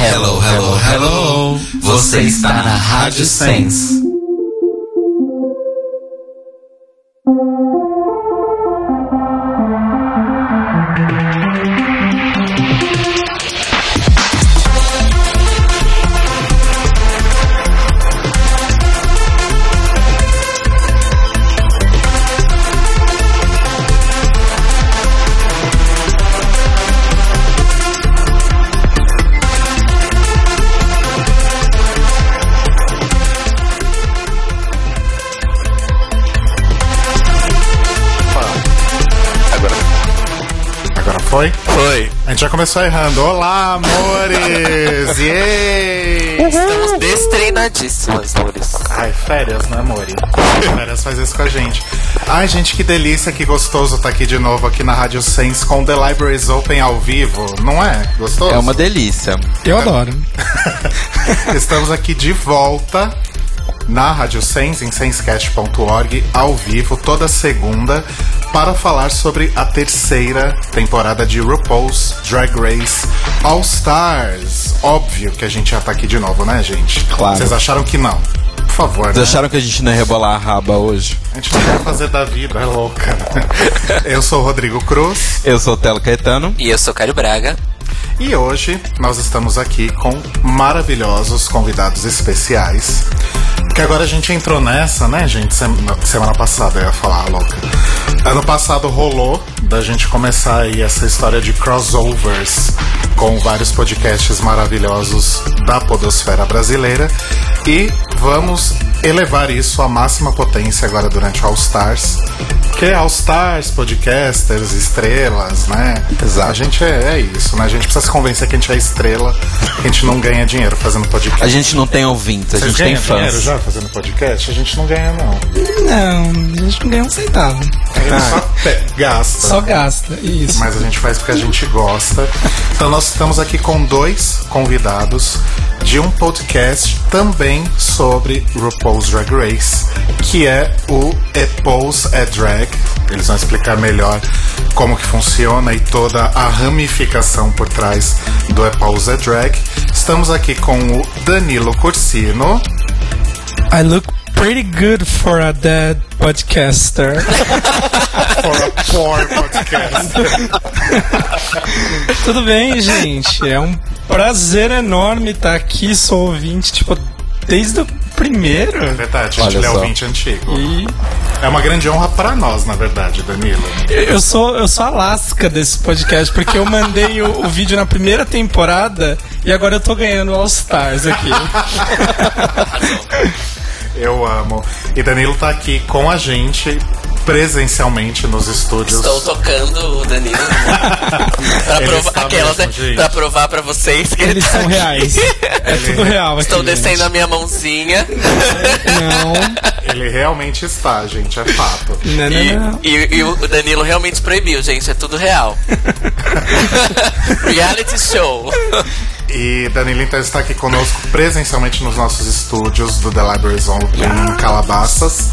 Hello, hello, hello. Você está na Rádio Sense. Foi. A gente já começou errando. Olá, amores! Yay! Estamos destreinadíssimas, amores. Ai, férias, né, amore? Férias faz isso com a gente. Ai, gente, que delícia, que gostoso estar aqui de novo aqui na Rádio Sense com The Libraries Open ao vivo. Não é? Gostoso? É uma delícia. Eu adoro. Estamos aqui de volta na Rádio Sense, em sensecast.org, ao vivo, toda segunda, para falar sobre a terceira temporada de RuPaul's Drag Race All Stars. Óbvio que a gente já tá aqui de novo, né, gente? Claro. Vocês acharam que não? Por favor, Vocês né? acharam que a gente não ia rebolar a raba hoje? A gente não quer fazer da vida, é louca. Eu sou o Rodrigo Cruz. Eu sou o Telo Caetano. E eu sou Cário Braga. E hoje nós estamos aqui com maravilhosos convidados especiais. Porque agora a gente entrou nessa, né, gente? Semana passada eu ia falar, louca. Ano passado rolou da gente começar aí essa história de crossovers com vários podcasts maravilhosos da podosfera brasileira. E vamos elevar isso à máxima potência agora durante o All Stars. Que é All Stars, podcasters, estrelas, né? Exato. A gente é isso, né? A gente precisa se convencer que a gente é estrela, que a gente não ganha dinheiro fazendo podcast. A gente não tem ouvintes, a Vocês gente tem ganham fãs. dinheiro já fazendo podcast? A gente não ganha, não. Não, a gente não ganha um centavo. A gente só gasta. Só gasta, isso. Mas a gente faz porque a gente gosta. Então nós estamos aqui com dois convidados de um podcast também sobre RuPaul's Drag Race, que é o RuPaul's Drag. Eles vão explicar melhor como que funciona e toda a ramificação por trás do RuPaul's Drag. Estamos aqui com o Danilo Cursino. I look pretty good for a dead podcaster. For a poor podcaster. Tudo bem, gente? É um prazer enorme estar aqui. Sou ouvinte, tipo, desde o primeiro. É verdade, a gente Olha é só. ouvinte antigo. E É uma grande honra pra nós, na verdade, Danilo. eu sou a lasca desse podcast, porque eu mandei o vídeo na primeira temporada e agora eu tô ganhando All Stars aqui. Eu amo. E Danilo tá aqui com a gente presencialmente nos estúdios. Estou tocando o Danilo. Pra Ele provar, está aquelas, mesmo, né? gente. Pra provar pra vocês que ele Eles tá são aqui. reais. É tudo real aqui. Estou descendo gente. a minha mãozinha. Não, Ele realmente está, gente, é fato. não. E o Danilo realmente proibiu, gente. É tudo real. Reality show. E Danilo então está aqui conosco presencialmente nos nossos estúdios do The Libraries Open em Calabasas.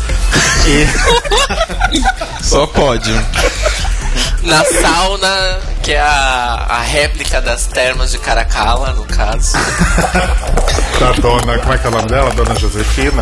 E Só pode. Na sauna, que é a réplica das termas de Caracalla, no caso. da dona, como é que é o nome dela? Dona Josefina?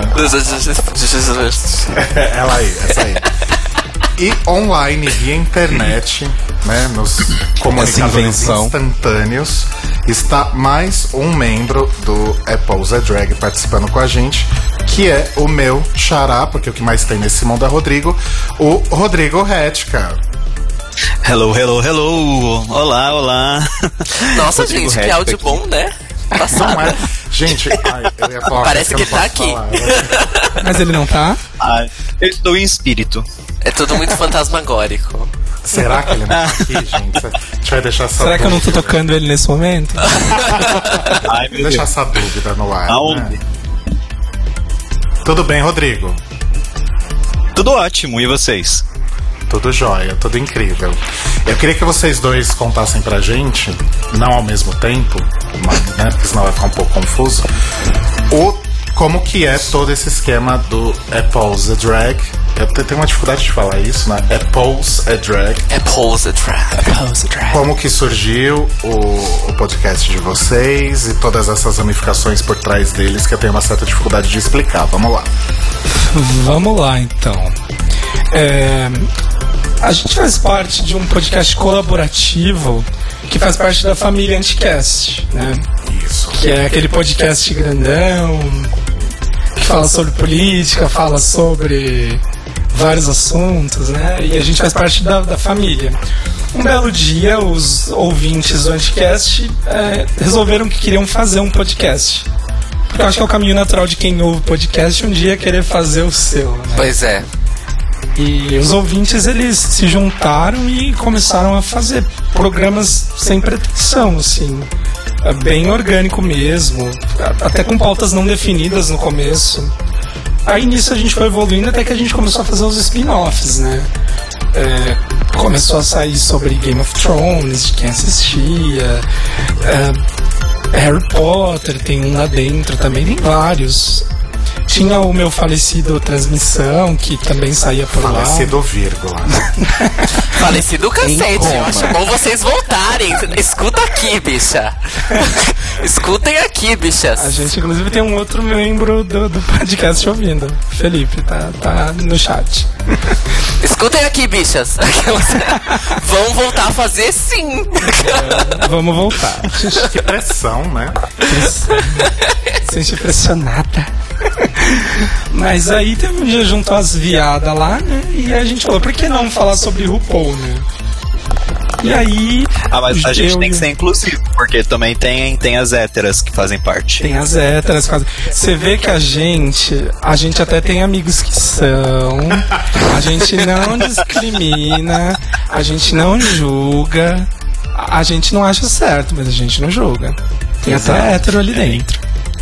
Ela aí, essa aí. E online, via internet, né, nos comunicadores invenção. instantâneos, está mais um membro do RuPaul's Drag participando com a gente, que é o meu xará, porque o que mais tem nesse mundo é Rodrigo, o Rodrigo Retka. Hello, hello, hello. Olá, olá. Nossa, Rodrigo gente, que Retka áudio aqui. bom, né? Não Passado. é? Gente, ai, eu ia falar uma Parece coisa que ele eu tá não posso falar. Mas ele não tá? Ah, eu estou em espírito. É tudo muito fantasmagórico. Será que ele não tá aqui, gente? A gente vai deixar essa Será que eu não tô dúvida. tocando ele nesse momento? Ai, meu Deixa Deus. essa dúvida no ar. Aonde? Né? Tudo bem, Rodrigo? Tudo ótimo, e vocês? Tudo jóia, tudo incrível. Eu queria que vocês dois contassem pra gente, não ao mesmo tempo, mas, né, porque senão vai ficar um pouco confuso, como que é todo esse esquema do RuPaul's Drag Eu tenho uma dificuldade de falar isso, né? É Pose a Drag. É Pose a Drag. Como que surgiu o podcast de vocês e todas essas ramificações por trás deles que eu tenho uma certa dificuldade de explicar. Vamos lá. Vamos lá, então. A gente faz parte de um podcast colaborativo que faz parte da família Anticast, né? Isso. Que é aquele podcast grandão que fala sobre política, fala sobre vários assuntos, né? E a gente faz parte da família. Um belo dia, os ouvintes do Anticast resolveram que queriam fazer um podcast. Porque eu acho que é o caminho natural de quem ouve podcast um dia querer fazer o seu, né? Pois é. E os ouvintes, eles se juntaram e começaram a fazer programas sem pretensão, assim. Bem orgânico mesmo, até com pautas não definidas no começo. Aí nisso a gente foi evoluindo até que a gente começou a fazer os spin-offs, né? Começou a sair sobre Game of Thrones, de quem assistia, Harry Potter, tem um lá dentro também, tem vários. Tinha o meu falecido Transmissão, que também saía por lá. Falecido vírgula. Falecido cacete. Eu acho bom vocês voltarem. Escuta aqui, bicha. Escutem aqui, bichas. A gente, inclusive, tem um outro membro do podcast ouvindo. Felipe, tá no chat. Escutem aqui, bichas. Vão voltar a fazer sim. Vamos voltar. Que pressão, né? Sente pressionada. Mas aí teve um dia juntou as viadas lá, né? E a gente falou, por que não falar sobre RuPaul, né? E aí... mas a gente tem que ser inclusivo, porque também tem as héteras que fazem parte. Tem as héteras. Você vê que a gente até tem amigos que são, a gente não discrimina, a gente não julga, a gente não acha certo, mas a gente não julga. Tem até hétero ali dentro.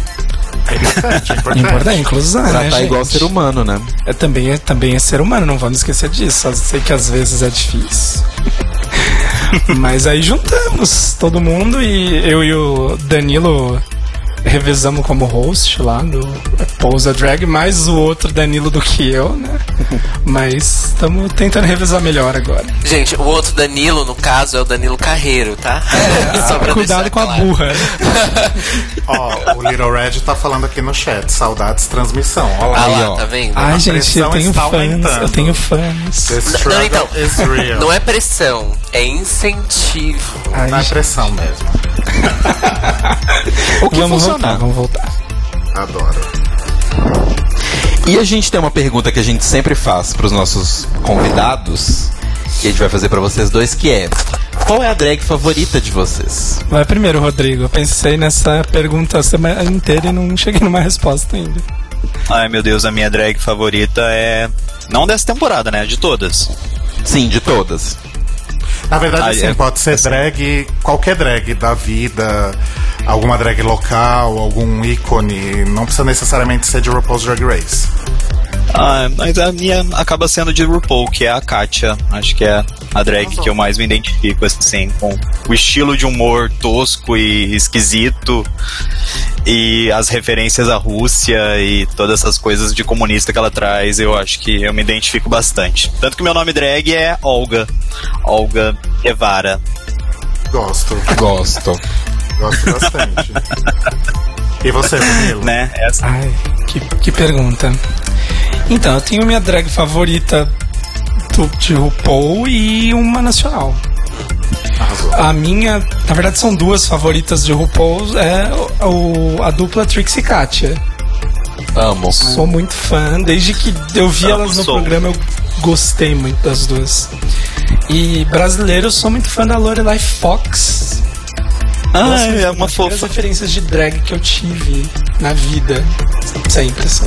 É importante, inclusão, né, Tratar gente? igual ser humano, né? Também é ser humano, não vamos esquecer disso. Eu sei que às vezes é difícil. Mas aí juntamos todo mundo e eu e o Danilo revezamos como host lá do Pose a Drag, mais o outro Danilo do que eu, né? Mas estamos tentando revezar melhor agora. Gente, o outro Danilo, no caso, é o Danilo Carreiro, tá? Só pra Cuidado com claro. a burra. Ó, o Little Red tá falando aqui no chat. Saudades transmissão. Ó lá, Ah lá, ó. tá vendo? Ai, gente, pressão eu tenho está fãs. aumentando. Eu tenho fãs. The struggle Não, então, is real. não é pressão, é incentivo. Ai, Não é gente, pressão mesmo. O que vamos funcionar. voltar, vamos voltar. Adoro. E a gente tem uma pergunta que a gente sempre faz pros nossos convidados, que a gente vai fazer pra vocês dois, que é: qual é a drag favorita de vocês? Vai primeiro, Rodrigo. Eu pensei nessa pergunta a semana inteira e não cheguei numa resposta ainda. Ai, meu Deus, a minha drag favorita é... Não dessa temporada, né? De todas. Sim, de todas. Na verdade, sim, pode ser drag, qualquer drag da vida, alguma drag local, algum ícone, não precisa necessariamente ser de RuPaul's Drag Race. Mas a minha acaba sendo de RuPaul, que é a Katia. Acho que é a drag que eu mais me identifico, assim, com o estilo de humor tosco e esquisito, e as referências à Rússia e todas essas coisas de comunista que ela traz. Eu acho que eu me identifico bastante. Tanto que meu nome drag é Olga Guevara. Gosto bastante. E você, Danilo? Né? Essa. Ai, que pergunta. Então, eu tenho minha drag favorita de RuPaul e uma nacional. Arrasou. A minha, na verdade, são duas favoritas de RuPaul, a dupla Trixie e Katia. Amo. Sou muito fã, desde que eu vi elas no programa, eu gostei muito das duas. E brasileiro, eu sou muito fã da Lorelai Fox. Nossa, É uma as fofa. referências de drag que eu tive na vida. Sempre, assim.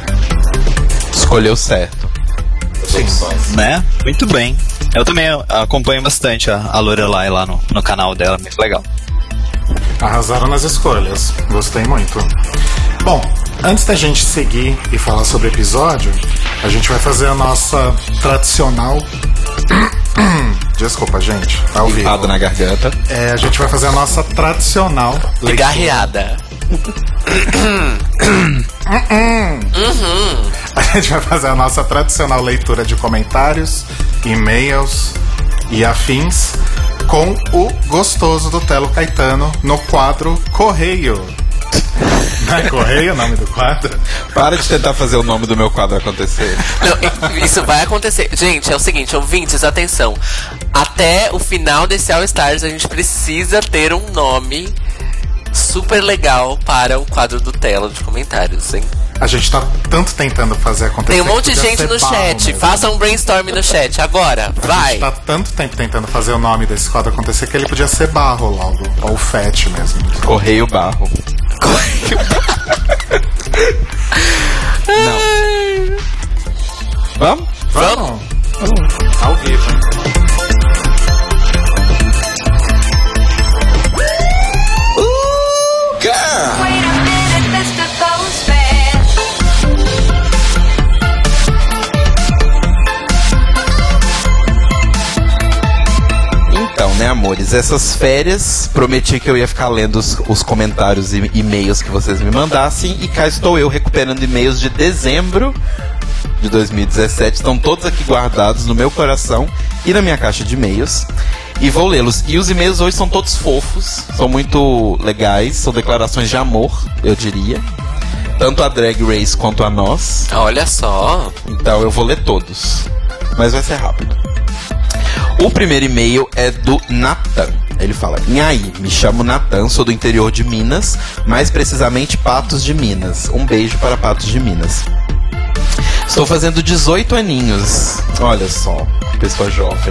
Escolheu certo. Sim. Né? Muito bem. Eu também acompanho bastante a Lorelai lá no canal dela, muito legal. Arrasaram nas escolhas. Gostei muito. Bom, antes da gente seguir e falar sobre o episódio, a gente vai fazer a nossa tradicional... Desculpa, gente. Tá ao vivo. Errado na garganta. A gente vai fazer a nossa tradicional leitura. Garreada. A gente vai fazer a nossa tradicional leitura de comentários, e-mails e afins com o gostoso do Telo Caetano no quadro Correio. Não é Correio o nome do quadro? Para de tentar fazer o nome do meu quadro acontecer. Não, isso vai acontecer. Gente, é o seguinte, ouvintes, atenção. Até o final desse All Stars a gente precisa ter um nome super legal para o quadro do Telo de comentários, hein? A gente tá tanto tentando fazer acontecer. Tem um monte de que podia gente ser no barro chat. mesmo. Faça um brainstorm no chat agora. A Vai. gente tá tanto tempo tentando fazer o nome desse quadro acontecer que ele podia ser Barro logo. Ou Fete mesmo. Correio Barro. Não. Vamos? Vamos? Ao vivo. Wait a minute, Mr. Postman. Então, né, amores? Essas férias, prometi que eu ia ficar lendo os comentários e e-mails que vocês me mandassem. E cá estou eu recuperando e-mails de dezembro de 2017. Estão todos aqui guardados no meu coração e na minha caixa de e-mails. E vou lê-los. E os e-mails hoje são todos fofos, são muito legais, são declarações de amor, eu diria. Tanto a Drag Race quanto a nós. Olha só. Então eu vou ler todos, mas vai ser rápido. O primeiro e-mail é do Natan. Ele fala: "Nhaí, me chamo Natan, sou do interior de Minas, mais precisamente Patos de Minas. Um beijo para Patos de Minas. Estou fazendo 18 aninhos. Olha só, que pessoa jovem.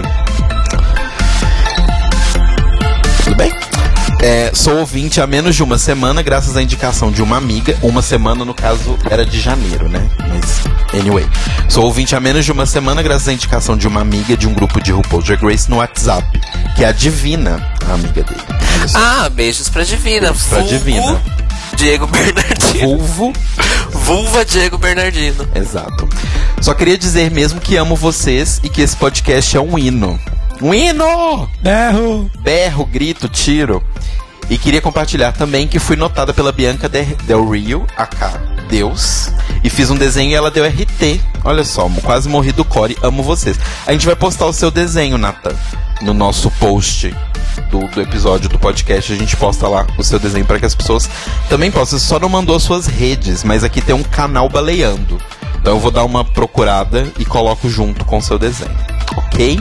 Tudo bem? Sou ouvinte há menos de uma semana, graças à indicação de uma amiga. Uma semana, no caso, era de janeiro, né? Mas, anyway. Sou ouvinte há menos de uma semana, graças à indicação de uma amiga de um grupo de RuPaul's Drag Race no WhatsApp, que é a Divina, a amiga dele. Olha só. Ah, beijos pra Divina. Beijos pra Vulgo Divina. Diego Bernardino. Vulva Diego Bernardino. Exato. Só queria dizer mesmo que amo vocês e que esse podcast é um hino. Um hino! Berro, grito, tiro. E queria compartilhar também que fui notada pela Bianca Del Rio, aka Deus, e fiz um desenho e ela deu RT. Olha só, quase morri do core, amo vocês. A gente vai postar o seu desenho, Nathan, no nosso post do episódio do podcast. A gente posta lá o seu desenho para que as pessoas também possam. Você só não mandou as suas redes, mas aqui tem um canal baleando. Então eu vou dar uma procurada e coloco junto com o seu desenho, ok?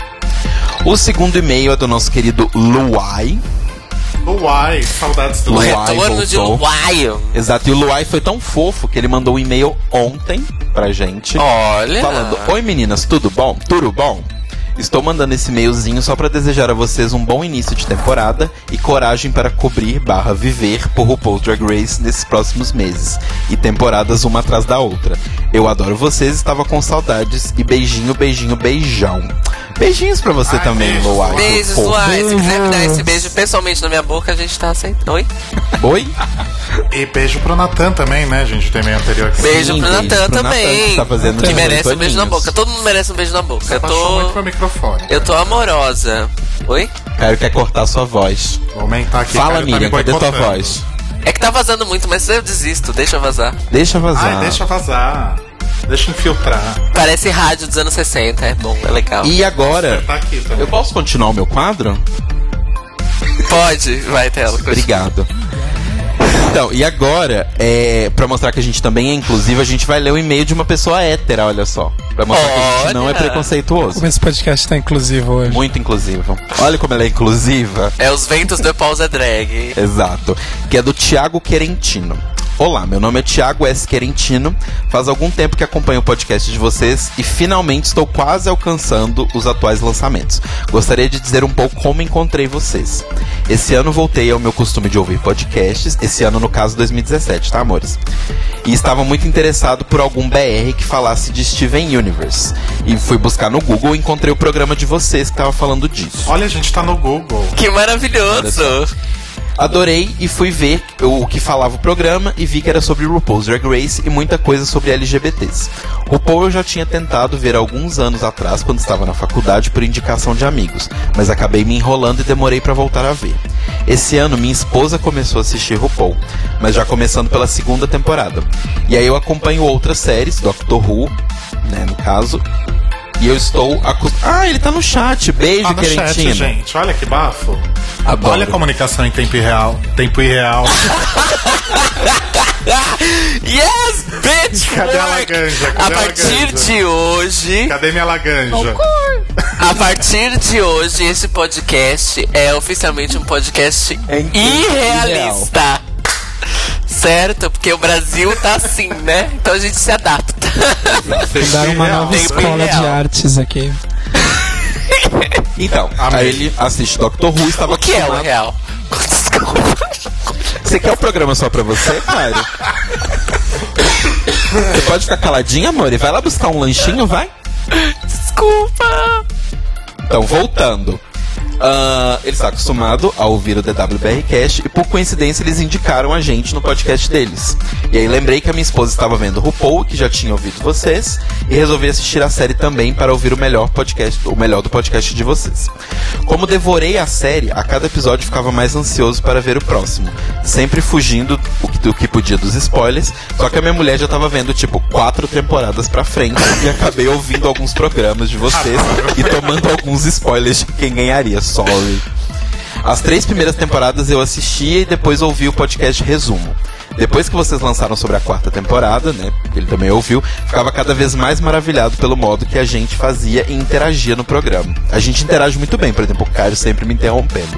O segundo e-mail é do nosso querido Luai. Luai, saudades do O Luai Luai. retorno de voltou. Luai. Exato, e o Luai foi tão fofo que ele mandou um e-mail ontem pra gente. Olha. Falando: "Oi meninas, tudo bom? Tudo bom? Estou mandando esse e-mailzinho só pra desejar a vocês um bom início de temporada e coragem para cobrir/viver por RuPaul's Drag Race nesses próximos meses e temporadas uma atrás da outra. Eu adoro vocês, estava com saudades e beijinho, beijinho, beijão." Beijinhos pra você também, beijo. Luai. Beijos, Fofo. Luai. Se quiser me dar esse beijo pessoalmente na minha boca, a gente tá aceitando. Oi? Oi? E beijo pro Natan também, né? A gente tem meio anterior aqui. Beijo Sim, pro beijo Natan pro Natan, também. que tá fazendo que 18 merece um beijo na aninhos. boca. Todo mundo merece um beijo na boca. Você Eu abaixou muito tô. pro microfone. Eu tô amorosa. Oi? Caio quer cortar sua voz. Vou aumentar aqui. Fala, Caio tá me Miriam, cadê tua boicotando. voz? É que tá vazando muito, mas eu desisto. Deixa vazar. Deixa vazar. Ai, deixa vazar. Deixa infiltrar. Parece rádio dos anos 60. É bom, é legal. E agora, Tá aqui também. eu posso continuar o meu quadro? Pode, vai, Telo. Obrigado. Então, e agora, pra mostrar que a gente também é inclusivo, a gente vai ler o e-mail de uma pessoa hétera, olha só. Pra mostrar que a gente não é Olha. preconceituoso. Como esse podcast tá inclusivo hoje. Muito inclusivo. Olha como ela é inclusiva. É os ventos do Pausa Drag. Exato. Que é do Thiago Querentino. Olá, meu nome é Thiago S. Querentino. Faz algum tempo que acompanho o podcast de vocês e finalmente estou quase alcançando os atuais lançamentos. Gostaria de dizer um pouco como encontrei vocês. Esse ano voltei ao meu costume de ouvir podcasts. Esse ano, no caso, 2017, tá, amores? E estava muito interessado por algum BR que falasse de Steven Universe. E fui buscar no Google e encontrei o programa de vocês que estava falando disso. Olha, a gente tá no Google. Que maravilhoso. Adorei e fui ver o que falava o programa e vi que era sobre RuPaul's Drag Race e muita coisa sobre LGBTs. RuPaul eu já tinha tentado ver alguns anos atrás, quando estava na faculdade, por indicação de amigos, mas acabei me enrolando e demorei pra voltar a ver. Esse ano minha esposa começou a assistir RuPaul, mas já começando pela segunda temporada. E aí eu acompanho outras séries, Doctor Who, né, no caso. E eu estou ele tá no chat. Beijo, no Querentina. chat, gente. Olha que bafo. Adoro. Olha a comunicação em tempo irreal. Yes, bitch! Cadê a Laganja? A partir de hoje... Cadê minha Laganja? A partir de hoje, esse podcast é oficialmente um podcast irrealista. Certo? Porque o Brasil tá assim, né? Então a gente se adapta. Fundaram uma nova Tempo escola real. de artes aqui. Então, aí ele assiste Doctor Who, estava O que é o acostumado- real? Desculpa. Você quer o programa só pra você, Mário? Você pode ficar caladinha, amor? E vai lá buscar um lanchinho, vai? Desculpa. Então, voltando. Ele está acostumado a ouvir o DWBRcast e por coincidência eles indicaram a gente no podcast deles. E aí lembrei que a minha esposa estava vendo RuPaul, que já tinha ouvido vocês, e resolvi assistir a série também para ouvir o melhor do podcast de vocês. Como devorei a série, a cada episódio ficava mais ansioso para ver o próximo, sempre fugindo do que podia dos spoilers, só que a minha mulher já estava vendo tipo 4 temporadas pra frente e acabei ouvindo alguns programas de vocês e tomando alguns spoilers de quem ganharia. Sorry. As 3 primeiras temporadas eu assistia e depois ouvi o podcast resumo. Depois que vocês lançaram sobre a 4ª temporada, né, ele também ouviu, ficava cada vez mais maravilhado pelo modo que a gente fazia e interagia no programa. A gente interage muito bem, por exemplo, o Caio sempre me interrompendo.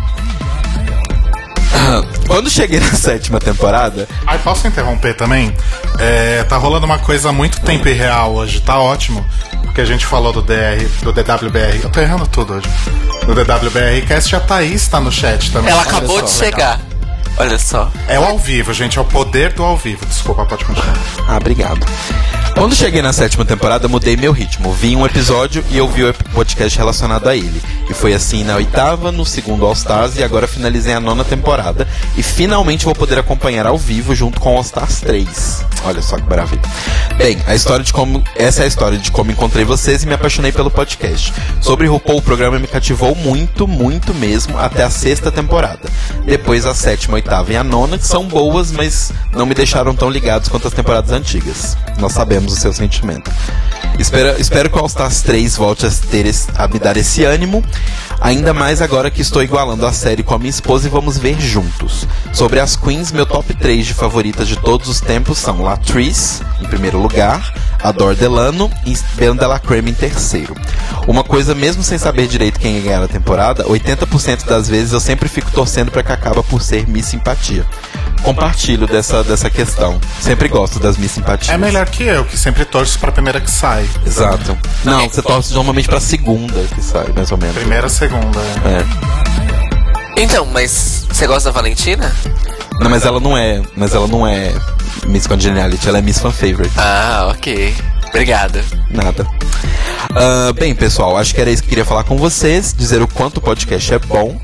Quando cheguei na 7ª temporada... Ai, posso interromper também? Tá rolando uma coisa muito tempo irreal hoje, tá ótimo. Porque a gente falou do DWBR. Eu tô errando tudo hoje. Do DWBRcast, a Thaís tá no chat também. Ela Olha acabou só, de legal. chegar. Olha só. É o ao vivo, gente. É o poder do ao vivo. Desculpa, pode continuar. Obrigado. Quando cheguei na 7ª temporada, mudei meu ritmo. Vi um episódio e ouvi o podcast relacionado a ele. E foi assim na 8ª, no 2º All Stars e agora finalizei a 9ª temporada. E finalmente vou poder acompanhar ao vivo junto com All Stars 3. Olha só que maravilha. Bem, essa é a história de como encontrei vocês e me apaixonei pelo podcast. Sobre RuPaul, o programa me cativou muito, muito mesmo, até a 6ª temporada. Depois a 7ª, 8ª e a 9ª, que são boas, mas não me deixaram tão ligados quanto as temporadas antigas. Nós sabemos o seu sentimento. Espero que o All Stars 3 volte a me dar esse ânimo, ainda mais agora que estou igualando a série com a minha esposa e vamos ver juntos. Sobre as queens, meu top 3 de favoritas de todos os tempos são Latrice, em primeiro lugar, Adore Delano e Ben de la Creme em terceiro. Uma coisa, mesmo sem saber direito quem ia ganhar a temporada, 80% das vezes eu sempre fico torcendo para que acaba por ser Miss Simpatia. Compartilho dessa questão. Sempre gosto das Miss Simpatias. É melhor que eu, que sempre torço pra primeira que sai. Exato. Não, você torce normalmente pra segunda que sai, mais ou menos. Primeira, segunda. Então, mas você gosta da Valentina? Não, mas ela não é Miss Congeniality, ela é Miss Fan Favorite. Ah, ok. Obrigado. Nada. Bem, pessoal, acho que era isso que eu queria falar com vocês. Dizer o quanto o podcast é bom.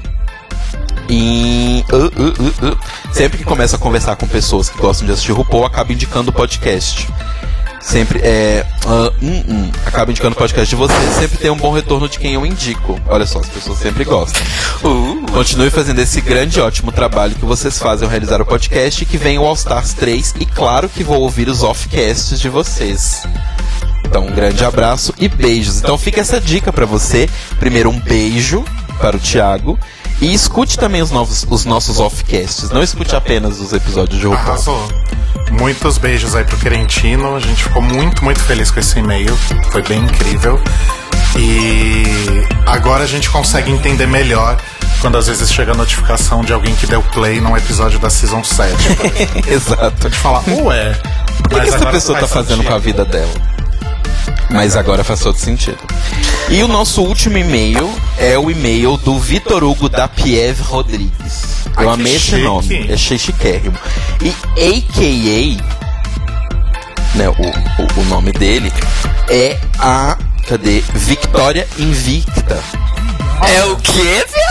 E sempre que começo a conversar com pessoas que gostam de assistir RuPaul, acabo indicando o podcast. Sempre acabo indicando o podcast de vocês. Sempre tem um bom retorno de quem eu indico. Olha só, as pessoas sempre gostam. Continue fazendo esse grande e ótimo trabalho que vocês fazem ao realizar o podcast. E que venha o All Stars 3. E claro que vou ouvir os offcasts de vocês. Então, um grande abraço e beijos. Então fica essa dica pra você. Primeiro, um beijo para o Thiago. E escute também os nossos offcasts. Não escute apenas os episódios de RuPaul. Arrasou. Muitos beijos aí pro Querentino. A gente ficou muito, muito feliz com esse e-mail. Foi bem incrível. E agora a gente consegue entender melhor quando às vezes chega a notificação de alguém que deu play num episódio da Season 7. Exato. A gente fala, ué. O que essa pessoa tá fazendo com a vida dela? Mas agora faz todo sentido. E o nosso último e-mail é o e-mail do Vitor Hugo da Pieve Rodrigues. Eu amei esse nome, é chiquérrimo. E a.k.a. né, o nome dele é a Victória Invicta. É o quê, viado?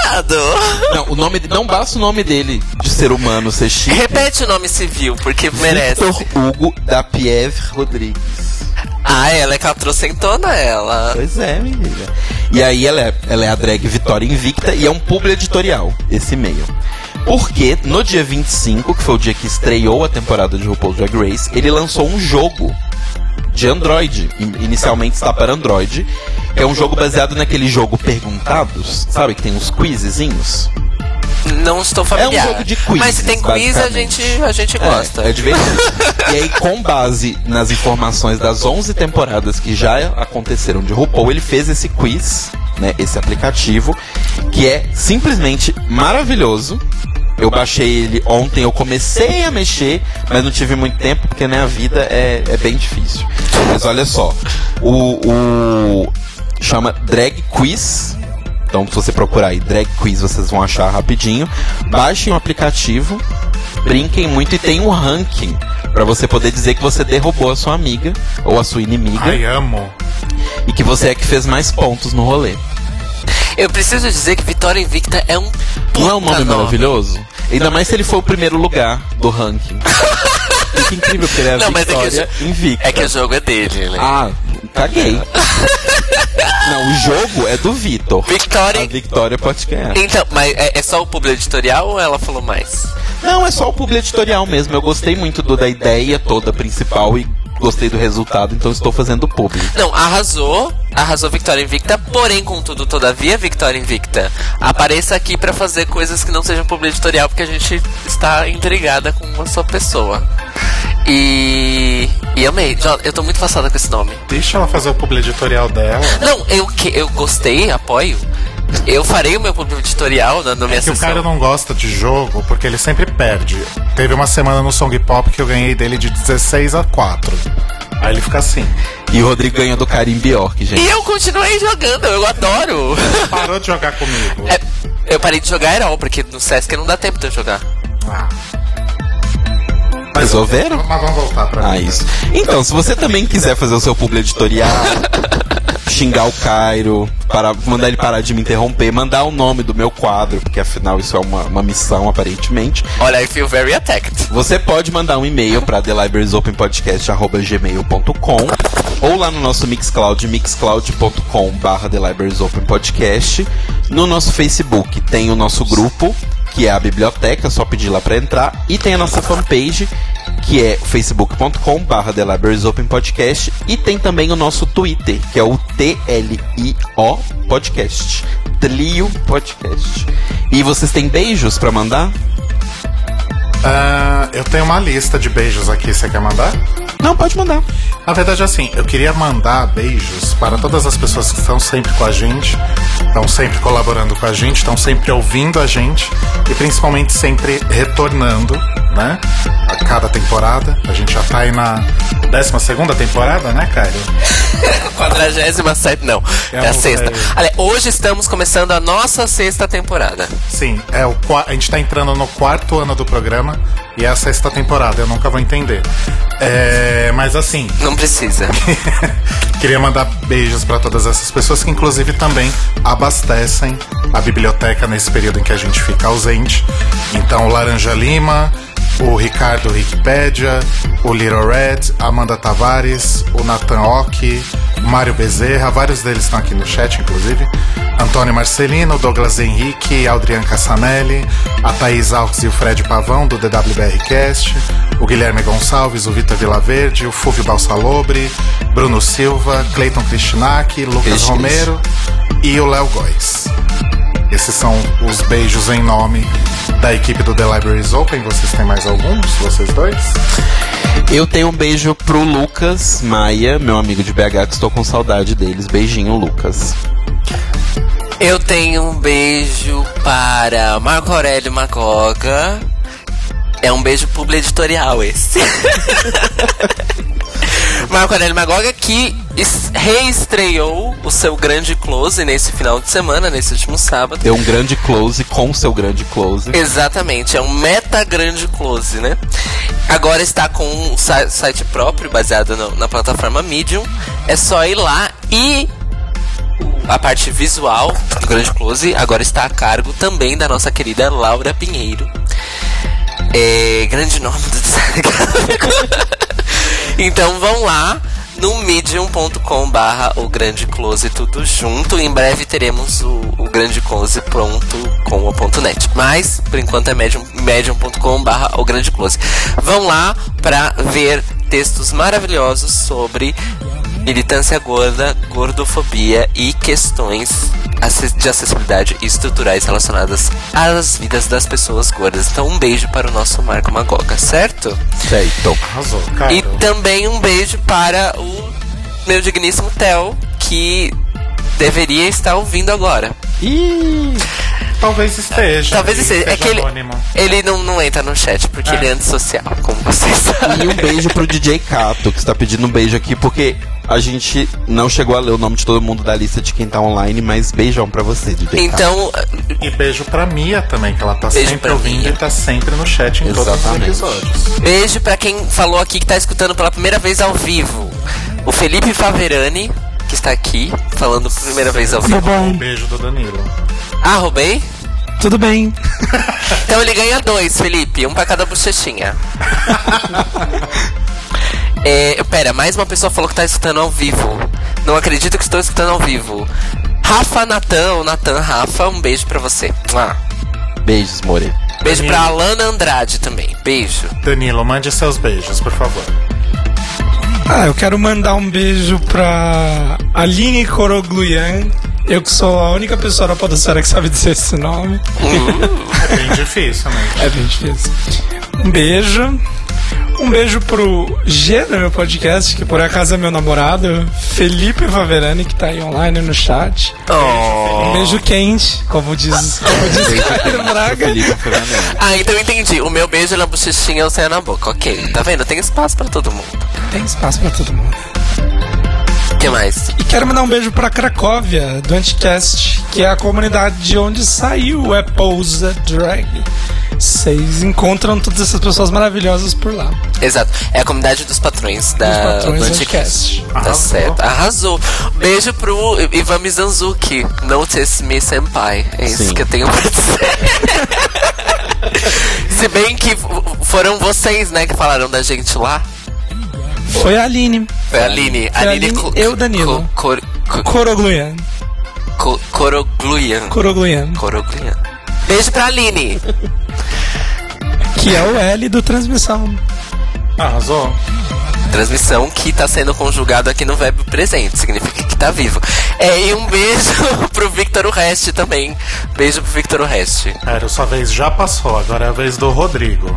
viado. Não, o nome não basta o nome dele de ser humano ser chique. Repete o nome civil, porque merece. Victor Hugo da Pieve Rodrigues. Ah, ela é catrocentona, ela. Pois é, menina. E aí ela é a drag Vitória Invicta e é um publi editorial, esse e-mail. Porque no dia 25, que foi o dia que estreou a temporada de RuPaul's Drag Race, ele lançou um jogo de Android. Inicialmente está para Android. Que é um jogo baseado naquele jogo Perguntados, sabe? Que tem uns quizezinhos. Não estou familiar. É um jogo de quiz. Mas se tem quiz, a gente gosta. É divertido. E aí, com base nas informações das 11 temporadas que já aconteceram de RuPaul, ele fez esse quiz, né? Esse aplicativo, que é simplesmente maravilhoso. Eu baixei ele ontem, eu comecei a mexer, mas não tive muito tempo, porque né, a vida é bem difícil. Mas olha só, chama Drag Quiz. Então, se você procurar aí Drag Quiz, vocês vão achar rapidinho. Baixem o aplicativo, brinquem muito e tem um ranking pra você poder dizer que você derrubou a sua amiga ou a sua inimiga. Ai, amo. E que você é que fez mais pontos no rolê. Eu preciso dizer que Vitória Invicta é um puta Não é um nome maravilhoso? Ainda mais se ele for o primeiro lugar do ranking. Que incrível, porque ele é a Vitória Invicta. É que o jogo é dele, né? Ah, caguei. Não, o jogo é do Vitor. Victoria. A Victoria pode ganhar. Então, mas é só o publi editorial ou ela falou mais? Não, é só o publi editorial mesmo. Eu gostei muito da ideia toda principal e gostei do resultado, então estou fazendo o publi. Não, arrasou Vitória Invicta, porém, contudo, todavia, Vitória Invicta, apareça aqui pra fazer coisas que não sejam publi editorial, porque a gente está intrigada com a sua pessoa. E amei. Eu tô muito passada com esse nome. Deixa ela fazer o publi editorial dela. Não, eu gostei, apoio. Eu farei o meu publi editorial na minha sessão. O cara não gosta de jogo porque ele sempre perde. Teve uma semana no Song Pop que eu ganhei dele de 16-4. Aí ele fica assim. E o Rodrigo ganhou do Karim Bjork, gente. E eu continuei jogando, eu adoro. Parou de jogar comigo. Eu parei de jogar Herol, porque no Sesc não dá tempo de eu jogar. Resolveram? Mas vamos voltar pra mim. Isso. Então, se você também quiser fazer o seu publi editorial, xingar o Cairo, mandar ele parar de me interromper, mandar o nome do meu quadro, porque afinal isso é uma missão, aparentemente. Olha, I feel very attacked. Você pode mandar um e-mail para thelibrariesopenpodcast@gmail.com ou lá no nosso Mixcloud, mixcloud.com/thelibrariesopenpodcast. No nosso Facebook tem o nosso grupo, que é a biblioteca, só pedir lá pra entrar. E tem a nossa fanpage, que é facebook.com/thelibrariesopenpodcast. E tem também o nosso Twitter, que é o TLIO Podcast. Tlio Podcast. E vocês têm beijos pra mandar? Eu tenho uma lista de beijos aqui, você quer mandar? Não, pode mandar. Na verdade, assim, eu queria mandar beijos para todas as pessoas que estão sempre com a gente, estão sempre colaborando com a gente, estão sempre ouvindo a gente e principalmente sempre retornando, né? A cada temporada. A gente já tá aí na 12ª temporada, né, Caio? 47, não. É a 6ª. Olha, hoje estamos começando a nossa 6ª temporada. Sim, a gente tá entrando no 4º ano do programa e é a 6ª temporada, eu nunca vou entender. Mas assim... Não precisa. Queria mandar beijos pra todas essas pessoas que inclusive também abastecem a biblioteca nesse período em que a gente fica ausente. Então, Laranja Lima, o Ricardo Wikipédia, o Little Red, a Amanda Tavares, o Nathan Ock, o Mário Bezerra, vários deles estão aqui no chat, inclusive. Antônio Marcelino, o Douglas Henrique, Aldrian Cassanelli, a Thaís Alves e o Fred Pavão, do DWBRcast, o Guilherme Gonçalves, o Vitor Vilaverde, o Fúvio Balsalobre, Bruno Silva, Cleiton Krishnak, Lucas Romero e o Léo Góes. Esses são os beijos em nome da equipe do The Libraries Open. Vocês têm mais alguns? Vocês dois? Eu tenho um beijo pro Lucas Maia, meu amigo de BH, que estou com saudade deles. Beijinho, Lucas. Eu tenho um beijo para Marco Aurélio Magoga. É um beijo publi editorial esse. Marco Aurélio Magoga, que reestreou o seu grande close nesse final de semana, nesse último sábado. Deu um grande close com o seu grande close. Exatamente, é um meta grande close, né? Agora está com um site próprio, baseado na plataforma Medium. É só ir lá e a parte visual do Grande Close agora está a cargo também da nossa querida Laura Pinheiro. Grande nome do design gráfico. Então vão lá no medium.com/o Grande Close, tudo junto. Em breve teremos o Grande Close pronto com o .net. Mas, por enquanto, é medium.com/o Grande Close. Vão lá pra ver textos maravilhosos sobre militância gorda, gordofobia e questões de acessibilidade estruturais relacionadas às vidas das pessoas gordas. Então um beijo para o nosso Marco Magoga, certo? Certo. Arrasou, cara. E também um beijo para o meu digníssimo Theo, que deveria estar ouvindo agora. Talvez esteja. Talvez esteja. É que ele não entra no chat, porque ele é antissocial, como vocês sabem. E um beijo pro DJ Cato, que está pedindo um beijo aqui, porque a gente não chegou a ler o nome de todo mundo da lista de quem tá online, mas beijão pra você, DJ Então, Cato. E beijo pra Mia também, que ela tá beijo sempre pra ouvindo Mia. e tá sempre no chat em todos os episódios. Beijo pra quem falou aqui que tá escutando pela primeira vez ao vivo. O Felipe Faverani, que está aqui, falando pela primeira vez ao vivo. Um beijo do Danilo. Ah, roubei? Tudo bem. Então ele ganha 2, Felipe. Um pra cada bochechinha. Pera, mais uma pessoa falou que tá escutando ao vivo. Não acredito que estou escutando ao vivo. Rafa Natan, Rafa, um beijo pra você. Beijos, More. Beijo Danilo. pra Alana Andrade também. Beijo. Danilo, mande seus beijos, por favor. Eu quero mandar um beijo pra Aline Korogluyan. Eu que sou a única pessoa da podosfera que sabe dizer esse nome. É bem difícil, né? É bem difícil. Um beijo. Um beijo pro G do meu podcast, que por acaso é meu namorado, Felipe Faverani, que tá aí online no chat. Um beijo quente, como diz Caio Braga. Então eu entendi. O meu beijo na bochechinha e o seu na boca. Ok, tá vendo? Tem espaço pra todo mundo. Tem espaço pra todo mundo. O que mais? E quero mandar um beijo pra Cracóvia, do Anticast, que é a comunidade de onde saiu o Apple's Drag. Vocês encontram todas essas pessoas maravilhosas por lá. Exato. É a comunidade dos patrões do Anticast. Tá certo. Arrasou. Beijo pro Ivan Mizanzuki. Notice Me Senpai. É isso que eu tenho pra dizer. Se bem que foram vocês, né, que falaram da gente lá. Foi a Aline. Foi a Aline. Eu, Danilo. Korogluyan. Korogluyan. Beijo pra Aline. Que é o L do Transmissão. Arrasou. Transmissão que tá sendo conjugado aqui no verbo presente. Significa que tá vivo. E um beijo pro Victor Urreste também. Beijo pro Victor Urreste. Sua vez já passou, agora é a vez do Rodrigo.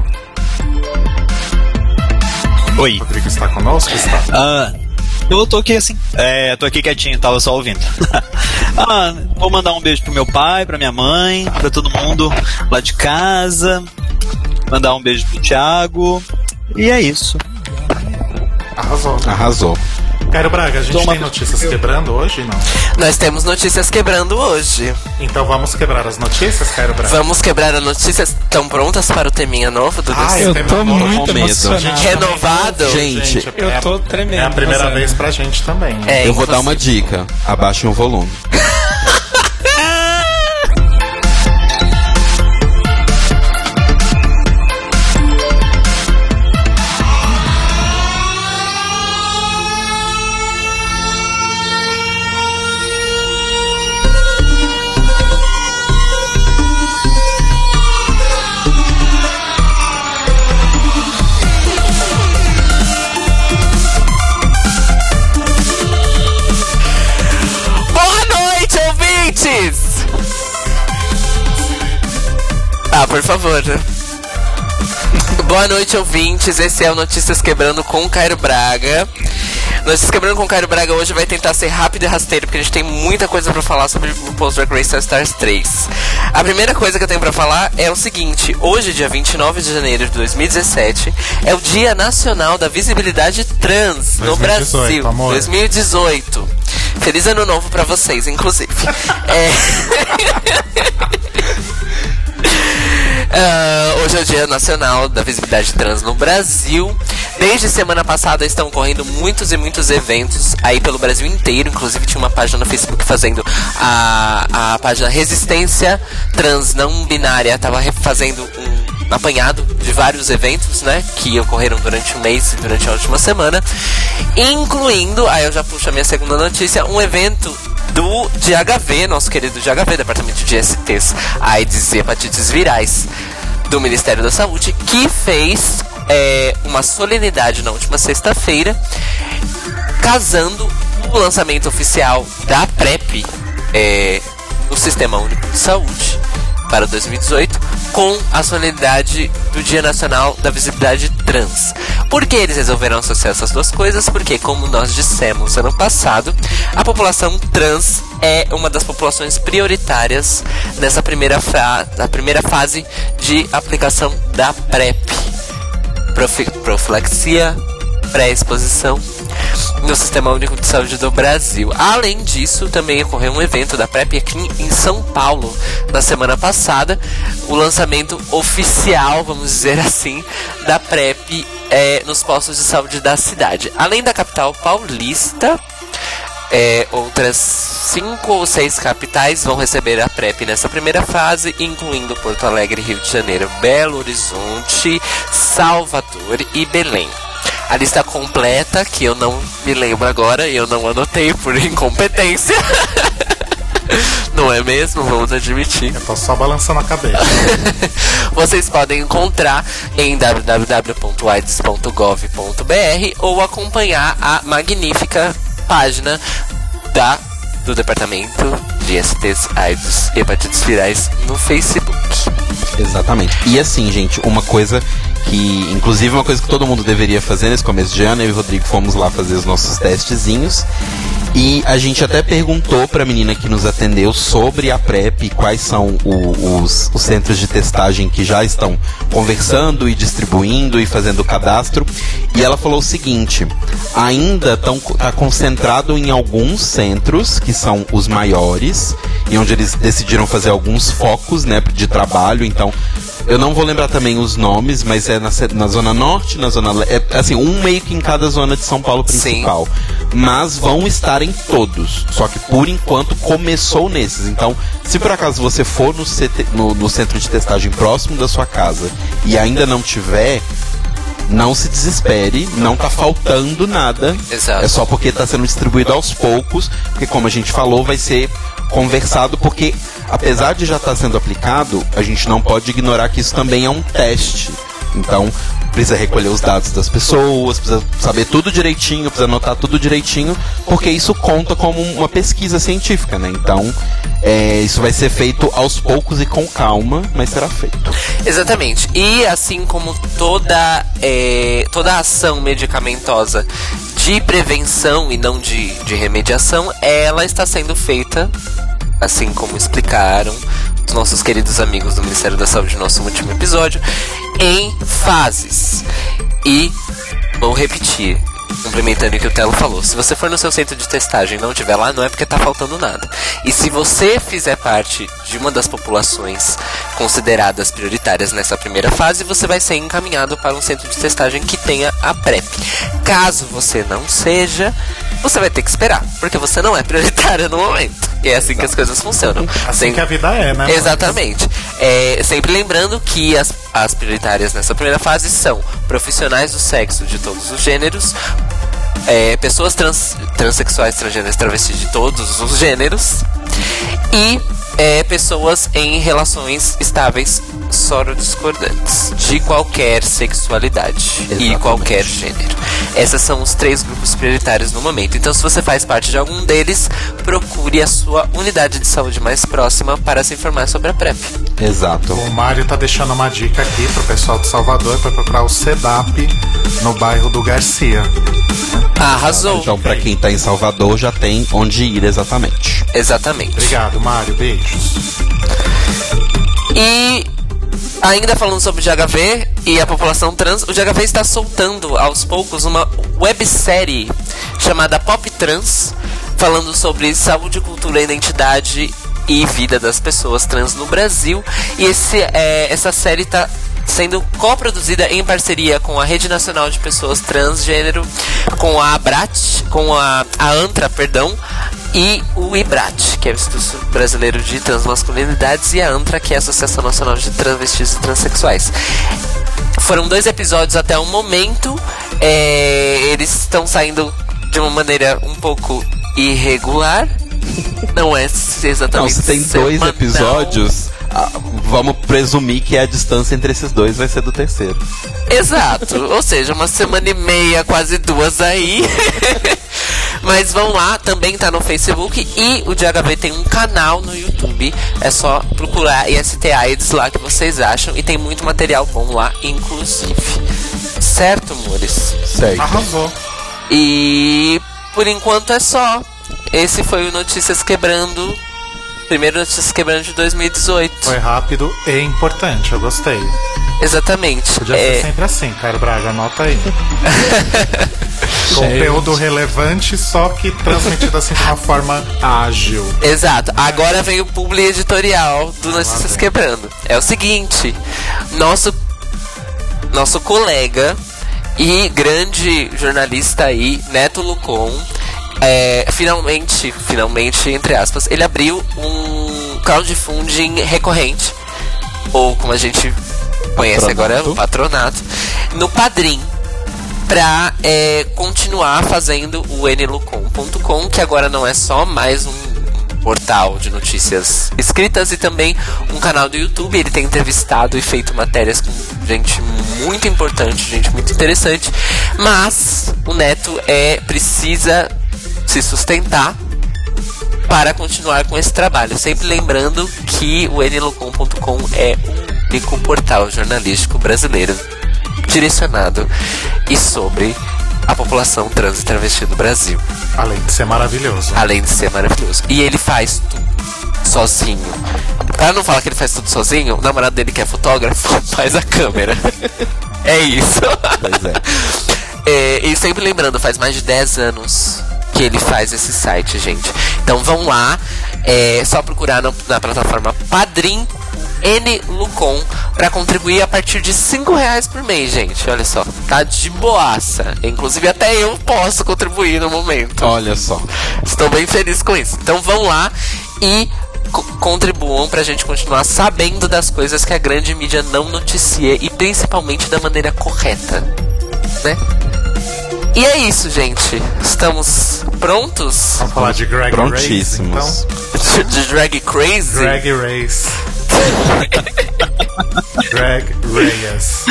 Oi. Rodrigo está conosco? Está. Eu tô aqui assim. Tô aqui quietinho, tava só ouvindo. Vou mandar um beijo pro meu pai, pra minha mãe, pra todo mundo lá de casa. Mandar um beijo pro Thiago. E é isso. Arrasou. Caio Braga, a gente tem notícias quebrando hoje, não? Nós temos notícias quebrando hoje. Então vamos quebrar as notícias, Caio Braga? Vamos quebrar as notícias. Estão prontas para o teminha novo do eu tô muito emocionado. Renovado? Gente, eu tô tremendo. É a primeira vez pra gente também. Eu vou dar uma dica. Abaixem o volume. Por favor. Boa noite, ouvintes. Esse é o Notícias Quebrando com Caio Braga. Notícias Quebrando com Caio Braga hoje vai tentar ser rápido e rasteiro, porque a gente tem muita coisa pra falar sobre o RuPaul's Drag Race All Stars 3. A primeira coisa que eu tenho pra falar é o seguinte: hoje, dia 29 de janeiro de 2017, é o Dia Nacional da Visibilidade Trans no Brasil. Amor. 2018. Feliz ano novo pra vocês, inclusive. Hoje é o Dia Nacional da Visibilidade Trans no Brasil. Desde semana passada estão ocorrendo muitos e muitos eventos aí pelo Brasil inteiro. Inclusive tinha uma página no Facebook fazendo a página Resistência Trans Não Binária. Tava fazendo um apanhado de vários eventos, né, que ocorreram durante o mês e durante a última semana. Incluindo, aí eu já puxo a minha segunda notícia, um evento do DHV, nosso querido DHV, Departamento de STs, AIDS e Hepatites Virais do Ministério da Saúde, que fez uma solenidade na última sexta-feira, casando o lançamento oficial da PrEP no Sistema Único de Saúde para 2018 com a solenidade do Dia Nacional da Visibilidade Trans. Por que eles resolveram associar essas duas coisas? Porque, como nós dissemos ano passado, a população trans é uma das populações prioritárias nessa primeira fase de aplicação da PrEP. Profilaxia, pré-exposição no Sistema Único de Saúde do Brasil. Além disso, também ocorreu um evento da PrEP aqui em São Paulo na semana passada, o lançamento oficial, vamos dizer assim, da PrEP nos postos de saúde da cidade. Além da capital paulista, outras 5 ou 6 capitais vão receber a PrEP nessa primeira fase, incluindo Porto Alegre, Rio de Janeiro, Belo Horizonte, Salvador e Belém. A lista completa, que eu não me lembro agora e eu não anotei por incompetência. Não é mesmo? Vamos admitir. Eu tô só balançando a cabeça. Vocês podem encontrar em www.aids.gov.br ou acompanhar a magnífica página do Departamento de STs, AIDS e Hepatites Virais no Facebook. Exatamente. E assim, gente, uma coisa que, inclusive, uma coisa que todo mundo deveria fazer nesse começo de ano, eu e o Rodrigo fomos lá fazer os nossos testezinhos. E a gente até perguntou pra menina que nos atendeu sobre a PrEP, quais são os centros de testagem que já estão conversando e distribuindo e fazendo o cadastro. E ela falou o seguinte: ainda tá concentrado em alguns centros, que são os maiores, e onde eles decidiram fazer alguns focos, né, de trabalho. Então, eu não vou lembrar também os nomes, mas é na Zona Norte, na Zona Leste, assim, um meio que em cada zona de São Paulo principal. Sim. Mas vão estar em todos, só que por enquanto começou nesses. Então, se por acaso você for no centro de testagem próximo da sua casa e ainda não tiver, não se desespere, não tá faltando nada. Exato. É só porque tá sendo distribuído aos poucos, porque, como a gente falou, vai ser conversado, porque apesar de já estar sendo aplicado, a gente não pode ignorar que isso também é um teste. Então, precisa recolher os dados das pessoas, precisa saber tudo direitinho, precisa anotar tudo direitinho, porque isso conta como uma pesquisa científica, né? Então, isso vai ser feito aos poucos e com calma, mas será feito. Exatamente. E assim como toda ação medicamentosa de prevenção e não de remediação, ela está sendo feita, assim como explicaram os nossos queridos amigos do Ministério da Saúde no nosso último episódio, em fases. E vou repetir, complementando o que o Telo falou: se você for no seu centro de testagem e não estiver lá, não é porque tá faltando nada. E se você fizer parte de uma das populações consideradas prioritárias nessa primeira fase, você vai ser encaminhado para um centro de testagem que tenha a PrEP. Caso você não seja, você vai ter que esperar, porque você não é prioritária no momento. E é assim que as coisas funcionam. Assim que a vida é, né? Exatamente. Sempre lembrando que as prioritárias nessa primeira fase são profissionais do sexo de todos os gêneros, pessoas transexuais, transgêneros, travestis de todos os gêneros e pessoas em relações estáveis sorodiscordantes de qualquer sexualidade. Exatamente. E qualquer gênero. Esses são os 3 grupos prioritários no momento. Então, se você faz parte de algum deles, procure a sua unidade de saúde mais próxima para se informar sobre a PrEP. Exato. O Mário tá deixando uma dica aqui pro pessoal de Salvador para procurar o CEDAP no bairro do Garcia. Arrasou. Então, pra quem tá em Salvador, já tem onde ir exatamente. Exatamente. Obrigado, Mário. Beijos. E ainda falando sobre o DHV e a população trans, o DHV está soltando aos poucos uma websérie chamada Pop Trans, falando sobre saúde, cultura, identidade e vida das pessoas trans no Brasil. E essa série está sendo coproduzida em parceria com a Rede Nacional de Pessoas Transgênero, com a ABRAT, com a ANTRA, e o IBRAT, que é o Instituto Brasileiro de Transmasculinidades, e a ANTRA, que é a Associação Nacional de Travestis e Transsexuais. Foram 2 episódios até o momento. Eles estão saindo de uma maneira um pouco irregular. Não é exatamente. Não, se tem 2 episódios, vamos presumir que a distância entre esses 2 vai ser do terceiro. Exato. Ou seja, 1 semana e meia, quase 2 aí. Mas vão lá, também tá no Facebook. E o DHV tem um canal no YouTube. É só procurar IST AIDS lá que vocês acham. E tem muito material bom lá, inclusive. Certo, amores? Certo. Arrasou. E por enquanto é só. Esse foi o Notícias Quebrando. Primeiro Notícias Quebrando de 2018. Foi rápido e importante, eu gostei. Exatamente. Podia ser sempre assim, Caio Braga, anota aí. Conteúdo relevante, só que transmitido assim de uma forma ágil. Exato. Agora vem o publi editorial do Notícias Quebrando. É o seguinte: nosso colega e grande jornalista aí, Neto Lucon, finalmente, entre aspas, ele abriu um crowdfunding recorrente, ou como a gente conhece agora, o patronato, no Padrim, pra continuar fazendo o nlucon.com, que agora não é só mais um portal de notícias escritas e também um canal do YouTube. Ele tem entrevistado e feito matérias com gente muito importante, gente muito interessante, mas o Neto precisa se sustentar para continuar com esse trabalho, sempre lembrando que o nlucon.com é o único portal jornalístico brasileiro direcionado e sobre a população trans e travesti do Brasil. Além de ser maravilhoso. E ele faz tudo sozinho. Para não falar que ele faz tudo sozinho, o namorado dele, que é fotógrafo, faz a câmera. É isso. Pois é. E sempre lembrando, faz mais de 10 anos que ele faz esse site, gente. Então vão lá, só procurar na plataforma Padrim nlucon pra contribuir a partir de R$5 por mês, gente. Olha só, tá de boaça. Inclusive até eu posso contribuir no momento. Olha só. Estou bem feliz com isso. Então vão lá e contribuam pra gente continuar sabendo das coisas que a grande mídia não noticia, e principalmente da maneira correta, né? E é isso, gente. Estamos prontos? Vamos falar de Drag Race, então? De Drag Crazy? Drag Race. Drag Reyes.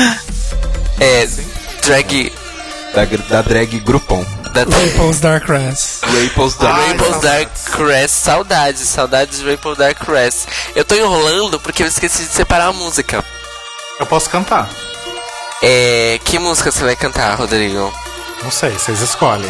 Drag... Da drag Groupon. Rapal's Dark Race. Rapal's Dark Crest. Saudades de Rapal's Dark Crest. Eu tô enrolando porque eu esqueci de separar a música. Eu posso cantar. Que música você vai cantar, Rodrigo? Não sei, vocês escolhem.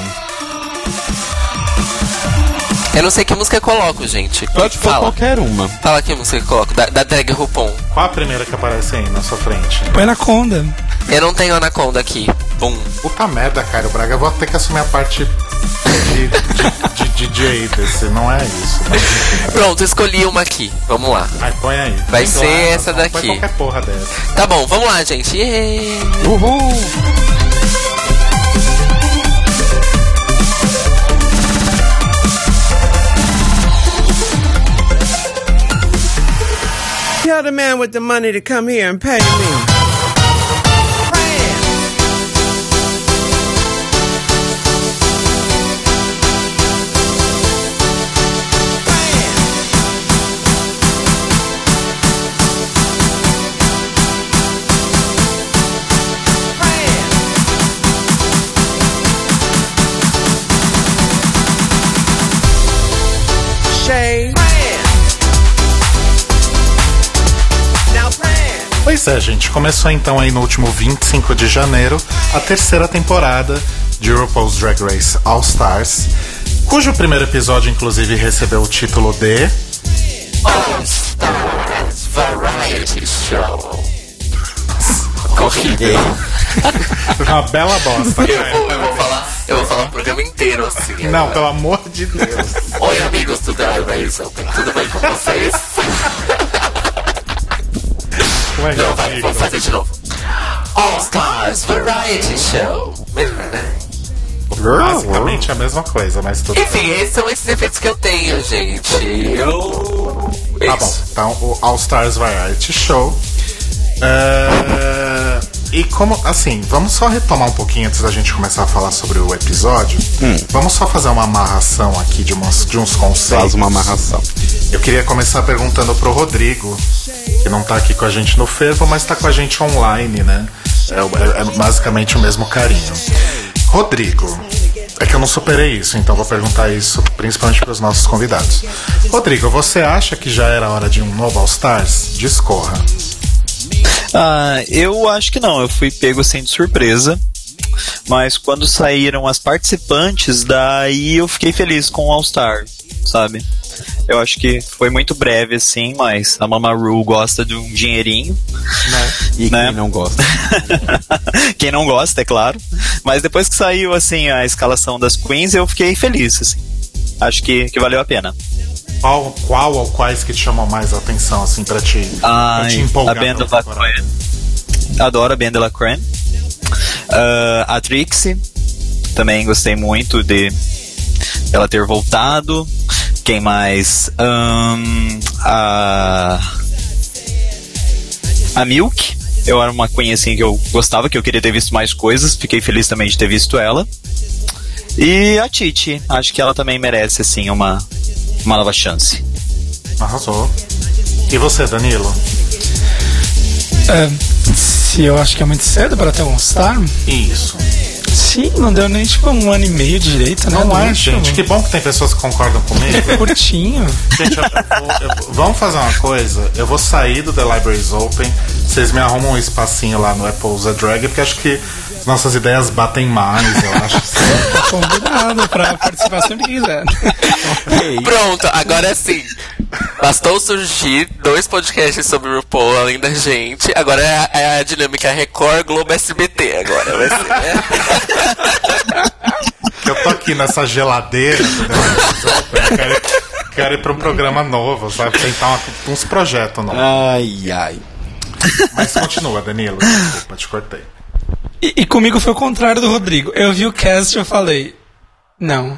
Eu não sei que música eu coloco, gente. Pode falar qualquer uma. Fala que música eu coloco, da drag RuPaul. Qual a primeira que aparece aí na sua frente? Põe Anaconda. Eu não tenho Anaconda aqui. Bum. Puta merda, Caio Braga. Eu vou ter que assumir a parte de DJ desse. Não é isso. Mas... Pronto, escolhi uma aqui. Vamos lá. Ai, põe aí. Vai ser essa daqui. Põe qualquer porra dessa. Tá bom, vamos lá, gente. Yeah. Uhul! Tell the man with the money to come here and pay me. Pois é, gente, começou então aí no último 25 de janeiro a terceira temporada de RuPaul's Drag Race All Stars, cujo primeiro episódio inclusive recebeu o título de All Stars Variety Show. Corrida. Uma bela bosta. Eu vou falar o programa inteiro assim. Não, pelo amor de Deus. Oi, amigos do Drag Race, tudo bem com vocês? Não é Não vai, ridículo. vou fazer de novo. All Stars Variety Show. Melhor, né? Basicamente a mesma coisa, mas tudo bem. Enfim, esses são esses efeitos que eu tenho, gente. Tá bom, então o All Stars Variety Show. E como, assim, vamos só retomar um pouquinho antes da gente começar a falar sobre o episódio. Vamos só fazer uma amarração aqui de uns conceitos. Faz uma amarração. Eu queria começar perguntando pro Rodrigo, que não tá aqui com a gente no Fervo, mas tá com a gente online, né? É basicamente o mesmo carinho. Rodrigo, é que eu não superei isso, então vou perguntar isso principalmente pros nossos convidados. Rodrigo, você acha que já era hora de um novo All Stars? Discorra. Eu acho que não, eu fui pego assim de surpresa. Mas quando saíram as participantes, daí eu fiquei feliz com o All Star, sabe? Eu acho que foi muito breve assim, mas a Mama Ru gosta de um dinheirinho, E né? quem não gosta? Quem não gosta, é claro. Mas depois que saiu assim a escalação das Queens, eu fiquei feliz, assim. Acho que valeu a pena. Qual ou quais que te chamam mais a atenção, assim, pra te empolgar? A Ben de la Creme. Adoro a Ben de la Creme. A Trixie, também gostei muito de ela ter voltado. Quem mais? A Milk. Eu era uma queen assim que eu gostava, que eu queria ter visto mais coisas. Fiquei feliz também de ter visto ela. E a Titi, acho que ela também merece assim uma nova chance. Arrasou. E você, Danilo? Se eu acho que é muito cedo para ter um All-Star, Isso. sim, não deu nem tipo 1 ano e meio direito, né? Não é, gente. Que bom que tem pessoas que concordam comigo. Curtinho. Gente, vamos fazer uma coisa. Eu vou sair do The Libraries Open. Vocês me arrumam um espacinho lá no Apple's a Drag, porque acho que nossas ideias batem mais, eu acho. Tá convidado pra participar sempre que quiser. Pronto, agora sim. Bastou surgir 2 podcasts sobre o RuPaul além da gente. Agora é a dinâmica Record, Globo, SBT. Agora vai ser, né? Eu tô aqui nessa geladeira do The Libraries Open. Quero ir pra um programa novo, sabe? Tentar uns projetos novos. Ai. Mas continua, Danilo. Desculpa, te cortei. E comigo foi o contrário do Rodrigo. Eu vi o cast e eu falei, não.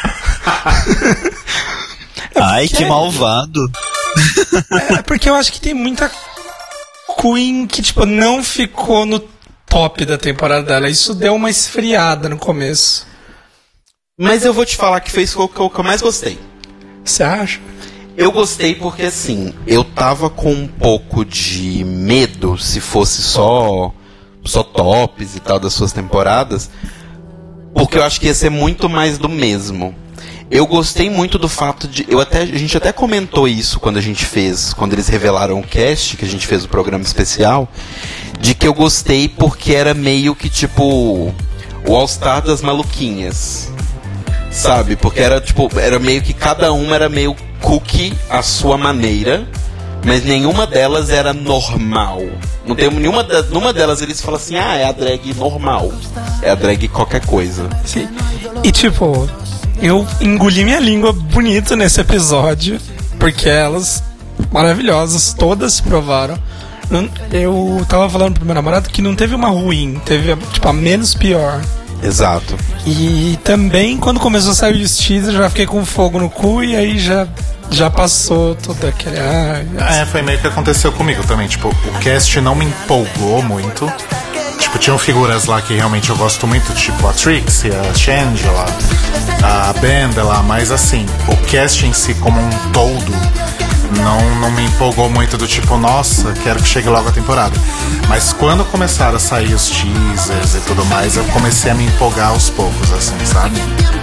Ai, que malvado. É porque eu acho que tem muita Queen que, tipo, não ficou no top da temporada dela. Isso deu uma esfriada no começo. Mas eu vou te falar que foi isso que eu mais gostei. Você acha? Eu gostei porque, assim, eu tava com um pouco de medo se fosse só tops e tal das suas temporadas, porque eu acho que ia ser muito mais do mesmo. Eu gostei muito do fato de... a gente até comentou isso quando eles revelaram o cast, que a gente fez o programa especial, de que eu gostei porque era meio que tipo o All-Star das maluquinhas, sabe? Porque era meio que cada uma era meio cookie à sua maneira, mas nenhuma delas era normal. Não tem numa delas eles falam assim, é a drag normal, é a drag qualquer coisa. Sim. E tipo, eu engoli minha língua bonito nesse episódio, porque elas, maravilhosas, todas se provaram. Eu tava falando pro meu namorado que não teve uma ruim, teve tipo a menos pior. Exato. E também quando começou a sair os teasers, já fiquei com fogo no cu e aí já passou todo aquele... Foi meio que aconteceu comigo também. Tipo, o cast não me empolgou muito. Tipo, tinham figuras lá que realmente eu gosto muito, tipo a Trixie, a Shangela, a Bendela, mas assim, o cast em si como um todo não me empolgou muito, do tipo, nossa, quero que chegue logo a temporada. Mas quando começaram a sair os teasers e tudo mais, eu comecei a me empolgar aos poucos, assim, sabe?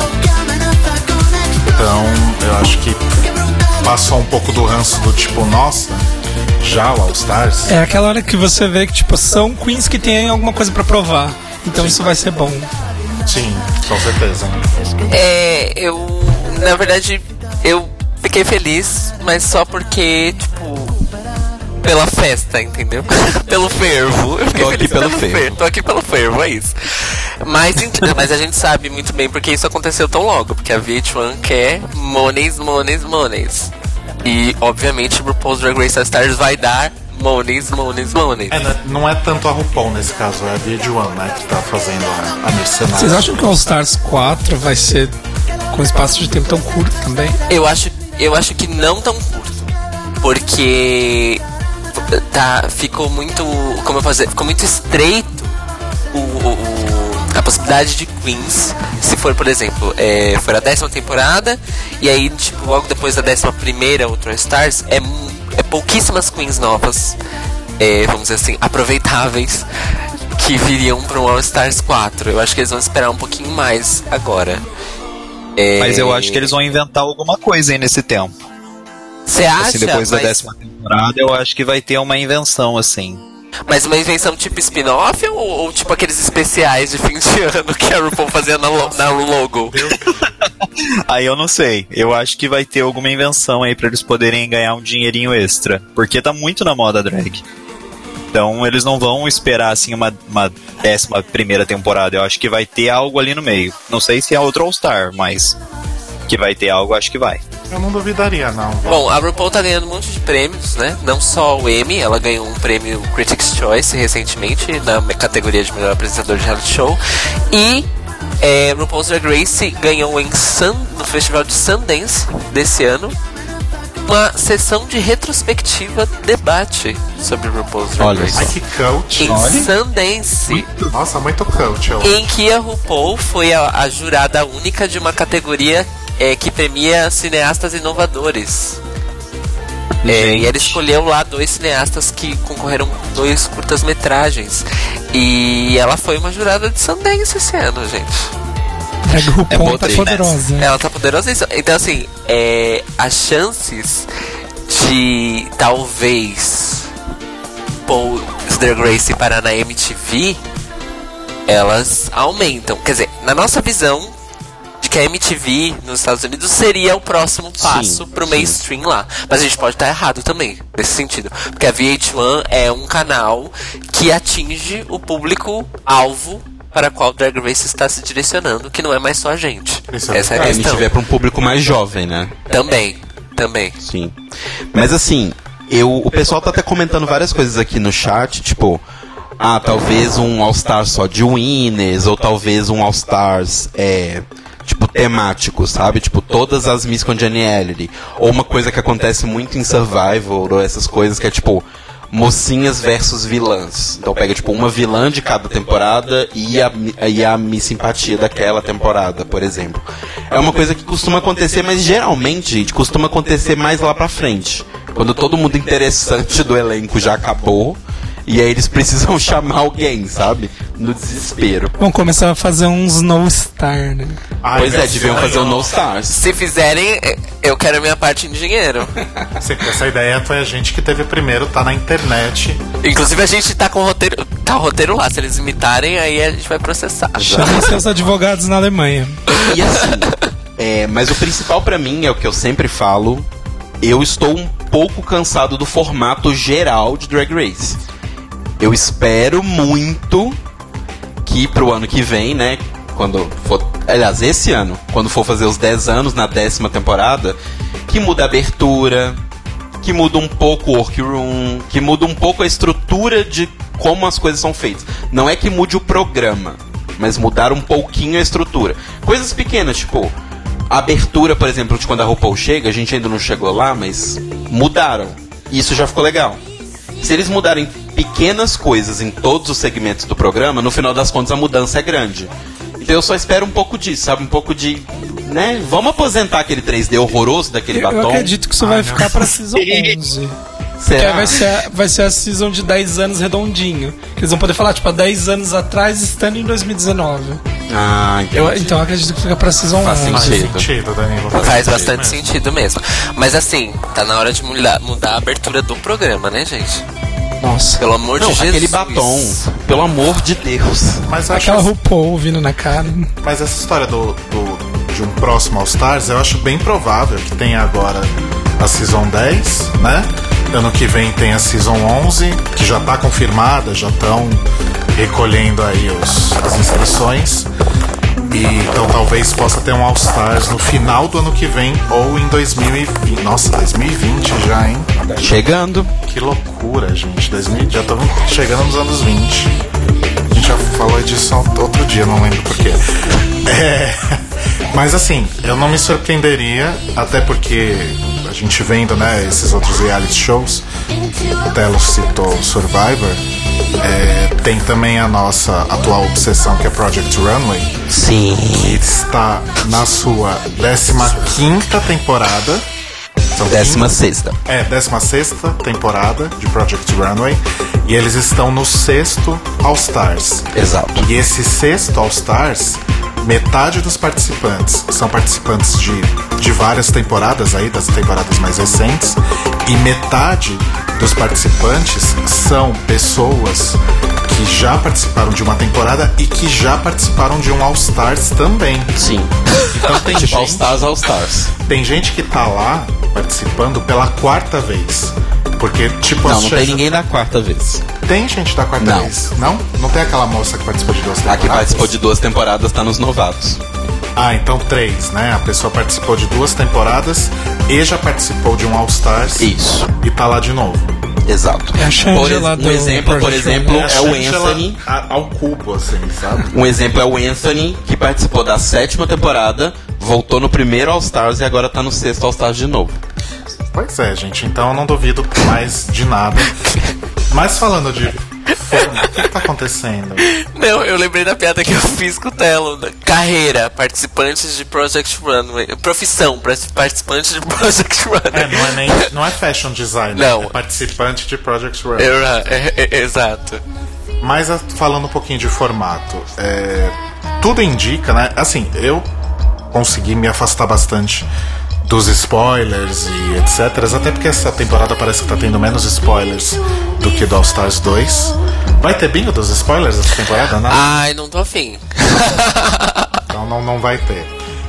Então, eu acho que passou um pouco do ranço do tipo, nossa, já o All Stars? É aquela hora que você vê que, tipo, são queens que tem alguma coisa pra provar. Então isso vai ser bom. Sim, com certeza. Na verdade, eu fiquei feliz, mas só porque, tipo, pela festa, entendeu? Pelo fervo. Eu fiquei feliz pelo fervo. Tô aqui pelo fervo, é isso. Mas a gente sabe muito bem porque isso aconteceu tão logo, porque a VH1 quer monies. E, obviamente, RuPaul's Drag Race All Stars vai dar Monies. Não é tanto a RuPaul nesse caso, é a VH1, né, que tá fazendo a mercenária. Vocês acham que o All Stars 4 vai ser com espaço de tempo tão curto também? Eu acho que não tão curto. Porque ficou muito. Como eu posso dizer? Ficou muito estreito a possibilidade de queens. Se for, por exemplo, for a 10ª temporada, e aí, tipo, logo depois da 11ª Ultra Stars, é pouquíssimas queens novas, vamos dizer assim, aproveitáveis, que viriam para um All Stars 4. Eu acho que eles vão esperar um pouquinho mais agora. Mas eu acho que eles vão inventar alguma coisa aí nesse tempo. Você acha? Assim, depois da 10ª temporada, eu acho que vai ter uma invenção, assim. Mas uma invenção tipo spin-off ou tipo aqueles especiais de fim de ano que a RuPaul fazia na logo? Aí eu não sei. Eu acho que vai ter alguma invenção aí pra eles poderem ganhar um dinheirinho extra. Porque tá muito na moda drag. Então eles não vão esperar assim uma 11ª temporada. Eu acho que vai ter algo ali no meio. Não sei se é outro All-Star, mas que vai ter algo, acho que vai. Eu não duvidaria, não. Bom, a RuPaul tá ganhando um monte de prêmios, né? Não só o Emmy, ela ganhou um prêmio Critics' Choice recentemente na categoria de melhor apresentador de reality show. E RuPaul's Drag Race ganhou no Festival de Sundance desse ano uma sessão de retrospectiva debate sobre RuPaul's Drag Race. Ai, que cult. Em Sundance. Nossa, muito cult. Em que a RuPaul foi a jurada única de uma categoria que premia cineastas inovadores. E ela escolheu lá 2 cineastas que concorreram com 2 curtas-metragens. E ela foi uma jurada de Sundance esse ano, gente. A RuPaul tá poderosa. Ela tá poderosa. Então, assim, as chances de talvez RuPaul's Drag Race parar na MTV, elas aumentam. Quer dizer, na nossa visão, que a MTV nos Estados Unidos seria o próximo passo pro mainstream lá. Mas a gente pode estar errado também, nesse sentido. Porque a VH1 é um canal que atinge o público-alvo para qual Drag Race está se direcionando, que não é mais só a gente. Essa é a questão. A MTV é para um público mais jovem, né? Também. Sim. Mas assim, o pessoal tá até comentando várias coisas aqui no chat, tipo... talvez um All-Star só de winners, ou talvez um All-Stars... tipo, temático, sabe? Tipo, todas as Miss Congeniality. Ou uma coisa que acontece muito em Survivor, ou essas coisas que é tipo, mocinhas versus vilãs. Então pega, tipo, uma vilã de cada temporada e a Miss Simpatia daquela temporada, por exemplo. É uma coisa que costuma acontecer, mas geralmente, gente, costuma acontecer mais lá pra frente. Quando todo mundo interessante do elenco já acabou, e aí eles precisam chamar alguém, sabe? No desespero. Vão começar a fazer uns No Star, né? Pois deviam fazer um No Stars. Se fizerem, eu quero a minha parte em dinheiro. Essa ideia foi a gente que teve primeiro, tá na internet. Inclusive a gente tá com o roteiro. Tá o roteiro lá, se eles imitarem, aí a gente vai processar. Chamem seus advogados na Alemanha. E assim, mas o principal pra mim é o que eu sempre falo. Eu estou um pouco cansado do formato geral de Drag Race. Eu espero muito que pro ano que vem, né, quando for, aliás, esse ano, quando for fazer os 10 anos na 10ª temporada, que muda a abertura, que muda um pouco o workroom, que muda um pouco a estrutura de como as coisas são feitas. Não é que mude o programa, mas mudar um pouquinho a estrutura. Coisas pequenas, tipo, a abertura, por exemplo, de quando a RuPaul chega, a gente ainda não chegou lá, mas mudaram. E isso já ficou legal. Se eles mudarem pequenas coisas em todos os segmentos do programa, no final das contas a mudança é grande. Então eu só espero um pouco disso, sabe? Um pouco de... né? Vamos aposentar aquele 3D horroroso daquele batom? Eu acredito que isso vai ficar pra Season 11. Será? Vai ser a Season de 10 anos redondinho. Que eles vão poder falar, tipo, há 10 anos atrás, estando em 2019. Então eu acredito que fica pra Season 11. Faz sentido, Danilo. Faz bastante sentido mesmo. Mas assim, tá na hora de mudar a abertura do programa, né, gente? Nossa. Pelo amor de Jesus. Aquele batom, pelo amor de Deus. Mas aquela RuPaul vindo na cara. Mas essa história de um próximo All Stars, eu acho bem provável que tenha agora a Season 10, né? Ano que vem tem a Season 11, que já tá confirmada, já estão recolhendo aí as inscrições. E então talvez possa ter um All Stars no final do ano que vem ou em 2020. Nossa, 2020 já, hein? Chegando. Que loucura. loucura, gente. Já estamos chegando nos anos 20. A gente já falou disso outro dia, não lembro porquê. Mas assim, eu não me surpreenderia, até porque a gente vendo, né, esses outros reality shows, o Telo citou Survivor, tem também a nossa atual obsessão, que é Project Runway. Sim. Que está na sua 15ª temporada. 16ª. 16ª temporada de Project Runway. E eles estão no 6º All Stars. Exato. E esse 6º All Stars, metade dos participantes são participantes de várias temporadas aí, das temporadas mais recentes. E metade dos participantes são pessoas que já participaram de uma temporada e que já participaram de um All Stars também. Sim. Então tem tipo gente, All Stars. Tem gente que tá lá participando pela 4ª vez. Porque, tipo, não tem ninguém da 4ª vez. Tem gente da 4ª vez? Não? Não tem aquela moça que participou de 2 temporadas? A que participou de 2 temporadas tá nos novatos. Ah, então 3, né? A pessoa participou de 2 temporadas e já participou de um All Stars. Isso. E tá lá de novo. Exato. É a Shangela um exemplo, por exemplo, é o Anthony. Ao cubo, assim, sabe? Um exemplo é o Anthony, que participou da 7ª temporada, voltou no primeiro All Stars e agora tá no 6º All Stars de novo. Pois é, gente. Então eu não duvido mais de nada. Mas falando de forma, o que tá acontecendo? Não, eu lembrei da piada que eu fiz com o Telo. Carreira, participantes de Project Runway. Profissão, participantes de Project Runway. Não é fashion designer, não. É participante de Project Runway. Exato. Mas falando um pouquinho de formato, tudo indica, né? Assim, eu consegui me afastar bastante dos spoilers e etc. Até porque essa temporada parece que tá tendo menos spoilers do que do All Stars 2. Vai ter bingo dos spoilers essa temporada, né? Ai, não tô afim. Então não vai ter.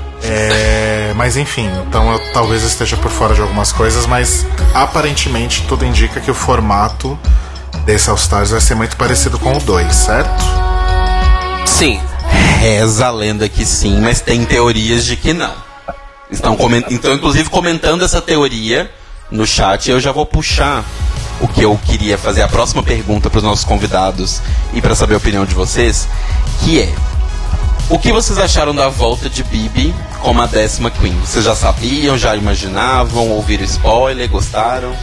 Mas enfim, então eu talvez esteja por fora de algumas coisas, mas aparentemente tudo indica que o formato desse All Stars vai ser muito parecido com o 2, certo? Sim. Reza a lenda que sim, mas tem teorias de que não. Então, inclusive, comentando essa teoria no chat, eu já vou puxar o que eu queria fazer, a próxima pergunta para os nossos convidados e para saber a opinião de vocês, que é: o que vocês acharam da volta de Bibi como a 10ª Queen? Vocês já sabiam, já imaginavam, ouviram spoiler, gostaram?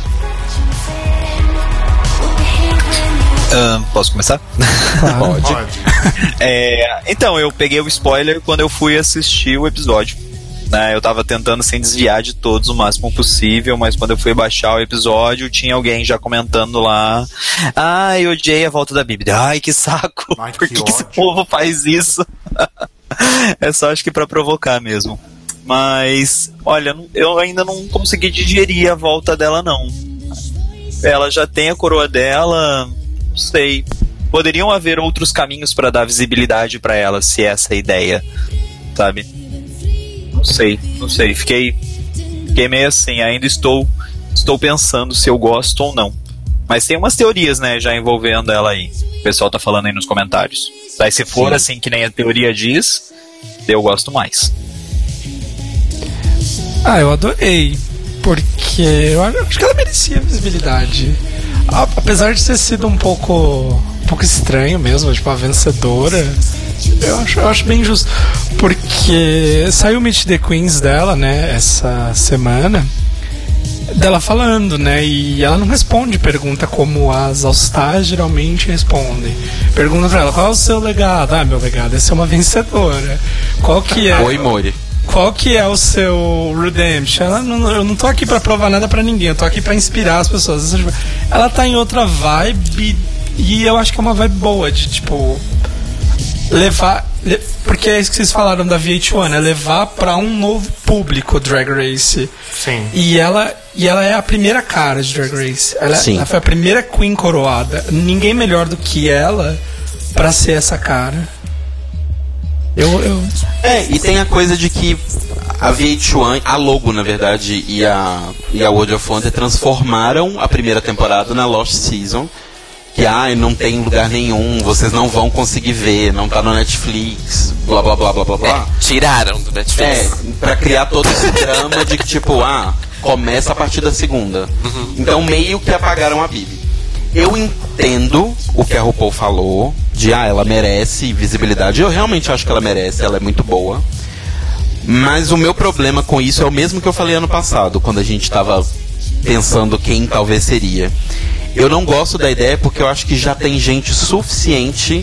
Posso começar? Pode. Então, eu peguei o spoiler quando eu fui assistir o episódio. Eu tava tentando sem desviar de todos o máximo possível, mas quando eu fui baixar o episódio, tinha alguém já comentando lá: ai, eu odiei a volta da Bibi. Ai, que saco! Ai, por que esse povo faz isso? É só, acho que pra provocar mesmo. Mas, olha, eu ainda não consegui digerir a volta dela, não. Ela já tem a coroa dela, não sei. Poderiam haver outros caminhos pra dar visibilidade pra ela, se essa é a ideia, sabe? Não sei, fiquei meio assim, ainda estou pensando se eu gosto ou não. Mas tem umas teorias, né, já envolvendo ela aí. O pessoal tá falando aí nos comentários. Daí se for assim que nem a teoria diz, eu gosto mais. Eu adorei, porque eu acho que ela merecia visibilidade. Apesar de ter sido um pouco estranho mesmo, tipo, a vencedora, eu acho bem justo. Porque saiu o Meet the Queens dela, né, essa semana, dela falando, né, e ela não responde pergunta como as All Stars geralmente respondem. Pergunta pra ela: qual é o seu legado? Meu legado é ser uma vencedora. Qual que é? Oi, Mori. Qual que é o seu redemption? Eu não tô aqui pra provar nada pra ninguém, eu tô aqui pra inspirar as pessoas. Ela tá em outra vibe, e eu acho que é uma vibe boa de, tipo, levar... Porque é isso que vocês falaram da VH1, é levar pra um novo público Drag Race. Sim. E ela é a primeira cara de Drag Race. Ela foi a primeira Queen coroada. Ninguém melhor do que ela pra ser essa cara. E tem a coisa de que a VH1, a Logo, na verdade, e a World of Wonder transformaram a primeira temporada na Lost Season. Que não tem em lugar nenhum, vocês não vão conseguir ver, não tá no Netflix, blá blá blá blá blá blá. Tiraram do Netflix. Pra criar todo esse drama de que, tipo, começa a partir da segunda. Então meio que apagaram a Bibi. Eu entendo o que a RuPaul falou, de ela merece visibilidade. Eu realmente acho que ela merece, ela é muito boa. Mas o meu problema com isso é o mesmo que eu falei ano passado, quando a gente tava pensando quem talvez seria. Eu não gosto da ideia porque eu acho que já tem gente suficiente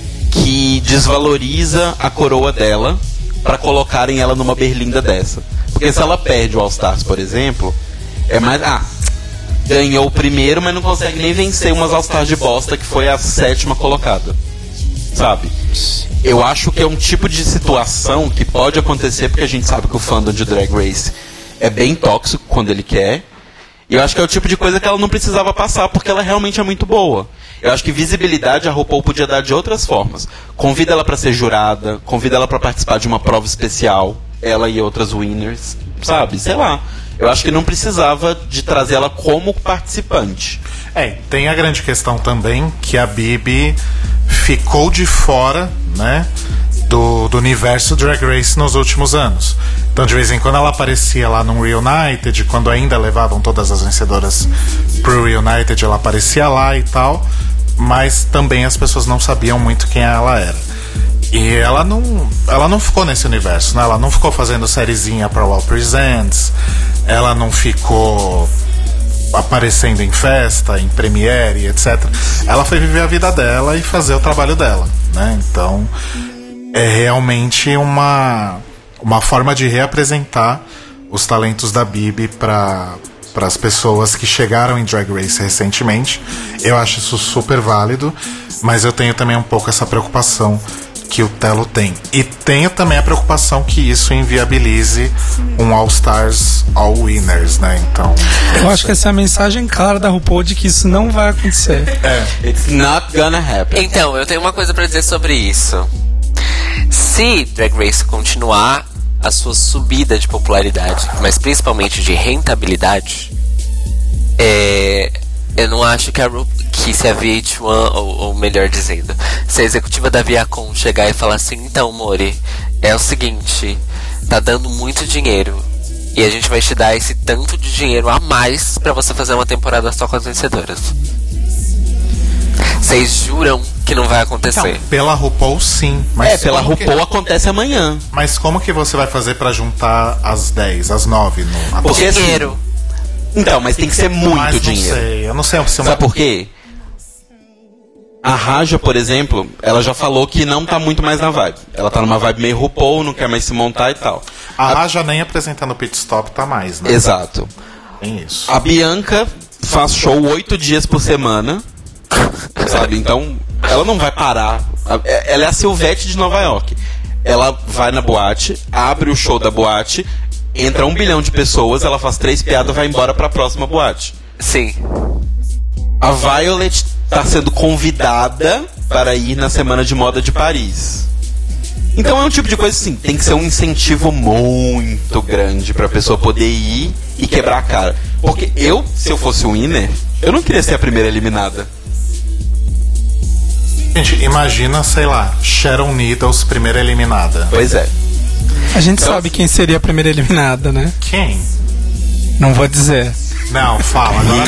que desvaloriza a coroa dela pra colocarem ela numa berlinda dessa. Porque se ela perde o All Stars, por exemplo, é mais... ganhou o primeiro, mas não consegue nem vencer umas All Stars de bosta, que foi a 7ª colocada. Sabe? Eu acho que é um tipo de situação que pode acontecer, porque a gente sabe que o fandom de Drag Race é bem tóxico quando ele quer. E eu acho que é o tipo de coisa que ela não precisava passar, porque ela realmente é muito boa. Eu acho que visibilidade a RuPaul podia dar de outras formas. Convida ela pra ser jurada, convida ela pra participar de uma prova especial, ela e outras winners, sabe? Sei lá. Eu acho que não precisava de trazer ela como participante. Tem a grande questão também que a Bibi ficou de fora, né, do universo Drag Race nos últimos anos. Então, de vez em quando ela aparecia lá no Reunited, quando ainda levavam todas as vencedoras pro Reunited, ela aparecia lá e tal, mas também as pessoas não sabiam muito quem ela era. E ela não ficou nesse universo, né? Ela não ficou fazendo sériezinha pra All Presents, ela não ficou aparecendo em festa, em premiere, etc. Ela foi viver a vida dela e fazer o trabalho dela, né? Então, é realmente uma forma de reapresentar os talentos da Bibi para as pessoas que chegaram em Drag Race recentemente. Eu acho isso super válido, mas eu tenho também um pouco essa preocupação que o Telo tem. E tenho também a preocupação que isso inviabilize um All Stars All Winners, né? Então, eu acho que essa é a mensagem clara da RuPaul de que isso não vai acontecer. It's not gonna happen. Então, eu tenho uma coisa pra dizer sobre isso. Se Drag Race continuar a sua subida de popularidade, mas principalmente de rentabilidade, eu não acho que se a VH1, ou melhor dizendo, se a executiva da Viacom chegar e falar assim: então, Mori, é o seguinte, tá dando muito dinheiro e a gente vai te dar esse tanto de dinheiro a mais pra você fazer uma temporada só com as vencedoras. Vocês juram que não vai acontecer? Então, pela RuPaul, sim. Mas pela RuPaul acontece amanhã. Mas como que você vai fazer pra juntar as 10, as 9 no Porque dinheiro. Então, mas tem que ser muito dinheiro. Eu não sei se Sabe por quê? A Raja, por exemplo, ela já falou que não tá muito mais na vibe. Ela tá numa vibe meio RuPaul, não quer mais se montar e tal. A Raja nem apresentando o Pit Stop tá mais, né? Exato. Tem isso. A Bianca faz show 8 dias por semana, sabe? Então, ela não vai parar. Ela é a Silvete de Nova York. Ela vai na boate, abre o show da boate, entra 1 bilhão de pessoas, ela faz 3 piadas e vai embora pra próxima boate. Sim. A Violet tá sendo convidada para ir na Semana de Moda de Paris. Então é um tipo de coisa assim, tem que ser um incentivo muito grande pra pessoa poder ir e quebrar a cara. Porque se eu fosse o winner, eu não queria ser a primeira eliminada. Gente, imagina, sei lá, Sharon Needles, primeira eliminada. Pois é. A gente sabe quem seria a primeira eliminada, né? Quem? Não vou dizer. Não, fala. Agora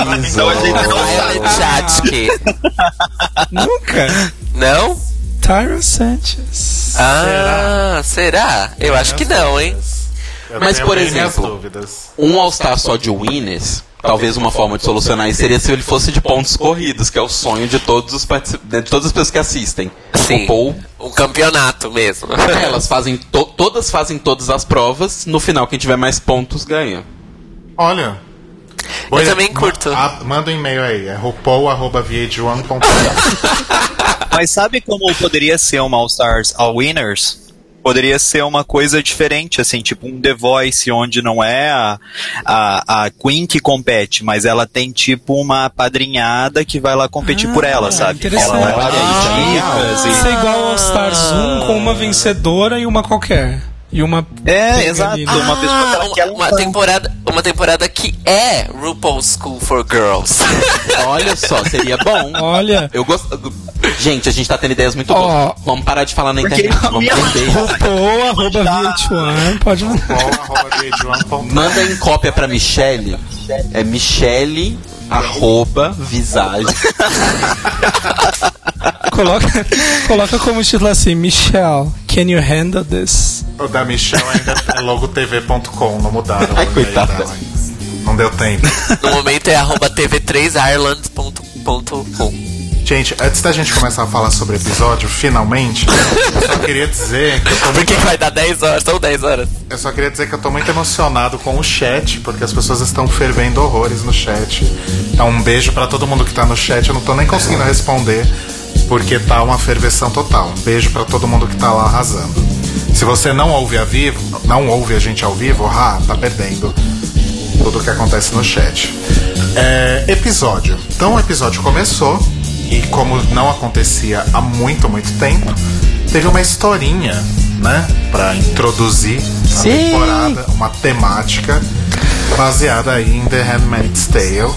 Jatke. Nunca. Não? Tyra Sanchez. Será? Eu acho que não, hein? Mas, por exemplo, um All-Star só de winners, talvez uma forma de solucionar isso seria se ele fosse de pontos corridos, que é o sonho de todos os de todas as pessoas que assistem. Sim, RuPaul, um campeonato mesmo. elas fazem todas fazem todas as provas, no final quem tiver mais pontos ganha. Olha. Eu também curto. Manda um e-mail aí, é RuPaul@vh1.com. Mas sabe como poderia ser uma All Stars All Winners? Poderia ser uma coisa diferente, assim, tipo um The Voice, onde não é a Queen que compete, mas ela tem tipo uma padrinhada que vai lá competir por ela, sabe? Interessante. Ela vai dicas Isso é igual ao All Stars 1 com uma vencedora e uma qualquer. E uma exato, uma pessoa que ela uma temporada que é RuPaul's School for Girls. Olha só, seria bom. Olha. Eu gosto. Gente, a gente tá tendo ideias muito boas. Vamos parar de falar na internet. Vamos vender. RuPaul@VH1. Pode mandar. RuPaul@vh1.com. Manda em cópia pra Michelle. É Michelle @visage. Coloca como título assim, Michelle, can you handle this? O da Michelle ainda é logotv.com, não mudaram. Ai, coitada. Não deu tempo. No momento é @tv3ireland.com. Gente, antes da gente começar a falar sobre o episódio, finalmente, eu só queria dizer que eu tô muito... Porque vai dar 10 horas, são 10 horas. Eu só queria dizer que eu tô muito emocionado com o chat, porque as pessoas estão fervendo horrores no chat. Então um beijo pra todo mundo que tá no chat, eu não tô nem conseguindo responder, porque tá uma ferveção total. Um beijo pra todo mundo que tá lá arrasando. Se você não ouve a gente ao vivo, tá perdendo tudo o que acontece no chat. Episódio. Então o episódio começou, e como não acontecia há muito, muito tempo, teve uma historinha, né, pra introduzir a temporada, uma temática baseada aí em The Handmaid's Tale,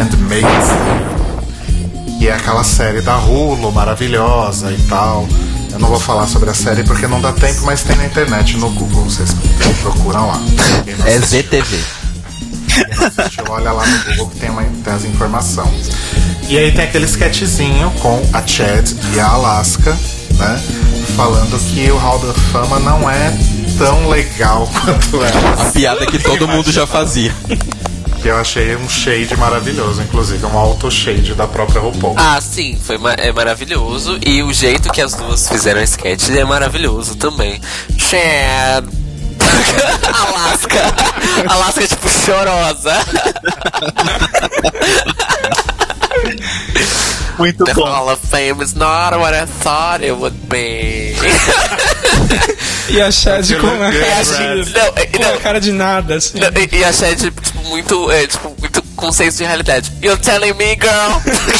que é aquela série da Hulu, maravilhosa e tal. Eu não vou falar sobre a série porque não dá tempo, mas tem na internet, no Google, vocês procuram lá. É ZTV. Olha lá no Google que tem as informações. E aí tem aquele sketchzinho com a Chad e a Alaska, né, falando que o Hall da Fama não é tão legal quanto é. A piada que todo mundo já fazia. Que eu achei um shade maravilhoso, inclusive um auto-shade da própria RuPaul. Ah, sim, é maravilhoso. E o jeito que as duas fizeram a sketch é maravilhoso também. Chad. Alaska tipo chorosa. Muito The bom. Hall of Fame is not what I thought it would be. E a Chad com a cara de nada, assim. E a Chad, tipo, muito com senso de realidade. You're telling me, girl?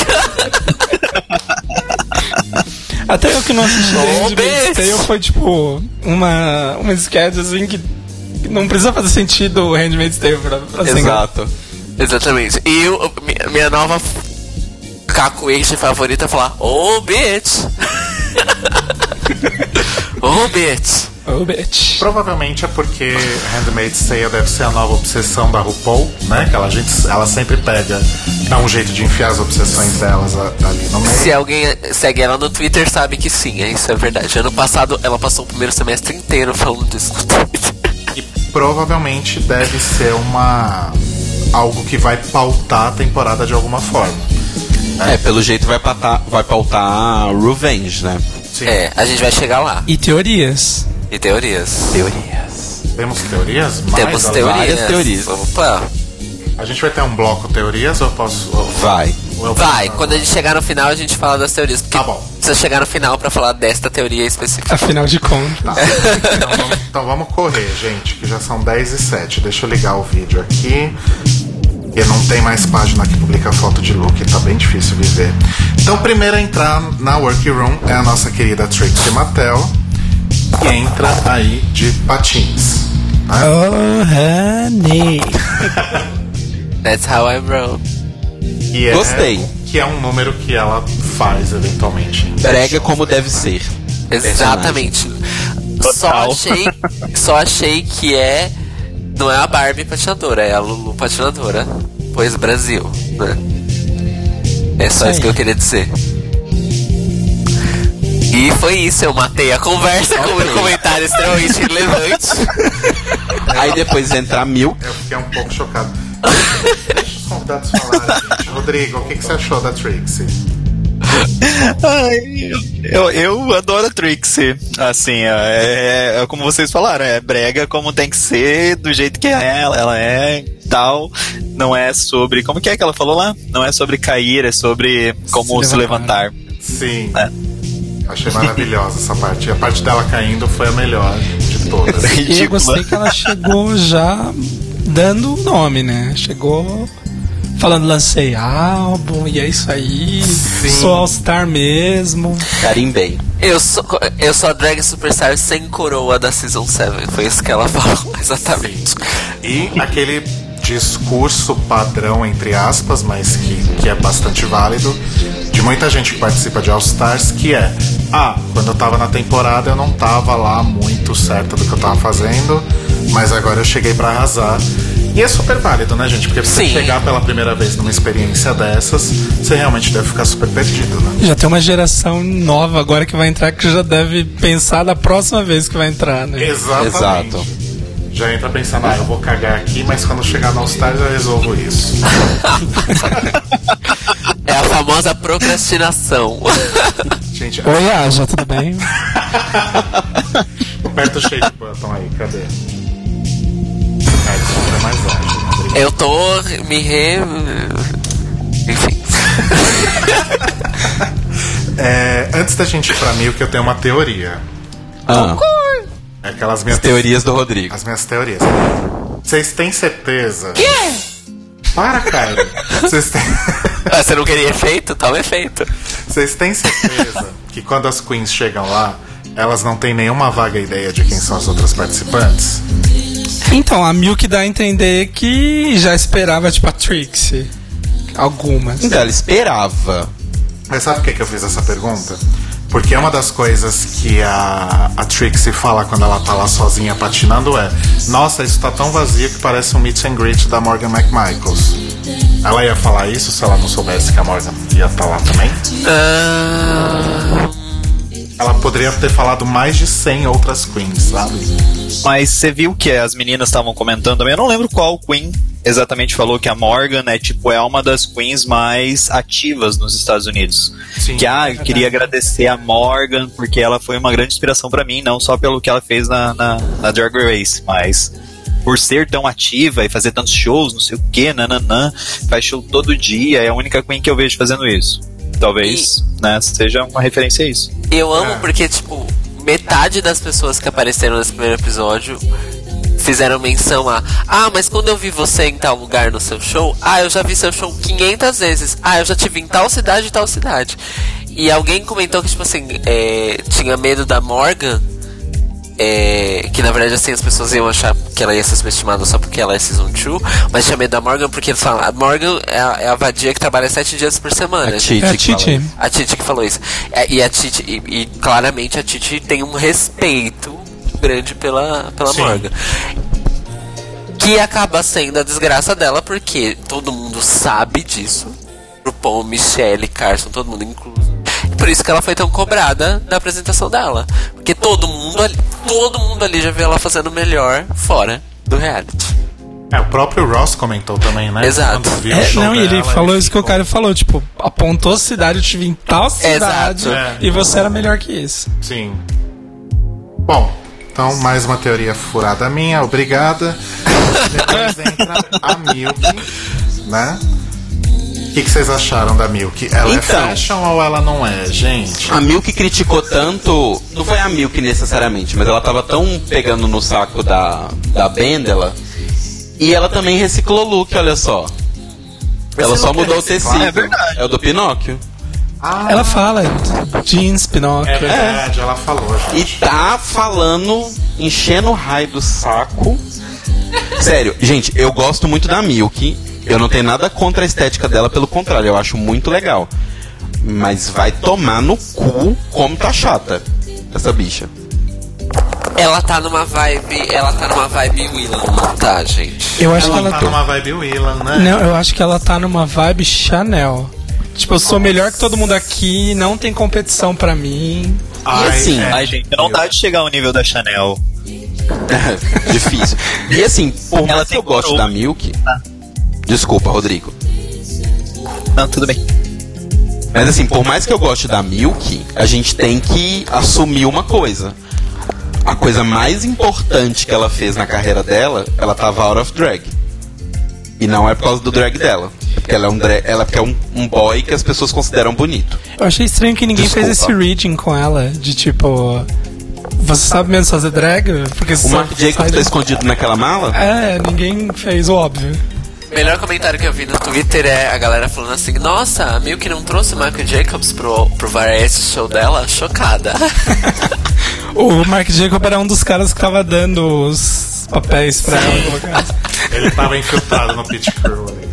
Até eu que não assisti Handmaid's Tale foi tipo uma sketch assim que não precisa fazer sentido o Handmaid's Tale pra ser Exato. Exatamente. E minha nova cacuete favorita é falar, oh bitch. Oh bitch. Oh bitch. Provavelmente é porque Handmaid's Tale deve ser a nova obsessão da RuPaul, né? Que ela sempre dá um jeito de enfiar as obsessões delas ali no meio. Se alguém segue ela no Twitter sabe que sim, isso é verdade. Ano passado ela passou o primeiro semestre inteiro falando disso no Twitter. E provavelmente deve ser algo que vai pautar a temporada de alguma forma. Pelo jeito vai pautar Revenge, né? Sim. A gente vai chegar lá. E teorias. E teorias. Temos teorias? Temos várias teorias. Opa. A gente vai ter um bloco teorias ou eu posso... Vai. Quando a gente chegar no final a gente fala das teorias. Porque Tá bom. precisa chegar no final pra falar desta teoria específica. Afinal de contas. Tá. Então vamos correr, gente, que já são 10h07. Deixa eu ligar o vídeo aqui. Porque não tem mais página que publica foto de look, tá bem difícil viver. Então, primeiro a entrar na workroom é a nossa querida Trixie Mattel, que entra aí de patins. Né? Oh, honey. That's how I roll. Gostei. Que é um número que ela faz eventualmente. Brega como deve ser. Exatamente. Só achei que não é a Barbie patinadora, é a Lulu patinadora. Pois Brasil, né? É só isso que eu queria dizer. E foi isso, eu matei a conversa com um comentário extremamente relevante. Aí depois entra Milk. Eu fiquei um pouco chocado. Deixa os convidados falarem, gente. Rodrigo, o que você achou da Trixie? Eu adoro a Trixie. Assim, é como vocês falaram, é brega como tem que ser, do jeito que ela é tal. Não é sobre. Como que é que ela falou lá? Não é sobre cair, é sobre como se levantar. Sim. Achei maravilhosa essa parte. A parte dela caindo foi a melhor de todas. E eu gostei que ela chegou já dando o nome, né? Chegou falando, lancei álbum, e é isso aí. Sim. Sou All-Star mesmo. Carimbei. Eu sou a drag superstar sem coroa da Season 7. Foi isso que ela falou, exatamente. E aquele discurso padrão, entre aspas, mas que é bastante válido, de muita gente que participa de All Stars, que é: quando eu tava na temporada eu não tava lá muito certa do que eu tava fazendo, mas agora eu cheguei pra arrasar. E é super válido, né, gente? Porque pra você Sim. chegar pela primeira vez numa experiência dessas, você realmente deve ficar super perdido, né? Já tem uma geração nova agora que vai entrar que já deve pensar da próxima vez que vai entrar, né? Exatamente. Exato. Já entra pensando, eu vou cagar aqui, mas quando chegar no All Stars eu resolvo isso. É a famosa procrastinação. Gente, Oi, Aja, tudo bem? aperta o shake button aí, cadê? Isso é mais ágil. Eu tô Enfim. Antes da gente ir pra Milk, eu tenho uma teoria. É aquelas minhas Teorias do Rodrigo. As minhas teorias. Vocês têm certeza? Para, cara. Vocês têm... Você não queria efeito? Toma efeito. Vocês têm certeza que quando as queens chegam lá, elas não têm nenhuma vaga ideia de quem são as outras participantes? Então, a Milk dá a entender que já esperava, tipo, a Trixie. Algumas. Então, ela esperava. Mas sabe por que eu fiz essa pergunta? Porque uma das coisas que a Trixie fala quando ela tá lá sozinha patinando é: nossa, isso tá tão vazio que parece um meet and greet da Morgan McMichaels. Ela ia falar isso se ela não soubesse que a Morgan ia estar lá também? Ela poderia ter falado mais de 100 outras queens, sabe? Mas você viu que as meninas estavam comentando também, eu não lembro qual queen exatamente falou que a Morgan é uma das queens mais ativas nos Estados Unidos. Sim, que eu queria agradecer a Morgan porque ela foi uma grande inspiração pra mim, não só pelo que ela fez na Drag Race, mas por ser tão ativa e fazer tantos shows, não sei o que, faz show todo dia, é a única queen que eu vejo fazendo isso. Talvez, seja uma referência a isso. Eu amo porque, tipo, metade das pessoas que apareceram nesse primeiro episódio fizeram menção a: mas quando eu vi você em tal lugar no seu show, eu já vi seu show 500 vezes, eu já tive em tal cidade e tal cidade. E alguém comentou que, tipo assim, tinha medo da Morgan, que na verdade assim as pessoas iam achar que ela ia ser subestimada só porque ela é Season 2, mas tinha medo da Morgan porque eles falam: a Morgan é a vadia que trabalha 7 dias por semana. A Titi. A Titi que falou isso. E a Titi, e claramente a Titi tem um respeito grande pela Morgan, que acaba sendo a desgraça dela, porque todo mundo sabe disso. RuPaul, Michelle, Carson, todo mundo incluso. E por isso que ela foi tão cobrada na apresentação dela, porque todo mundo ali já viu ela fazendo melhor fora do reality. O próprio Ross comentou também, né? Exato. Quando viu o show Não, e ele dela, falou isso que o cara falou, tipo, apontou a cidade, eu tive em tal cidade, Exato. e você era melhor que isso. Sim. Bom, então mais uma teoria furada minha, obrigada. Depois entra a Milk, né? O que vocês acharam da Milk? Ela é fashion ou ela não é, gente? A Milk criticou tanto. Não foi a Milk necessariamente, mas ela tava tão pegando no saco da Bendela. E ela também reciclou o look, olha só. Ela só mudou o tecido. É verdade. É o do Pinóquio. Ela fala jeans, Pinóquio. É verdade, ela falou, E gente. tá falando, enchendo o raio do saco. Sério, gente, eu gosto muito da Milk. Eu não tenho nada contra a estética dela, pelo contrário, eu acho muito legal. Mas vai tomar no cu como tá chata essa bicha. Ela tá numa vibe Willan, não tá, gente? Eu acho que Ela ela tá numa vibe Willan, né? Não, eu acho que ela tá numa vibe Chanel. Tipo, eu sou melhor que todo mundo aqui, não tem competição pra mim. E assim, Ai, gente, não dá de chegar ao nível da Chanel. difícil. E assim, por Ela mais que tem eu goste coroa. da Milk. Desculpa, Rodrigo. Não, tudo bem. Mas assim, por mais que eu goste da Milk, a gente tem que assumir uma coisa. A coisa mais importante que ela fez na carreira dela, ela tava out of drag. E não é por causa do drag dela. Porque ela é um boy que as pessoas consideram bonito. Eu achei estranho que ninguém fez esse reading com ela, de tipo... Você sabe menos fazer drag? Porque O Marc Jacobs tá escondido naquela mala? Ninguém fez o óbvio. O melhor comentário que eu vi no Twitter é a galera falando assim: nossa, a Milk não trouxe o Michael Jacobs pro Variety Show dela? Chocada. O Marc Jacob era um dos caras que tava dando os papéis pra ela colocar. Ele tava infiltrado no pit crew ali.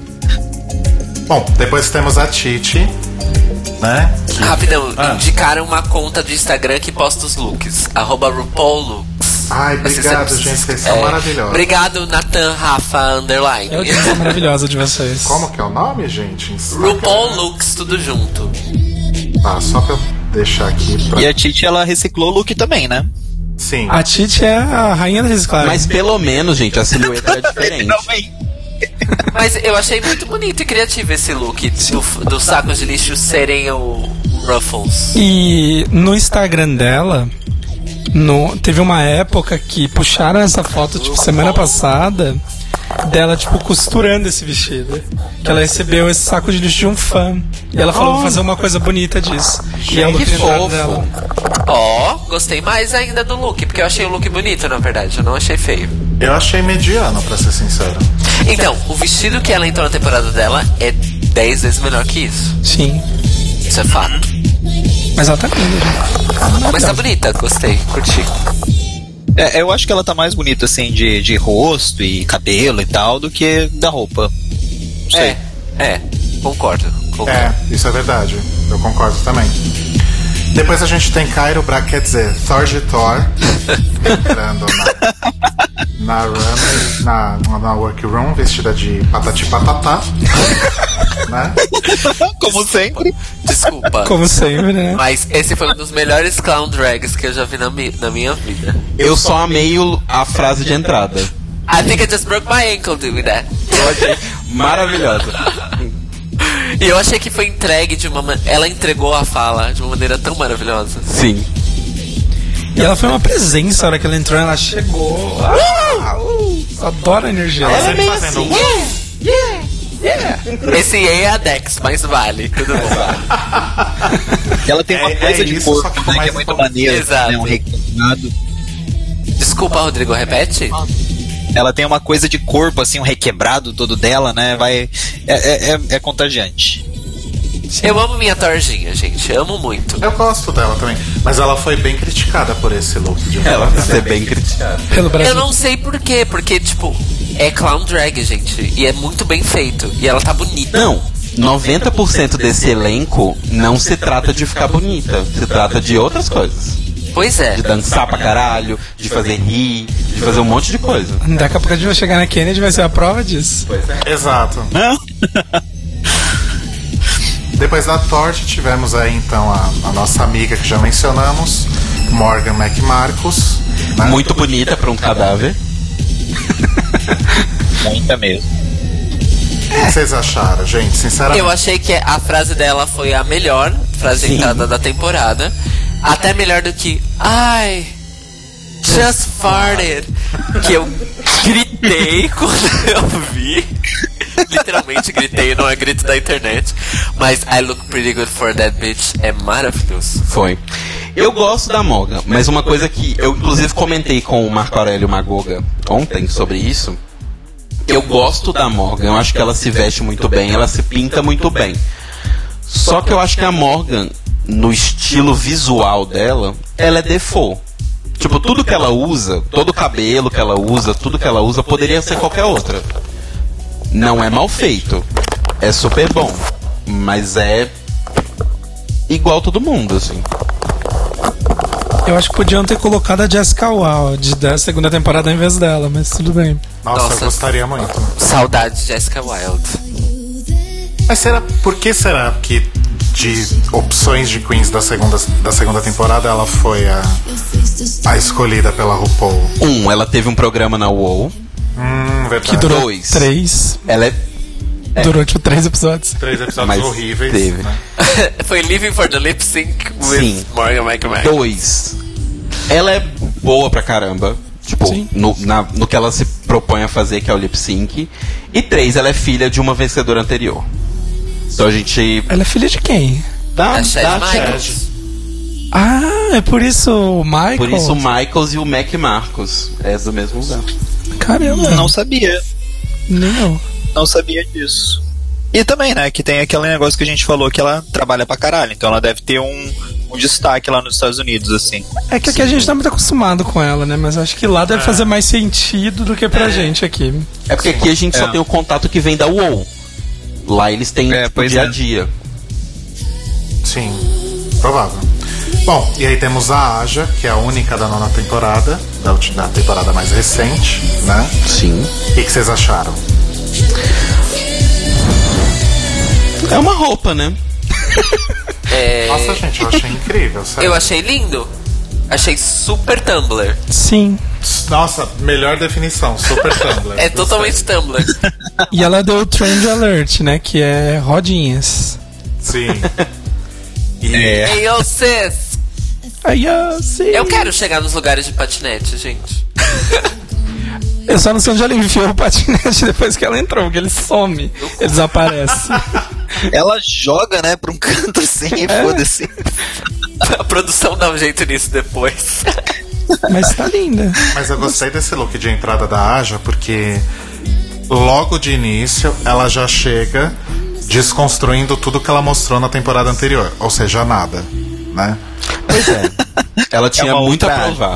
Bom, depois temos a Titi, né? Rapidão, indicaram uma conta do Instagram que posta os looks, @RuPaulLooks. looks. Ai, obrigado, gente, vocês são maravilhosos. Obrigado, Nathan Rafa Underline. É a audiência maravilhosa de vocês. Como que é o nome, gente? RuPaul Looks, tudo junto. Ah, só pra eu deixar aqui pra... E a Titi, ela reciclou o look também, né? Sim. A Titi é a rainha da reciclagem. Mas pelo menos, gente, a silhueta é diferente. Mas eu achei muito bonito e criativo esse look dos sacos de lixo serem o Ruffles. E no Instagram dela, teve uma época que puxaram essa foto, tipo, semana passada, dela, tipo, costurando esse vestido. Que ela recebeu esse saco de lixo de um fã. E ela falou, vou fazer uma coisa bonita disso. E é o look Que fofo. dela. Ó, gostei mais ainda do look, porque eu achei o look bonito, na verdade, eu não achei feio. Eu achei mediano, pra ser sincero. Então, o vestido que ela entrou na temporada dela é 10 vezes melhor que isso. Sim. Isso é fato. Mas ela tá linda, gente. Mas tá bonita, gostei, curti. Eu acho que ela tá mais bonita, assim, de rosto e cabelo e tal, do que da roupa. Não sei. Concordo. É, isso é verdade. Eu concordo também. Depois a gente tem Cairo Braga, quer dizer, Thor de Thor, entrando na runway, na workroom, vestida de patati patatá. Né? Como sempre. Desculpa. Como sempre, né? Mas esse foi um dos melhores clown drags que eu já vi na minha vida. Eu só amei a frase de entrada. I think I just broke my ankle doing that. Eu achei maravilhosa. E eu achei que foi entregue de uma ela entregou a fala de uma maneira tão maravilhosa. Sim. E ela foi uma presença, a hora que ela entrou, ela chegou. Adoro a energia Ela dela. sempre fazendo Esse é a Dex, mas vale, tudo bom. Ela tem uma coisa de isso, só corpo, que com né, que mais é muito um pouco. maneiro, Exato. né, um requebrado. Desculpa, Rodrigo, repete? Ela tem uma coisa de corpo, assim, um requebrado todo dela, né? É contagiante. Eu amo minha Torginha, gente, amo muito. Eu gosto dela também. Mas ela foi bem criticada por esse look de Ela volta, vai ser bem criticada. Pelo Brasil. Eu não sei por quê, porque, tipo, é clown drag, gente, e é muito bem feito, e ela tá bonita. Não, 90% desse elenco não se trata de ficar bonita, se trata de outras coisas. Pois é. De dançar pra caralho, de fazer rir, de fazer um monte de coisa. Daqui a pouco a gente vai chegar na Kennedy e vai ser a prova disso. Exato. Não? Depois da Torte tivemos aí então a nossa amiga que já mencionamos, Morgan McMarcus. Né? Muito bonita pra um cadáver. Muita mesmo. O que vocês acharam, gente? Sinceramente. Eu achei que a frase dela foi a melhor frase de entrada da temporada. Até melhor do que I just farted. Que eu gritei quando eu vi. Literalmente gritei, não é grito da internet. Mas I look pretty good for that bitch é maravilhoso. Foi. Eu gosto da Morgan, mas uma coisa que eu inclusive comentei com o Marco Aurélio Magoga ontem sobre isso. Eu gosto da Morgan, eu acho que ela se veste muito bem, ela se pinta muito bem. Só que eu acho que a Morgan, no estilo visual dela, ela é default. Tipo, tudo que ela usa, todo o cabelo que ela usa, tudo que ela usa poderia ser qualquer outra. Não é mal feito, é super bom, mas é igual todo mundo, assim. Eu acho que podiam ter colocado a Jessica Wilde da segunda temporada em vez dela, mas tudo bem. Nossa, eu gostaria muito. Saudade de Jessica Wilde. Mas por que será que de opções de queens da segunda temporada ela foi a escolhida pela RuPaul? Ela teve um programa na UOL. Verdade. Que durou 2. 3. Ela é... Durou tipo 3 episódios. 3 episódios Mas horríveis. teve. Né? Foi Living for the Lip Sync with Sim. Morgan McMahon. 2. Ela é boa pra caramba. Tipo, Sim. no que ela se propõe a fazer, que é o lip sync. E 3, ela é filha de uma vencedora anterior. Então a gente... Ela é filha de quem? A Chad Michaels. Ah, é por isso o Michael? Por isso o Michaels e o Mac Marcos é do mesmo lugar. Caramba. Não sabia. Nem eu. Não sabia disso. E também, né, que tem aquele negócio que a gente falou que ela trabalha pra caralho. Então ela deve ter um destaque lá nos Estados Unidos, assim. É que aqui a gente tá muito acostumado com ela, né? Mas acho que lá deve fazer mais sentido do que pra gente aqui. É porque aqui a gente só tem o contato que vem da UOL. Lá eles têm tipo, pois dia é. a dia. Sim, provável. Bom, e aí temos a Aja, que é a única da 9ª temporada, da temporada mais recente, né? Sim. O que vocês acharam? É uma roupa, né? Nossa, gente, eu achei incrível, sério. Eu achei lindo. Achei super Tumblr. Sim. Nossa, melhor definição, super Tumblr. É totalmente Tumblr. E ela deu o Trend Alert, né? Que é rodinhas. Sim. E Hey, ô sis! Aí, sim. Eu quero chegar nos lugares de patinete, gente. Eu só não sei onde ela enfiou o patinete depois que ela entrou, porque ele some, ele desaparece. Ela joga, né, pra um canto assim e foda-se. A produção dá um jeito nisso depois. Mas tá linda. Mas eu gostei desse look de entrada da Aja, porque logo de início ela já chega desconstruindo tudo que ela mostrou na temporada anterior. Ou seja, nada, né? Pois é. Ela tinha uma muito a outra provar.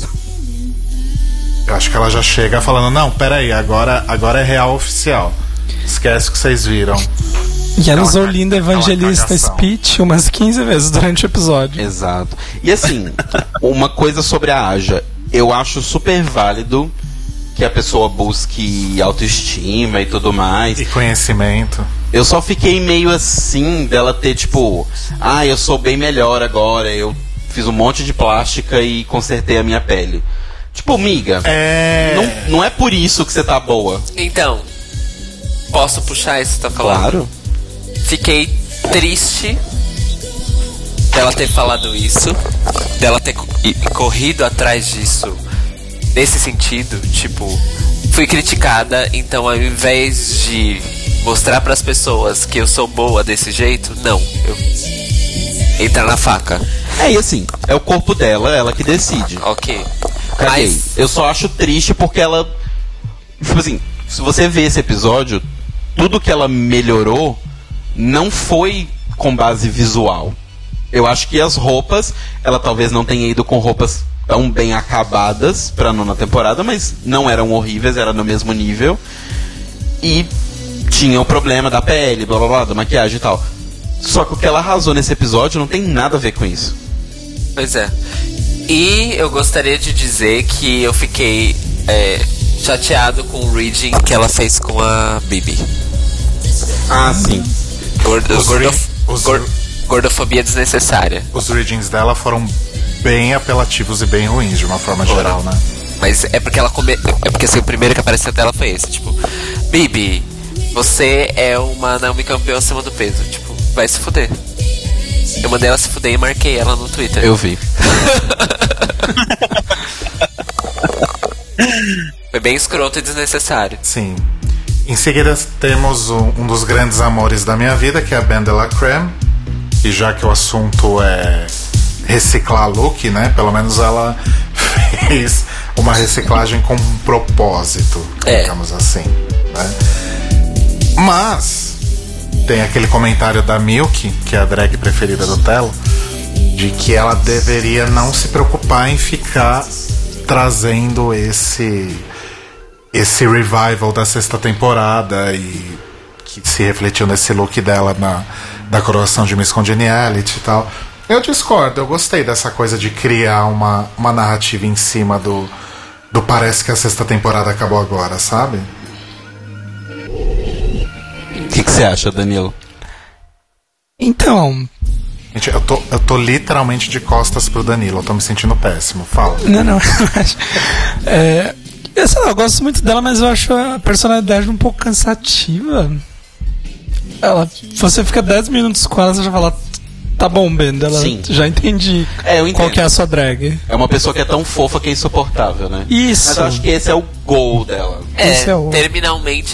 Eu acho que ela já chega falando, não, peraí, agora é real oficial. Esquece o que vocês viram. E ela usou Aquela linda evangelista cagação. speech umas 15 vezes durante o episódio. Exato. E assim, uma coisa sobre a Aja. Eu acho super válido que a pessoa busque autoestima e tudo mais. E conhecimento. Eu só fiquei meio assim dela ter tipo, eu sou bem melhor agora, eu fiz um monte de plástica e consertei a minha pele. Tipo, miga, não é por isso que você tá boa. Então, posso puxar isso que você tá falando? Claro. Fiquei triste dela ter falado isso, dela ter corrido atrás disso nesse sentido, tipo, fui criticada, então ao invés de mostrar pras pessoas que eu sou boa desse jeito, não, eu entrar na faca. E assim, é o corpo dela, ela que decide. Ok. Caguei. Mas Eu só acho triste porque ela, tipo assim, se você ver esse episódio, tudo que ela melhorou não foi com base visual. Eu acho que as roupas, ela talvez não tenha ido com roupas tão bem acabadas pra 9ª temporada, mas não eram horríveis, era no mesmo nível. E tinha o problema da pele, blá blá blá, da maquiagem e tal. Só que o que ela arrasou nesse episódio não tem nada a ver com isso. Pois é. E eu gostaria de dizer que eu fiquei chateado com o reading que ela fez com a Bibi. Ah, sim. Gordofobia desnecessária. Os readings dela foram bem apelativos e bem ruins, de uma forma geral, né? Mas é porque é porque assim, o primeiro que apareceu dela foi esse, tipo, Bibi, você é uma Naomi Campbell acima do peso, tipo, vai se fuder. Eu mandei ela se fuder e marquei ela no Twitter. Eu vi. Foi bem escroto e desnecessário. Sim. Em seguida temos um dos grandes amores da minha vida, que é a Ben de la Creme. E já que o assunto é reciclar look, né? Pelo menos ela fez uma reciclagem com um propósito, digamos assim, né? Mas tem aquele comentário da Milk, que é a drag preferida do Telo, de que ela deveria não se preocupar em ficar trazendo esse revival da 6ª temporada e que se refletiu nesse look dela da coroação de Miss Congeniality e tal. Eu discordo, eu gostei dessa coisa de criar uma narrativa em cima do parece que a 6ª temporada acabou agora, sabe? O que você acha, Danilo? Então, Gente, eu tô literalmente de costas pro Danilo, eu tô me sentindo péssimo. Fala. não, eu sei lá, eu gosto muito dela, mas eu acho a personalidade um pouco cansativa. Você fica 10 minutos com ela, você já fala, tá bom, Ben, ela Sim. já entendi Eu entendo. qual que é a sua drag. É uma pessoa que é tão fofa que é insuportável, né? Isso. Mas eu acho que esse é o goal dela. Esse é o- Terminalmente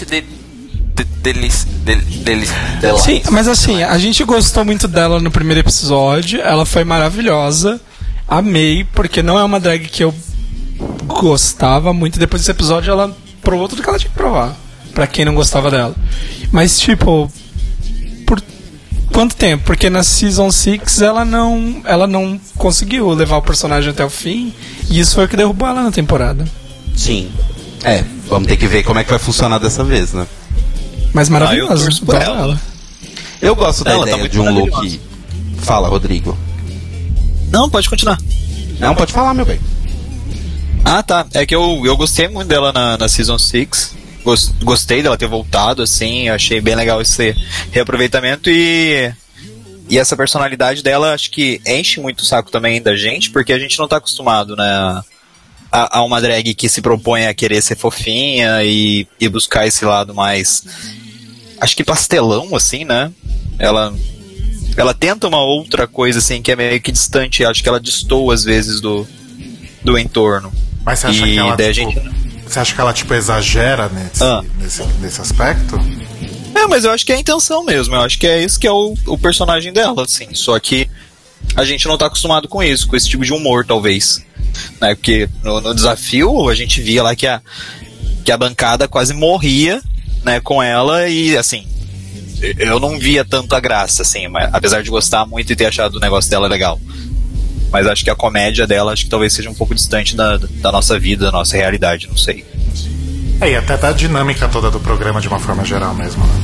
Sim, mas assim, a gente gostou muito dela no primeiro episódio, ela foi maravilhosa, amei, porque não é uma drag que eu gostava muito. Depois desse episódio ela provou tudo que ela tinha que provar, pra quem não gostava dela. Mas tipo, por quanto tempo? Porque na Season 6 ela não conseguiu levar o personagem até o fim, e isso foi o que derrubou ela na temporada. Sim. Vamos ter que ver como é que vai funcionar dessa vez, né? Mas maravilhosa, torço por adoro ela. ela. Eu gosto da Ela tá ideia muito de um look. maravilhosa. Fala, Rodrigo. Não, pode continuar. Não, pode falar, meu bem. Ah, tá. É que eu gostei muito dela na Season 6. Gostei dela ter voltado, assim. Achei bem legal esse reaproveitamento. E essa personalidade dela, acho que enche muito o saco também da gente, porque a gente não tá acostumado, né, a uma drag que se propõe a querer ser fofinha e buscar esse lado mais, acho que pastelão, assim, né? Ela tenta uma outra coisa, assim, que é meio que distante. Acho que ela destoa, às vezes, do entorno. Mas você acha que ela, você acha que ela, tipo, exagera nesse aspecto? Mas eu acho que é a intenção mesmo. Eu acho que é isso que é o personagem dela, assim. Só que a gente não tá acostumado com isso, com esse tipo de humor, talvez. Né? Porque no desafio, a gente via lá que a bancada quase morria, né, com ela. E, assim, eu não via tanto a graça, assim, mas, apesar de gostar muito e ter achado o negócio dela legal. Mas acho que a comédia dela, acho que talvez seja um pouco distante da nossa vida, da nossa realidade, não sei. E até da dinâmica toda do programa de uma forma geral mesmo, né?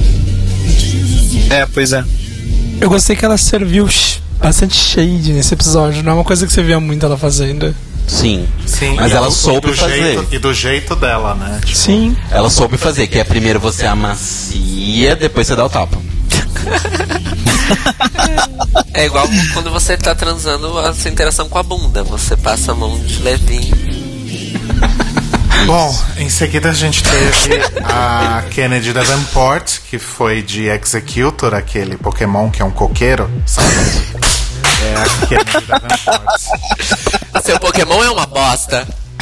Pois é. Eu gostei que ela serviu bastante shade nesse episódio. Não é uma coisa que você via muito ela fazendo. Sim. Mas ela soube fazer. E do jeito dela, né? Tipo, sim. Ela soube fazer, que é primeiro você amacia, depois você dá o tapa. É igual quando você tá transando a sua interação com a bunda. Você passa a mão de levinho. Bom, em seguida a gente teve a Kennedy Davenport, que foi de Executor, aquele Pokémon que é um coqueiro, sabe? É a Kennedy Davenport. Seu Pokémon é uma bosta.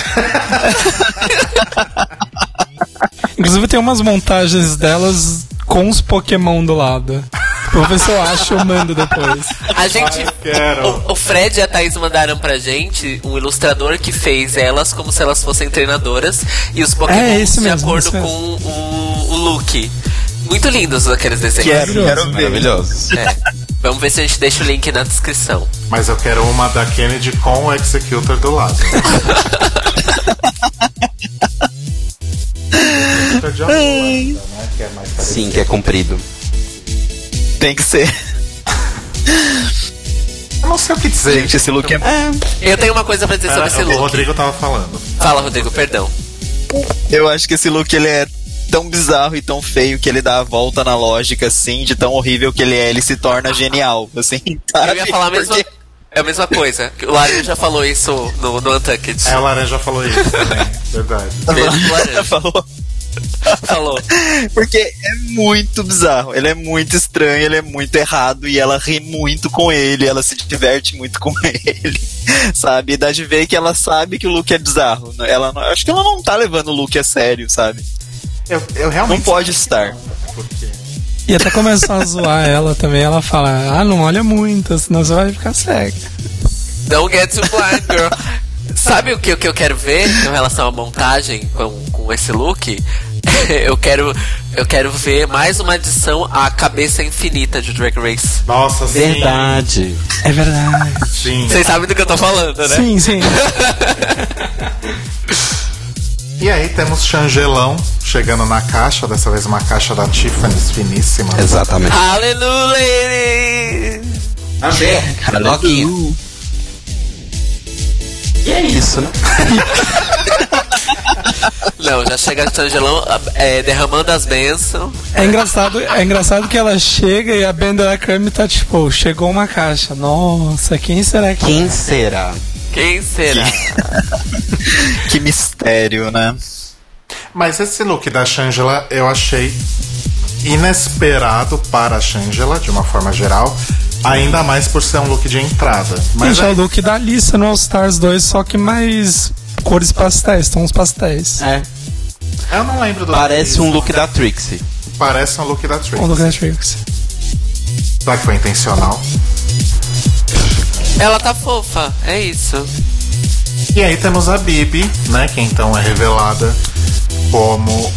Inclusive tem umas montagens delas com os Pokémon do lado. Vou ver se eu acho, eu mando depois. A gente. O Fred e a Thaís mandaram pra gente um ilustrador que fez elas como se elas fossem treinadoras e os Pokémon de acordo com o look. Muito lindos aqueles desenhos. Quero ver. Maravilhosos. Vamos ver se a gente deixa o link na descrição. Mas eu quero uma da Kennedy com o Executor do lado. De Holanda, né? Que é mais parecido. Sim, que é comprido. Tem que ser. Eu não sei o que dizer. Gente, esse look é... Eu tenho uma coisa pra dizer sobre esse look. O Rodrigo tava falando. Fala, Rodrigo, perdão. Eu acho que esse look, ele é tão bizarro e tão feio que ele dá a volta na lógica, assim, de tão horrível que ele se torna genial, assim, sabe? Eu ia falar é a mesma coisa. O Laranja já falou isso no Untucked. O Laranja falou isso também. Verdade. Beijo, Laranja. Falou. Porque é muito bizarro, ele é muito estranho, ele é muito errado e ela ri muito com ele, ela se diverte muito com ele, sabe? E dá de ver que ela sabe que o look é bizarro. Acho que ela não tá levando o look a sério, sabe? Eu realmente não pode estar. E até começou a zoar ela também, ela fala, não olha muito, senão você vai ficar cega. Don't get too blind, girl. Sabe o que eu quero ver em relação à montagem com esse look? Eu quero ver mais uma adição à cabeça infinita de Drag Race. Nossa, sim. Verdade. É verdade. Sim. Vocês sabem do que eu tô falando, né? Sim, sim. E aí temos Changelão chegando na caixa, dessa vez uma caixa da Tiffany's finíssima. Exatamente. Hallelujah! Aleluia. E é isso, né? Não, já chega de Angelão derramando as bênçãos. É engraçado que ela chega e a banda da Cami tá tipo, chegou uma caixa. Nossa, quem será que Quem será? Quem será? Que mistério, né? Mas esse look da Shangela eu achei inesperado para a Shangela, de uma forma geral. Ainda mais por ser um look de entrada. Mas é o look da Alissa no All Stars 2, só que mais cores pastéis, tons pastéis. Eu não lembro do Parece um look da Trixie. Parece um look da Trixie. Um look da Trixie. Será que foi intencional? Ela tá fofa, é isso. E aí temos a Bibi, né? Que então é revelada como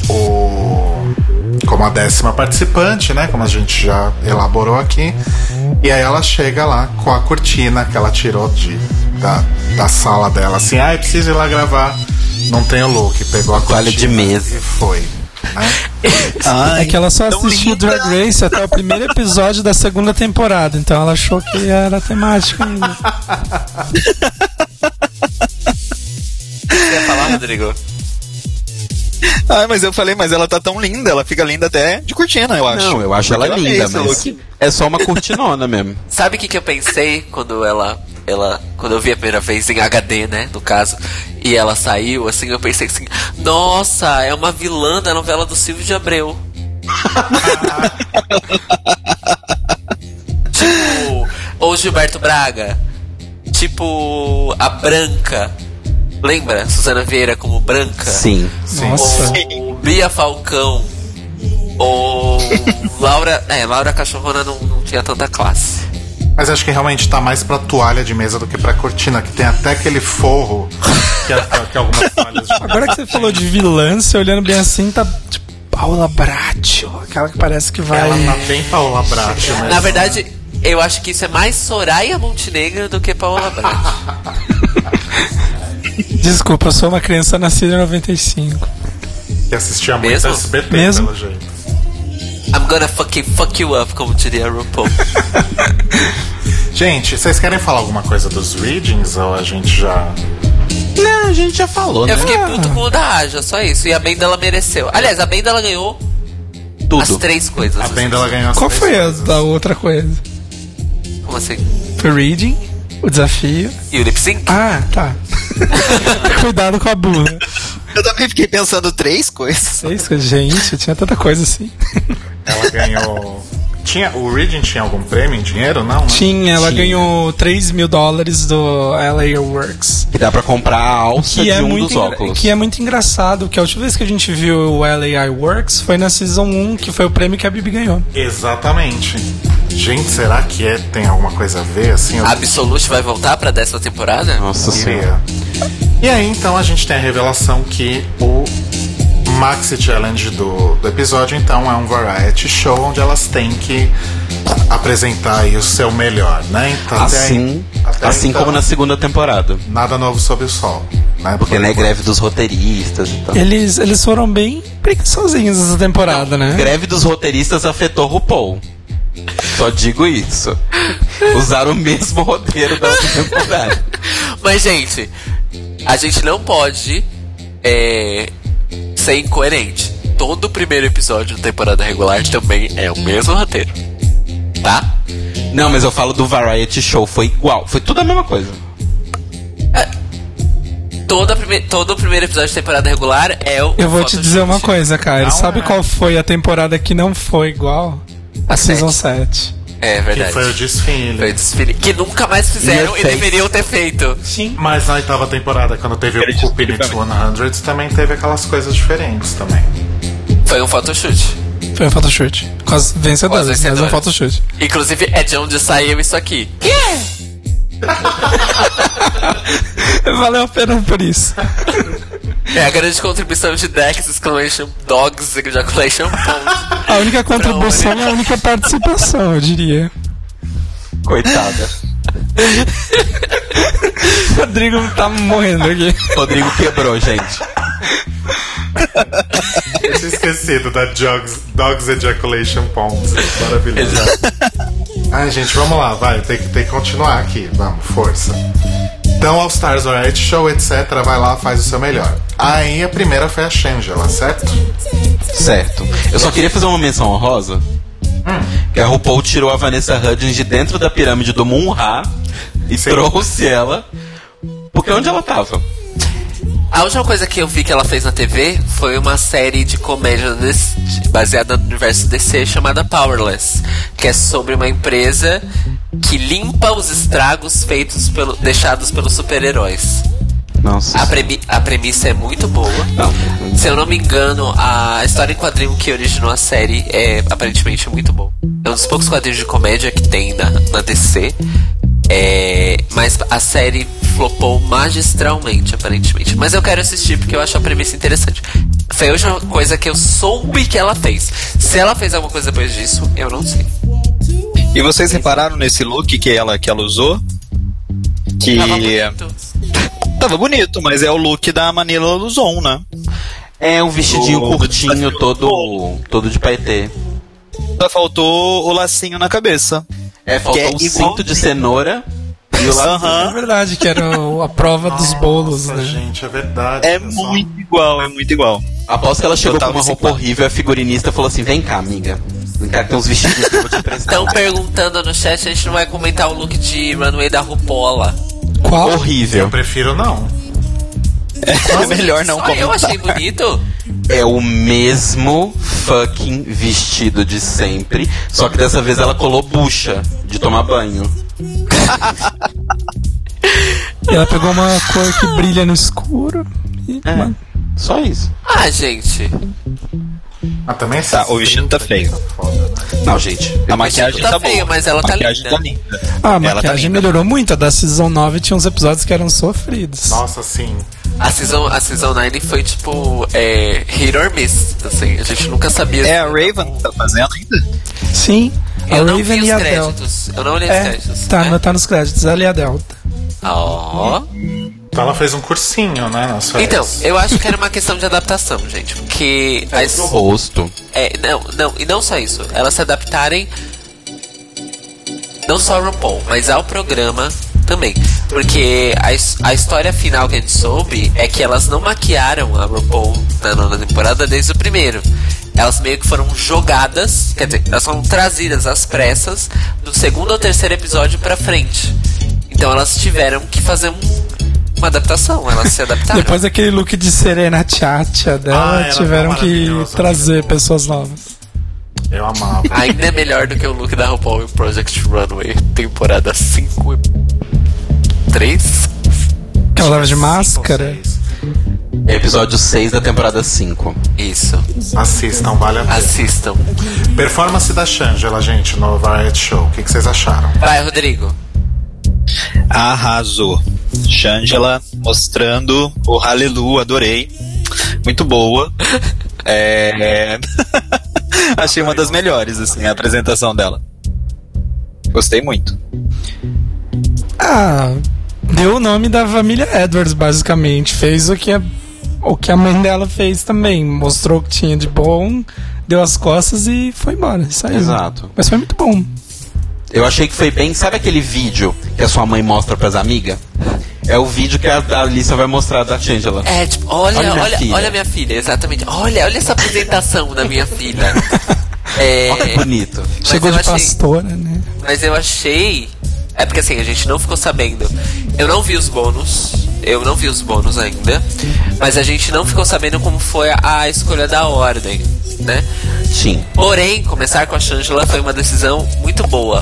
a 10ª participante, né? Como a gente já elaborou aqui. E aí ela chega lá com a cortina que ela tirou da sala dela. Assim, eu preciso ir lá gravar. Não tem o look. Pegou a toalha cortina de mesa e foi. É que ela só assistiu Drag Race até o primeiro episódio da segunda temporada, então ela achou que era temática ainda. Você ia falar, Rodrigo? Mas eu falei, mas ela tá tão linda, ela fica linda até de cortina, eu acho. Não, eu acho ela Porque linda, esse mas look. é só uma cortinona mesmo. Sabe o que eu pensei quando quando eu vi a primeira vez em HD, né, no caso, e ela saiu, assim, eu pensei assim, nossa, é uma vilã da novela do Silvio de Abreu. Tipo, ou Gilberto Braga. Tipo, a Branca. Lembra? Suzana Vieira como Branca? Sim. Nossa. Ou Bia Falcão. Ou Laura Cachorrona não tinha tanta classe. Mas acho que realmente tá mais pra toalha de mesa do que pra cortina, que tem até aquele forro que algumas toalhas de... Agora que você falou de vilã, você olhando bem assim, tá tipo Paula Bracho, aquela que parece que vai... Ela tá bem Paula Bracho mesmo. Na verdade, eu acho que isso é mais Soraya Montenegro do que Paola Bracho. Desculpa, eu sou uma criança nascida em 95. Que assistia muito Mesmo? SBT, Mesmo? pelo jeito. I'm gonna fuck you up, como diria a RuPaul. Gente, vocês querem falar alguma coisa dos readings ou a gente já... Não, a gente já falou, né? Eu fiquei puto com o da Aja, só isso. E a Benda ela mereceu. Aliás, a Benda ela ganhou Tudo. as 3 coisas. A Benda ela ganhou as Qual 3 foi a coisas. da outra coisa? Como assim? Foi reading, o desafio. E o lip sync? Ah, tá. Cuidado com a burra. Eu também fiquei pensando 3 coisas. É isso, gente, tinha tanta coisa assim. Ela ganhou... O reading tinha algum prêmio em dinheiro? Não, né? Tinha, ela Tinha. ganhou $3 mil do LA Works. Que dá pra comprar a alça de um dos óculos. Que é muito engraçado, que a última vez que a gente viu o LA Works foi na Season 1, que foi o prêmio que a Bibi ganhou. Exatamente. Gente, será que tem alguma coisa a ver, assim? A Absolute vai voltar pra 10ª temporada? Nossa senhora. E aí, então, a gente tem a revelação que o Maxi Challenge do episódio, então, é um variety show onde elas têm que apresentar aí o seu melhor, né? Então, Assim então, como na segunda temporada. Nada novo sob o sol, né? Porque, né, greve dos roteiristas e tal. Eles foram bem preguiçosinhos essa temporada, né? Greve dos roteiristas afetou RuPaul. Só digo isso. Usaram o mesmo roteiro da outra temporada. Mas, gente, a gente não pode ser incoerente. Todo o primeiro episódio da temporada regular também é o mesmo roteiro. Tá? Não, mas eu falo do variety show, foi igual. Foi tudo a mesma coisa. Todo o primeiro episódio da temporada regular é o. Eu vou te dizer uma coisa, Caio. Não Sabe é. qual foi a temporada que não foi igual? A Season 7. É verdade. Que foi o desfile. Foi o desfile. Que nunca mais fizeram e Fez. deveriam ter feito. Sim. Mas na 8ª temporada, quando teve o Coop It 100, também teve aquelas coisas diferentes também. Foi um photoshoot. Foi um photoshoot. Com as vencedoras, Com as mas um vencedoras. photoshoot. Inclusive, é de onde saiu isso aqui. Valeu a pena por isso. É a grande contribuição de Dex, exclamation dogs, ejaculation ponto. A única contribuição é a única participação, eu diria. Coitada. O Rodrigo tá morrendo aqui. Rodrigo quebrou, gente. Eu tinha esquecido da Dogs Ejaculation Ponds. Maravilhoso. Ai, gente, vamos lá, vai. Tem que continuar aqui. Vamos, força. Então, All Stars Variety Show, etc. Vai lá, faz o seu melhor. Aí a primeira foi a Shangela, certo? Certo. Eu só queria fazer uma menção honrosa. Que a RuPaul tirou a Vanessa Hudgens de dentro da pirâmide do Munra e Sim. trouxe ela. Porque onde ela tava? A última coisa que eu vi que ela fez na TV foi uma série de comédia baseada no universo DC chamada Powerless, que é sobre uma empresa que limpa os estragos deixados pelos super-heróis. Nossa. A premissa é muito boa. Se eu não me engano, a história em quadrinho que originou a série é aparentemente muito boa. É um dos poucos quadrinhos de comédia que tem na DC. Mas a série flopou magistralmente, aparentemente. Mas eu quero assistir porque eu acho a premissa interessante. Foi a última coisa que eu soube que ela fez. Se ela fez alguma coisa depois disso, eu não sei. E vocês repararam nesse look que ela usou? Que Tava bonito. tava bonito, mas é o look da Manila Luzon, né? É um vestidinho curtinho, todo de paetê. Só faltou o lacinho na cabeça. Faltou o cinto de cenoura e o lacinho. É verdade, que era a prova dos bolos, Nossa, né? gente, é verdade. É muito igual. Após que ela chegou com uma roupa igual. horrível, a figurinista falou assim: vem cá, amiga. Vem cá, tem uns vestidinhos que eu vou te emprestar. Estão perguntando no chat, a gente não vai comentar o look de runway da RuPaula. Qual? Horrível. Eu prefiro não. É melhor não Só comentar. eu achei bonito. É o mesmo fucking vestido de sempre, só que dessa vez ela colou bucha de tomar banho. E ela pegou uma cor que brilha no escuro. E, mano, Só isso. Ah, gente. Mas também Tá, o vestido tá feio. Foda, né? Não, gente. A maquiagem tá tá feio, boa. mas ela tá maquiagem linda. tá linda. a Ela maquiagem tá linda. melhorou muito. A da Season 9 tinha uns episódios que eram sofridos. Nossa, sim. A Season 9 foi tipo hit or miss. Assim, a gente nunca sabia. É a Raven que tá fazendo ainda? Sim, a Eu não Raven vi e os a Delta. créditos. Eu não olhei os créditos. Tá nos créditos, ela e a Delta. Ó. Então ela fez um cursinho, né? Nas férias. Então, eu acho que era uma questão de adaptação, gente. Porque O rosto. não, e não só isso. Elas se adaptarem não só ao RuPaul, mas ao programa também. Porque a história final que a gente soube é que elas não maquiaram a RuPaul na 9ª temporada desde o primeiro. Elas meio que foram jogadas, quer dizer, elas foram trazidas às pressas do 2º ou 3º episódio pra frente. Então elas tiveram que fazer uma adaptação, elas se adaptaram. Depois daquele look de Serena Tchatcha dela, era tiveram tão que maravilhoso, trazer pessoas novas. Eu amava. Ainda é melhor do que o look da RuPaul em Project Runway, temporada 5 e 3. Que ela tava de máscara. Episódio 6 da temporada 5. Isso, Assistam, vale a pena. assistam. Performance da Shangela, gente, no Variety Show. O que vocês acharam? Vai, Rodrigo. Arrasou. Shangela mostrando o Hallelujah, adorei. Muito boa. Achei uma das melhores, assim, a apresentação dela. Gostei muito. Deu o nome da família Edwards, basicamente. Fez o que a mãe dela fez também. Mostrou o que tinha de bom, deu as costas e foi embora. Saiu. Exato. Mas foi muito bom. Eu achei que foi bem. Sabe aquele vídeo que a sua mãe mostra pras amigas? É o vídeo que a Alissa vai mostrar da Shangela. É, tipo, olha Olha minha filha, exatamente. Olha essa apresentação da minha filha. Olha que bonito. Mas Chegou eu de achei- pastora, né? Mas eu achei. É porque assim, a gente não ficou sabendo. Eu não vi os bônus. Eu não vi os bônus ainda. Mas a gente não ficou sabendo como foi a escolha da ordem, né? Sim. Porém, começar com a Shangela foi uma decisão muito boa.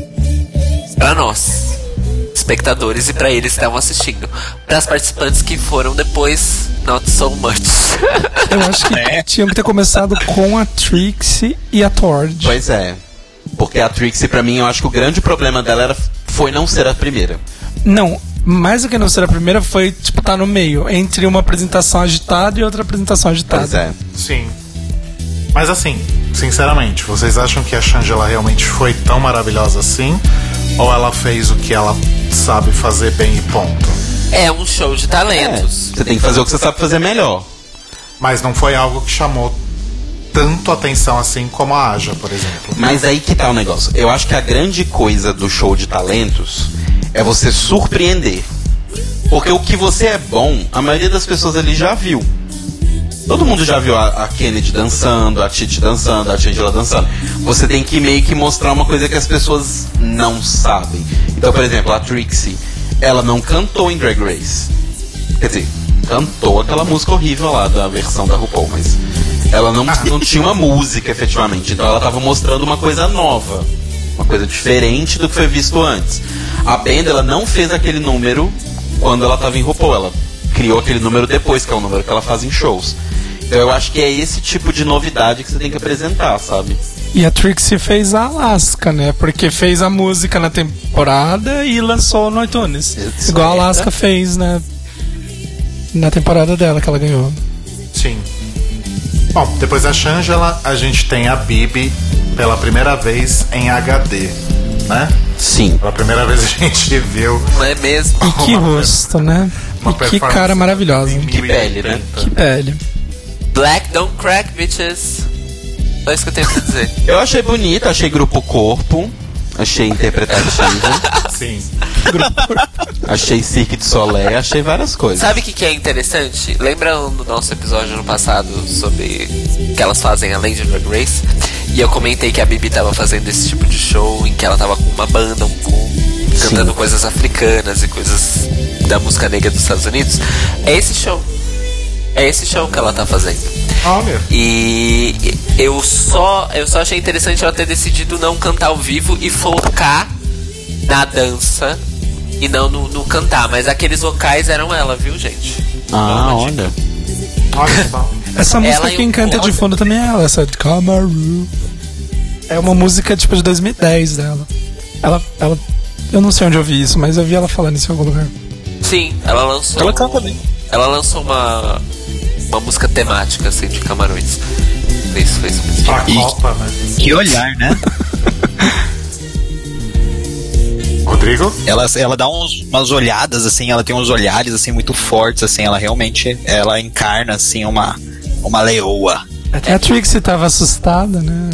Pra nós, espectadores, e pra eles que estavam assistindo. Para as participantes que foram depois, not so much. Eu acho que tinham que ter começado com a Trixie e a Tord. Pois é. Porque a Trixie, pra mim, eu acho que o grande problema dela foi não ser a primeira. Não, mais do que não ser a primeira foi, tipo, tá no meio. Entre uma apresentação agitada e outra apresentação agitada. Pois é. Sim. Mas assim, sinceramente, vocês acham que a Shangela realmente foi tão maravilhosa assim? Ou ela fez o que ela sabe fazer bem e ponto? É um show de talentos. Você tem que fazer o que você sabe fazer melhor. Mas não foi algo que chamou tanto atenção assim como a Aja, por exemplo. Mas aí que tá o negócio. Eu acho que a grande coisa do show de talentos é você surpreender. Porque o que você é bom, a maioria das pessoas ali já viu. Todo mundo já viu a Kennedy dançando, a Titi dançando, a Shangela dançando. Você tem que meio que mostrar uma coisa que as pessoas não sabem. Então, por exemplo, a Trixie, ela não cantou em Drag Race. Quer dizer, cantou aquela música horrível lá da versão da RuPaul, mas ela não tinha uma música efetivamente. Então ela tava mostrando uma coisa nova, uma coisa diferente do que foi visto antes. A Benda, ela não fez aquele número quando ela tava em RuPaul, ela criou aquele número depois, que é o número que ela faz em shows. Então eu acho que é esse tipo de novidade que você tem que apresentar, sabe? E a Trixie fez a Alaska, né? Porque fez a música na temporada e lançou no iTunes. Isso Igual a é, Alaska né? fez na temporada dela que ela ganhou. Sim. Bom, depois da Shangela, a gente tem a Bibi pela primeira vez em HD, né? Sim. Pela primeira vez a gente viu Não é mesmo? E que rosto, né? uma E que performance cara maravilhosa. em Que pele, né? 1080. Que pele. Black don't crack, bitches. Só isso que eu tenho pra dizer. Eu achei bonito, achei grupo corpo, achei interpretativo, Sim. achei Cirque du Soleil, achei várias coisas. Sabe o que é interessante? Lembra do nosso episódio no passado sobre que elas fazem além de Drag Race? E eu comentei que a Bibi tava fazendo esse tipo de show em que ela tava com uma banda, cantando coisas africanas e coisas da música negra dos Estados Unidos. É esse show que ela tá fazendo. Olha. E eu só achei interessante ela ter decidido não cantar ao vivo e focar na dança e não no cantar. Mas aqueles vocais eram ela, viu, gente? Olha. Olha que bom. Essa música Ela e quem o canta de fundo também é ela, essa de Kamaru. É uma música tipo de 2010 dela. Ela eu não sei onde eu vi isso, mas eu vi ela falando isso em algum lugar. Sim, ela lançou. Ela canta bem. Ela lançou uma música temática assim de camarões. Fez Pra Copa, né? Que olhar, né? Rodrigo? Ela dá umas olhadas, assim, ela tem uns olhares, assim, muito fortes, assim, ela realmente, ela encarna, assim, uma leoa. Até a Trixie tava assustada, né?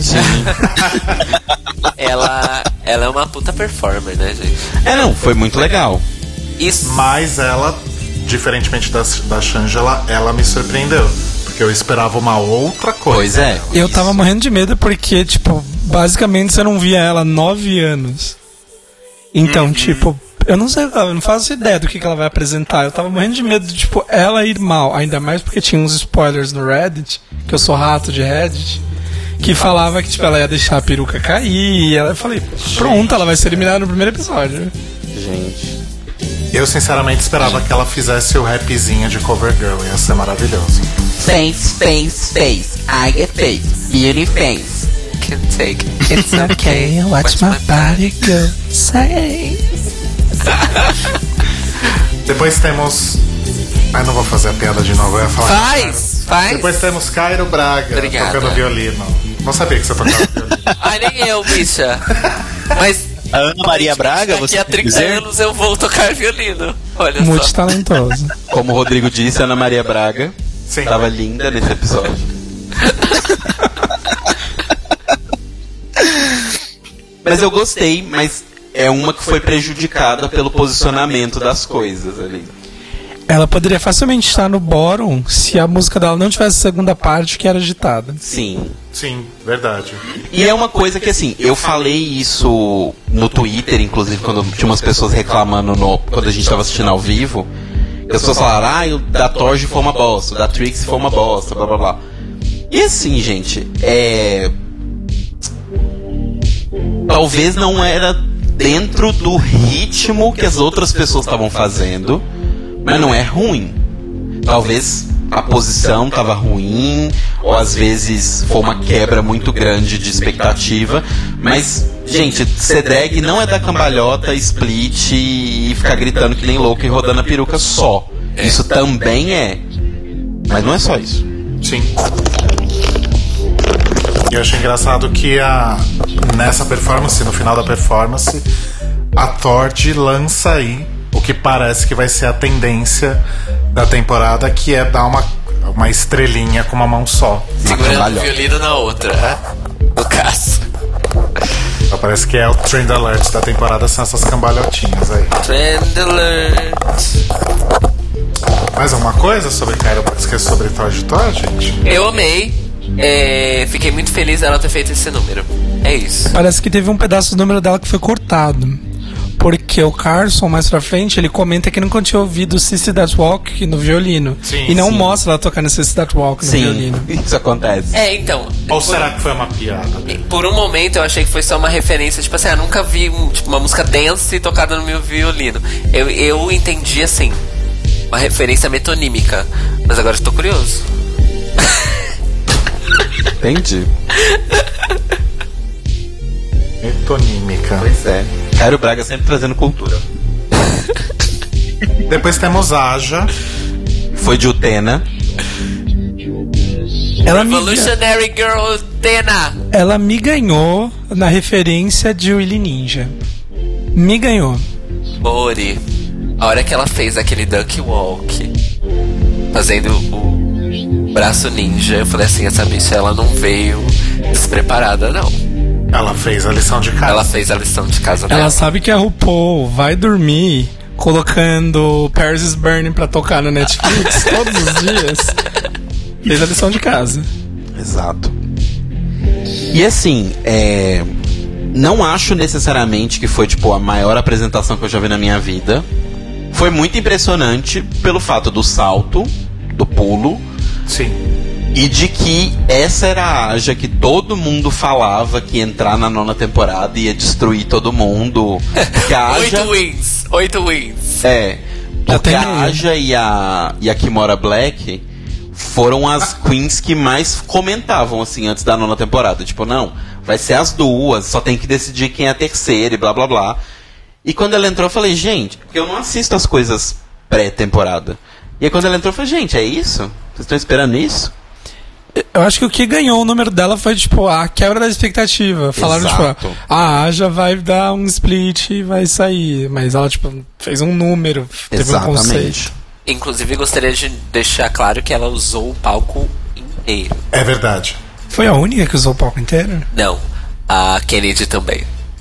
ela é uma puta performer, né, gente? Não, foi muito legal. Isso. Mas ela, diferentemente da Shangela, ela me surpreendeu. Porque eu esperava uma outra coisa. Pois é. Eu tava morrendo de medo porque, tipo, basicamente você não via ela há 9 anos. Então, tipo, eu não faço ideia do que ela vai apresentar. Eu tava morrendo de medo de, tipo, ela ir mal. Ainda mais porque tinha uns spoilers no Reddit, que eu sou rato de Reddit, que falava que, tipo, ela ia deixar a peruca cair. E eu falei, pronto, ela vai ser eliminada no primeiro episódio. Gente. Eu sinceramente esperava que ela fizesse o rapzinho de Cover Girl. Ia ser maravilhoso. Face, face, face. I get face. Beauty face. Can take it. It's okay. Watch my body go. Say. Depois temos... não vou fazer a piada de novo, eu ia falar. Faz. Depois temos Cairo Braga Obrigada. tocando violino. Não sabia que você tocava violino. Ai, nem eu, bicha. Mas A Ana Maria Braga, daqui você a quer 30 dizer? anos eu vou tocar violino. Olha só. Multitalentosa. Como o Rodrigo disse, a Ana Maria Braga Sim. tava linda nesse episódio. Mas eu gostei, mas é uma que foi prejudicada pelo posicionamento das coisas ali. Ela poderia facilmente estar no bottom se a música dela não tivesse a segunda parte que era agitada. Sim. Sim, verdade. E é uma coisa que, assim, eu falei isso no Twitter, inclusive, quando tinha umas pessoas reclamando quando a gente tava assistindo ao vivo. As pessoas falaram, o da Torge foi uma bosta, o da Trixie foi uma bosta, blá blá blá. E assim, gente, talvez não era dentro do ritmo que as outras pessoas estavam fazendo, mas não é ruim. Talvez a posição tava ruim, ou às vezes foi uma quebra muito grande de expectativa, mas, gente, ser drag não é dar cambalhota, split e ficar gritando que nem louco e rodando a peruca só. Isso também é, mas não é só isso. Sim. E eu achei engraçado que nessa performance, no final da performance, a Torge lança aí o que parece que vai ser a tendência da temporada, que é dar uma estrelinha com uma mão só. Segurando o violino na outra, no caso. Então parece que é o trend alert da temporada, são essas cambalhotinhas aí. Trend alert. Mais alguma coisa sobre Cairo Braga, sobre Torge, gente? Eu amei. Fiquei muito feliz dela ter feito esse número. É isso. Parece que teve um pedaço do número dela que foi cortado. Porque o Carson, mais pra frente, ele comenta que nunca tinha ouvido Sissy That Walk no violino. Sim, e não sim. mostra ela tocando Sissy That Walk no violino. Isso acontece. Então. Ou será que foi uma piada? Por um momento eu achei que foi só uma referência, tipo assim, nunca vi uma música dance tocada no meu violino. Eu entendi assim, uma referência metonímica. Mas agora estou curioso. Entendi. Metonímica. Pois é. Cairo Braga sempre trazendo cultura. Depois temos Aja. Foi de Utena. Revolutionary Girl Tena. Ela me ganhou na referência de Willy Ninja. Me ganhou. Mori, a hora que ela fez aquele Duck Walk, fazendo braço ninja. Eu falei assim, essa bicha, ela não veio despreparada, não. Ela fez a lição de casa. Ela fez a lição de casa dela. Ela sabe que a RuPaul vai dormir colocando Paris is Burning pra tocar no Netflix todos os dias. Fez a lição de casa. Exato. E assim, não acho necessariamente que foi, tipo, a maior apresentação que eu já vi na minha vida. Foi muito impressionante pelo fato do salto, do pulo. Sim. E de que essa era a Aja que todo mundo falava que ia entrar na 9ª temporada e ia destruir todo mundo. Porque a Aja... 8 wins. Porque a Aja e a Kimora Black foram as queens que mais comentavam, assim, antes da 9ª temporada. Tipo, não, vai ser as duas, só tem que decidir quem é a terceira e blá blá blá. E quando ela entrou, eu falei, gente, porque eu não assisto as coisas pré-temporada. E aí quando ela entrou, eu falei, gente, é isso? Vocês estão esperando isso? Eu acho que o que ganhou o número dela foi, tipo, a quebra da expectativa. Falaram, Exato. tipo, a Aja vai dar um split e vai sair. Mas ela, tipo, fez um número, teve um conceito. Inclusive, gostaria de deixar claro que ela usou o palco inteiro. É verdade. Foi a única que usou o palco inteiro? Não, a Kennedy também.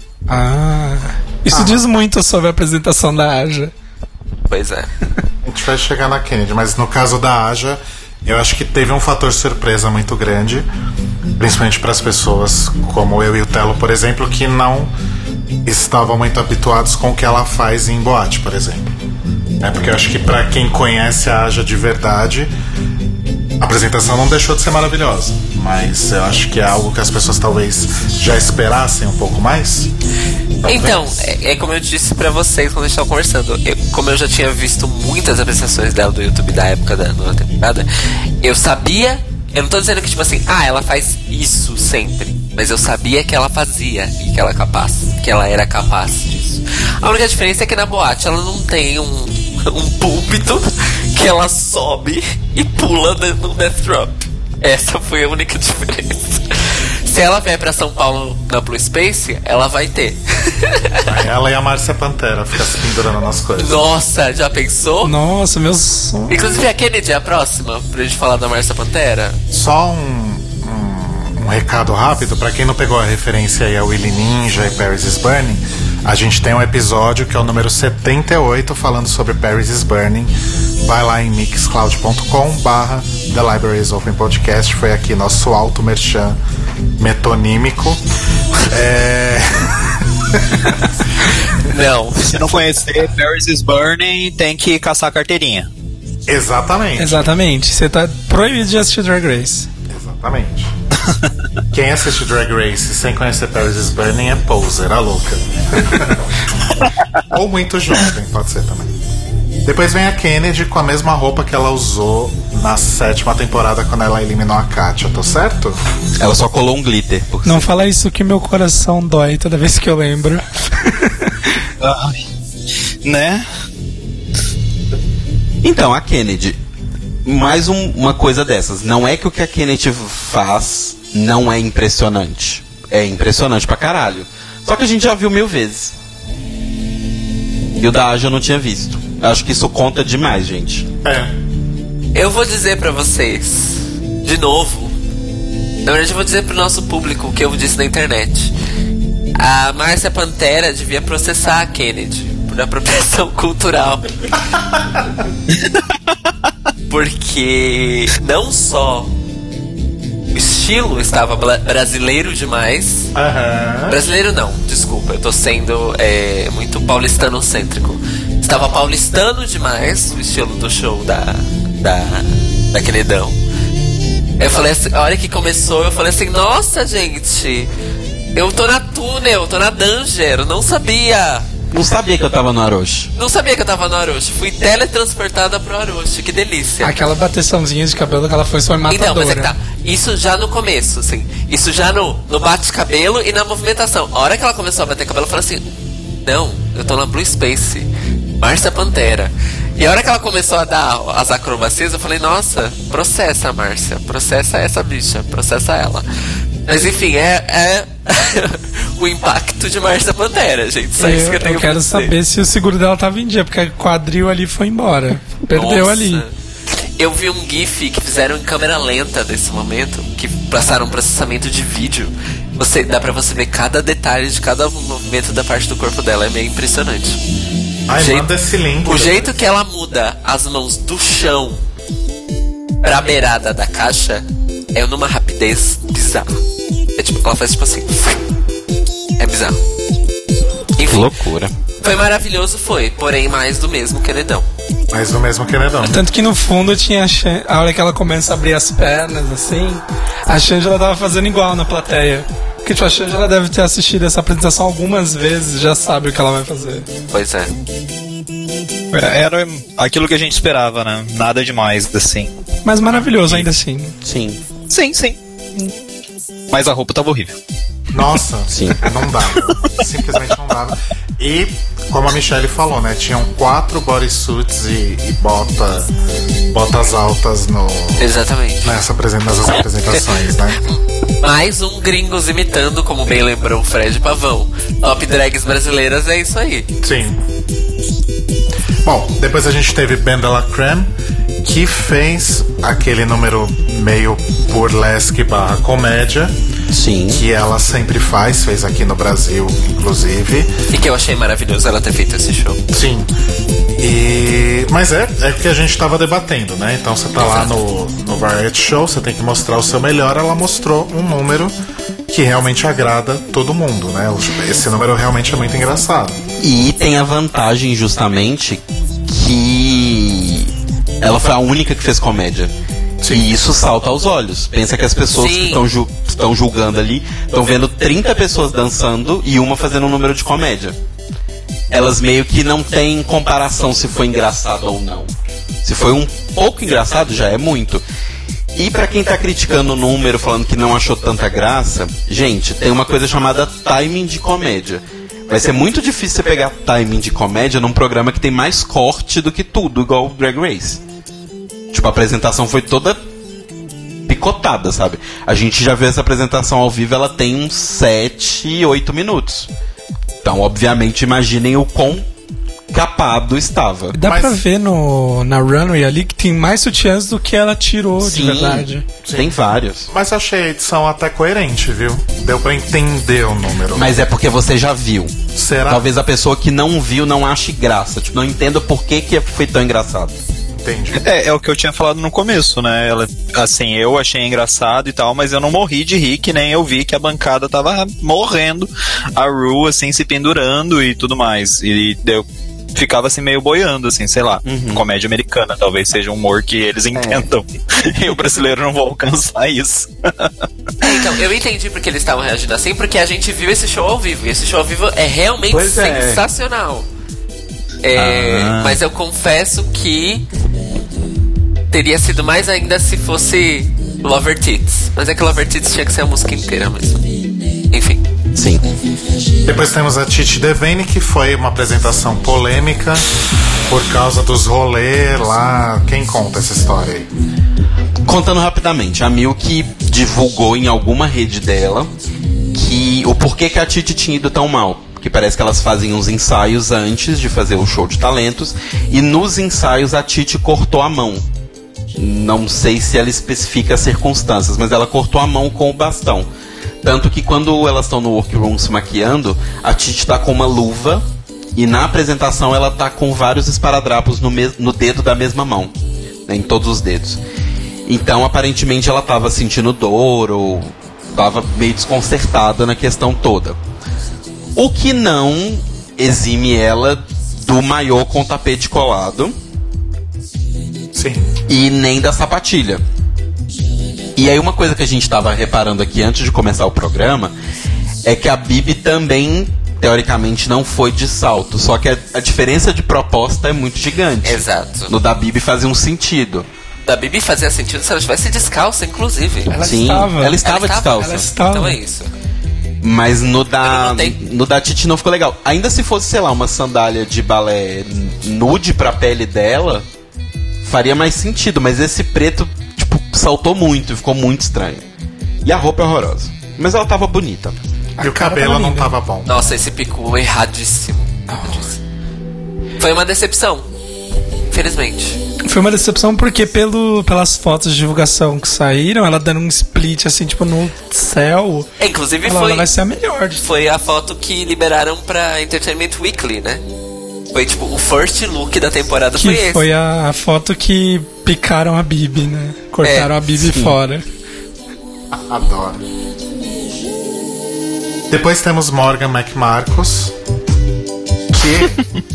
Isso diz muito sobre a apresentação da Aja. Pois é. A gente vai chegar na Kennedy, mas no caso da Aja, eu acho que teve um fator surpresa muito grande, principalmente para as pessoas como eu e o Telo, por exemplo, que não estavam muito habituados com o que ela faz em boate, por exemplo. Porque eu acho que para quem conhece a Aja de verdade, a apresentação não deixou de ser maravilhosa, mas eu acho que é algo que as pessoas talvez já esperassem um pouco mais. Talvez. Então, é como eu disse pra vocês quando a gente tava conversando, como eu já tinha visto muitas apresentações dela do YouTube da época da 9ª temporada, eu sabia, eu não tô dizendo que tipo assim, ela faz isso sempre, mas eu sabia que ela fazia e que ela é capaz, que ela era capaz disso. A única diferença é que na boate ela não tem um púlpito que ela sobe e pula no death drop. Essa foi a única diferença. Se ela vier pra São Paulo na Blue Space, ela vai ter. Ela e a Márcia Pantera ficam se pendurando nas coisas. Nossa, já pensou? Nossa, meu sonho. Inclusive a Kennedy é a próxima pra gente falar da Márcia Pantera. Só um recado rápido, pra quem não pegou a referência aí a Willy Ninja e Paris is Burning, a gente tem um episódio que é o número 78 falando sobre Paris is Burning. Vai lá em mixcloud.com/The Libraries Open Podcast. Foi aqui nosso alto merchan metonímico. Não. Se não conhecer Paris is Burning, tem que caçar a carteirinha. Exatamente. Você tá proibido de assistir Drag Race. Exatamente. Quem assiste Drag Race sem conhecer Paris is Burning é poser, a louca. Ou muito jovem, pode ser também. Depois vem a Kennedy com a mesma roupa que ela usou na 7ª temporada quando ela eliminou a Katia, tô certo? Ela só colou um glitter. Não fala isso que meu coração dói toda vez que eu lembro. Né? Então, a Kennedy, mais uma coisa dessas. Não é que o que a Kennedy faz não é impressionante. É impressionante pra caralho. Só que a gente já viu 1000 vezes. E o da Aja eu não tinha visto. Acho que isso conta demais, gente. Eu vou dizer pra vocês, de novo. Na verdade, eu vou dizer pro nosso público o que eu disse na internet. A Márcia Pantera devia processar a Kennedy por apropriação cultural. Porque não só o estilo estava brasileiro demais. Brasileiro não, desculpa, eu tô sendo muito paulistanocêntrico. Estava paulistano demais o estilo do show da Queridão. Eu falei assim, a hora que começou, eu falei assim, nossa, gente, eu tô na túnel, tô na Danger, eu não sabia. Não sabia que eu tava no Aroche. Não sabia que eu tava no Aroche. Fui teletransportada pro Aroche, que delícia. Aquela bateçãozinha de cabelo que ela foi matadora. Então, mas é que tá. Isso já no começo, assim. Isso já no bate-cabelo e na movimentação. A hora que ela começou a bater cabelo, eu falei assim, não, eu tô na Blue Space. Márcia Pantera. E a hora que ela começou a dar as acrobacias, eu falei, nossa, processa a Márcia. Processa essa bicha, processa ela. Mas enfim, é o impacto de Márcia Pantera, gente. Só isso que eu tenho quero saber se o seguro dela tava em dia, porque o quadril ali foi embora. Perdeu ali. Eu vi um GIF que fizeram em câmera lenta desse momento, que passaram um processamento de vídeo. Dá pra você ver cada detalhe de cada movimento da parte do corpo dela. É meio impressionante. Ai, manda esse link. O jeito que ela muda as mãos do chão pra beirada da caixa é numa rapidez bizarra. É tipo, ela faz tipo assim. É bizarro. Enfim, Que loucura. Foi maravilhoso, foi. Porém, mais do mesmo Queridão. Mais do mesmo Queridão. Tanto que no fundo tinha a hora que ela começa a abrir as pernas, assim, a Shangela tava fazendo igual na plateia. Porque tipo, a Shangela deve ter assistido essa apresentação algumas vezes, já sabe o que ela vai fazer. Pois é. Era aquilo que a gente esperava, né? Nada demais, assim. Mas maravilhoso ainda assim. Sim. Sim. Mas a roupa tava horrível. Nossa, Sim. Não dava. Simplesmente não dava. E, como a Michelle falou, né? Tinham 4 bodysuits e botas altas Exatamente. nessas apresentações, né? Mais um Gringos imitando, como bem lembrou o Fred Pavão. Top drags brasileiras é isso aí. Sim. Bom, depois a gente teve Ben de la Creme, que fez aquele número meio burlesque / comédia. Sim. Que ela sempre fez aqui no Brasil, inclusive. E que eu achei maravilhoso ela ter feito esse show. Sim. Mas é o que a gente tava debatendo, né? Então você tá lá no Variety Show, você tem que mostrar o seu melhor. Ela mostrou um número que realmente agrada todo mundo, né? Esse número realmente é muito engraçado. E tem a vantagem justamente que ela foi a única que fez comédia. Sim. E isso salta aos olhos. Pensa que as pessoas Sim. que estão julgando ali estão vendo 30 pessoas dançando e uma fazendo um número de comédia. Elas meio que não têm comparação se foi engraçado ou não. Se foi um pouco engraçado, já é muito. E pra quem tá criticando o número, falando que não achou tanta graça, gente, tem uma coisa chamada timing de comédia. Vai ser muito difícil você pegar timing de comédia num programa que tem mais corte do que tudo, igual o Drag Race. Tipo, a apresentação foi toda picotada, sabe? A gente já viu essa apresentação ao vivo, ela tem uns 7, 8 minutos. Então, obviamente, imaginem o quão capado estava. Dá pra ver na runway ali que tem mais sutiãs do que ela tirou de verdade. Tem vários. Mas achei a edição até coerente, viu? Deu pra entender o número. Mas é porque você já viu. Será? Talvez a pessoa que não viu não ache graça. Tipo, não entenda por que foi tão engraçado. Entendi. É o que eu tinha falado no começo, né? Ela, assim, eu achei engraçado e tal, mas eu não morri de rir, que nem eu vi que a bancada tava morrendo, a Ru, assim, se pendurando e tudo mais. E eu ficava assim meio boiando, assim, sei lá. Comédia americana, talvez seja um humor que eles entendam. E o brasileiro não vai alcançar isso. Então, eu entendi porque eles estavam reagindo assim, porque a gente viu esse show ao vivo. E esse show ao vivo é realmente sensacional. Mas eu confesso que teria sido mais ainda se fosse Lover Tits. Mas é que Lover Tits tinha que ser a música inteira mesmo. Enfim. Sim. Depois temos a Titi Devane, que foi uma apresentação polêmica por causa dos rolês lá. Quem conta essa história aí? Contando rapidamente, a Milk divulgou em alguma rede dela que o porquê que a Titi tinha ido tão mal. Que parece que elas fazem uns ensaios antes de fazer o show de talentos. E nos ensaios a Titi cortou a mão. Não sei se ela especifica as circunstâncias, mas ela cortou a mão com o bastão. Tanto que quando elas estão no workroom se maquiando, a Titi tá com uma luva. E na apresentação ela tá com vários esparadrapos no dedo da mesma mão, né, em todos os dedos. Então aparentemente ela tava sentindo dor ou tava meio desconcertada na questão toda. O que não exime ela do maiô com tapete colado. Sim. E nem da sapatilha. E aí uma coisa que a gente tava reparando aqui antes de começar o programa é que a Bibi também, teoricamente, não foi de salto. Só que a diferença de proposta é muito gigante. Exato. No da Bibi fazia um sentido. Da Bibi fazia sentido se ela estivesse descalça, inclusive. Ela Sim, estava. ela estava descalça. Ela estava. Então é isso. Mas no da Titi não ficou legal. Ainda se fosse, sei lá, uma sandália de balé nude pra pele dela, faria mais sentido. Mas esse preto, tipo, saltou muito e ficou muito estranho. E a roupa é horrorosa. Mas ela tava bonita. E o cabelo não tava bom. Nossa, esse pico erradíssimo. Foi uma decepção. infelizmente. Foi uma decepção porque pelas fotos de divulgação que saíram, ela dando um split assim, tipo, no céu. Inclusive ela vai ser a melhor. Foi a foto que liberaram pra Entertainment Weekly, né? Foi tipo, o first look da temporada foi esse. Foi a foto que picaram a Bibi, né? Cortaram a Bibi fora. Adoro. Depois temos Morgan McMarcus, que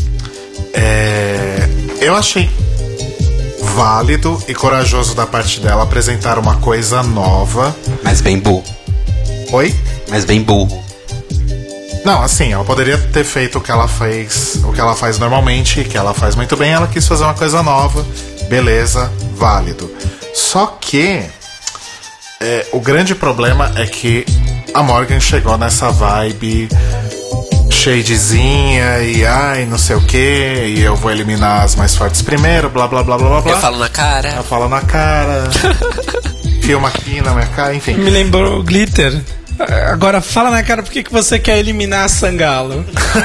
eu achei válido e corajoso da parte dela apresentar uma coisa nova. Mas bem burro. Oi? Mas bem burro. Não, assim, ela poderia ter feito o que ela faz normalmente, que ela faz muito bem. Ela quis fazer uma coisa nova, beleza, válido. Só que o grande problema é que a Morgan chegou nessa vibe shadezinha e não sei o que, e eu vou eliminar as mais fortes primeiro, blá blá blá blá blá. Eu falo na cara. Ela fala na cara, filma aqui na minha cara, enfim. Me lembrou Glitter. Agora fala na cara por que você quer eliminar a Sangalo.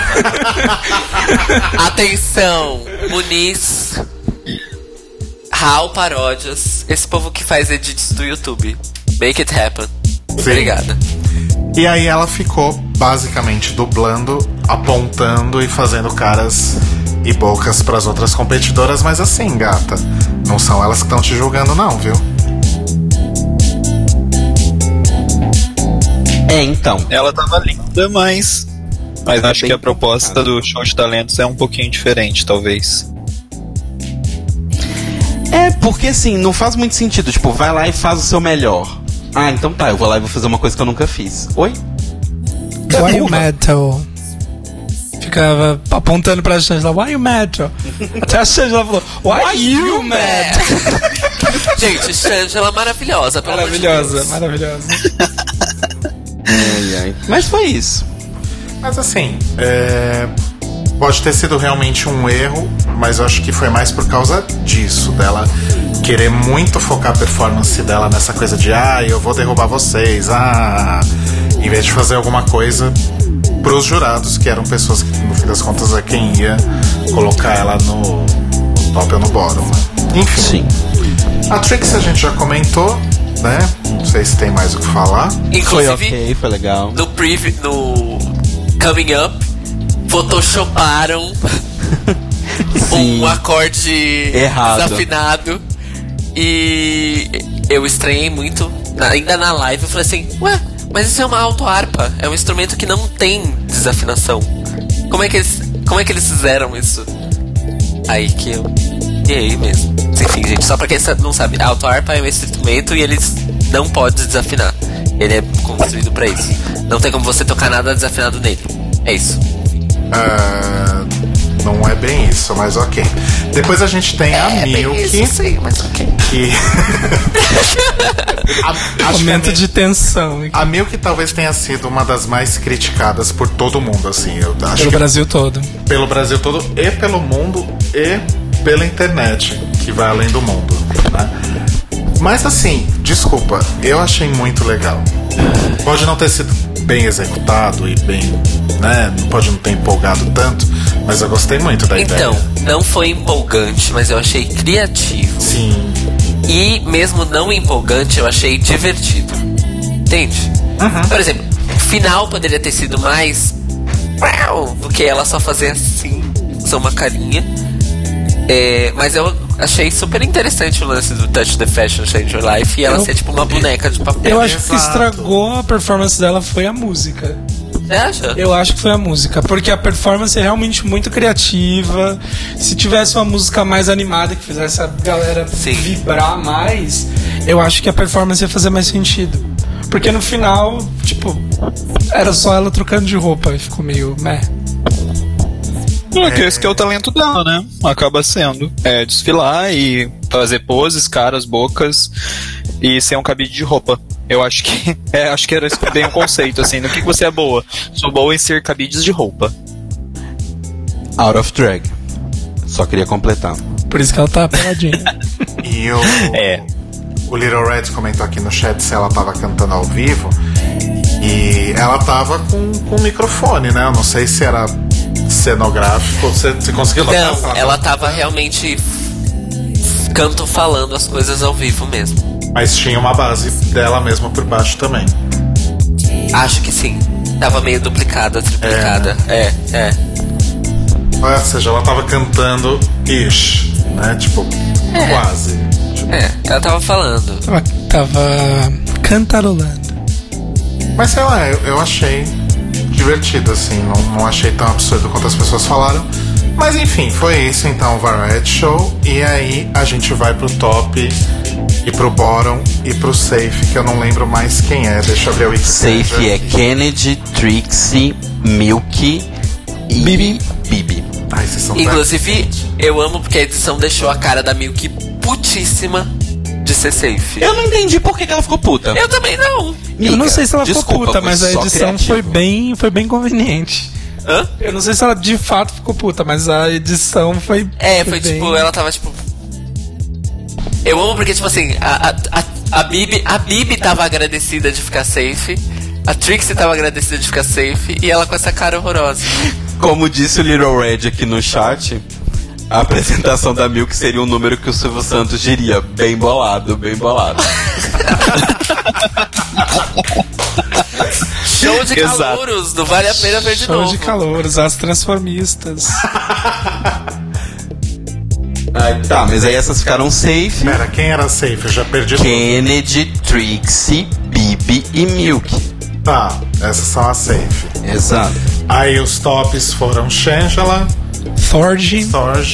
Atenção, Muniz, Hal Paródias, esse povo que faz edits do YouTube. Make it happen. Sim. Obrigada. E aí ela ficou basicamente dublando, apontando e fazendo caras e bocas pras outras competidoras, mas assim, gata, não são elas que estão te julgando não, viu? Então. Ela tava linda, mas acho que a proposta do show de talentos é um pouquinho diferente, talvez. Porque assim, não faz muito sentido. Tipo, vai lá e faz o seu melhor. Ah, então tá, eu vou lá e vou fazer uma coisa que eu nunca fiz. Oi? Why you metal? Ficava apontando pra Shangela, why you metal? Até a Shangela falou, why you metal? Gente, Shangela maravilhosa, pelo amor de Deus. Maravilhosa. Ai. Mas foi isso. Mas assim, pode ter sido realmente um erro, mas eu acho que foi mais por causa disso, dela querer muito focar a performance dela nessa coisa de eu vou derrubar vocês, em vez de fazer alguma coisa pros jurados, que eram pessoas que no fim das contas é quem ia colocar ela no top ou no bottom, né? Enfim. Sim. A Trix a gente já comentou, né? Não sei se tem mais o que falar. Inclusive, Foi legal. no Coming Up, photoshoparam um acorde errado, desafinado. E eu estranhei muito. Ainda na live eu falei assim, mas isso é uma autoharpa. É um instrumento que não tem desafinação. Como é que eles fizeram isso? Aí que eu errei mesmo. Enfim, gente, só pra quem não sabe, a autoharpa é um instrumento e eles não podem desafinar. Ele é construído pra isso. Não tem como você tocar nada desafinado nele. É isso. Não é bem isso, mas ok. Depois a gente tem a Milk. Isso, sim, mas ok. Que Momento de tensão. A Milk talvez tenha sido uma das mais criticadas por todo mundo, assim. Eu acho pelo Brasil todo. Pelo Brasil todo e pelo mundo e pela internet, que vai além do mundo, né? Mas assim, desculpa, eu achei muito legal. Pode não ter sido bem executado e bem, né? Pode não ter empolgado tanto, mas eu gostei muito da ideia. Então, não foi empolgante, mas eu achei criativo. Sim. E mesmo não empolgante, eu achei divertido. Entende? Por exemplo, o final poderia ter sido mais do que ela só fazer assim, só uma carinha. Mas eu achei super interessante o lance do Touch the Fashion Change Your Life e ela ser tipo uma boneca de papel. Eu acho que o que estragou a performance dela foi a música. Você acha? Eu acho que foi a música, porque a performance é realmente muito criativa. Se tivesse uma música mais animada que fizesse a galera vibrar mais, eu acho que a performance ia fazer mais sentido. Porque no final, tipo, era só ela trocando de roupa e ficou meio meh. Esse que é o talento dela, né? Acaba sendo. Desfilar e fazer poses, caras, bocas e ser um cabide de roupa. Eu acho que era bem um conceito, assim. No que você é boa? Sou boa em ser cabides de roupa. Out of drag. Só queria completar. Por isso que ela tá peladinha. E o Little Red comentou aqui no chat se ela tava cantando ao vivo. E ela tava com microfone, né? Eu não sei se era cenográfico. Você conseguiu notar? Não, ela tava realmente cantam falando as coisas ao vivo mesmo. Mas tinha uma base dela mesma por baixo também. Acho que sim. Tava meio duplicada, triplicada. Ou seja, ela tava cantando ish, né? Tipo, quase. Ela tava falando. Tava cantarolando. Mas sei lá, eu achei divertido, assim. Não achei tão absurdo quanto as pessoas falaram. Mas enfim, foi isso então, o Variety Show. E aí a gente vai pro top e pro bottom e pro safe, que eu não lembro mais quem é. Deixa eu ver o Wikipedia. Safe é Kennedy, Trixie, Milk e Bibi. Ai, vocês são Inclusive, eu amo porque a edição deixou a cara da Milk putíssima de ser safe. Eu não entendi por que ela ficou puta. Eu também não. Eu não sei se ela desculpa, ficou puta, mas a foi só edição criativo. foi bem conveniente. Hã? Eu não sei se ela de fato ficou puta, mas a edição foi. Foi bem... tipo, ela tava tipo. Eu amo porque, tipo assim, a Bibi tava agradecida de ficar safe, a Trixie tava agradecida de ficar safe, e ela com essa cara horrorosa. Como disse o Little Red aqui no chat, a apresentação da Milk seria um número que o Silvio Santos diria: bem bolado, bem bolado. Show de calouros, não vale a pena ver de novo. Show de calouros, as transformistas. Tá, mas aí essas ficaram safe. Pera, quem era safe? Eu já perdi tudo. Kennedy, Trixie, Bibi e Milk. Tá, essas são as safe. Exato. Aí os tops foram Shangela, Thorgy,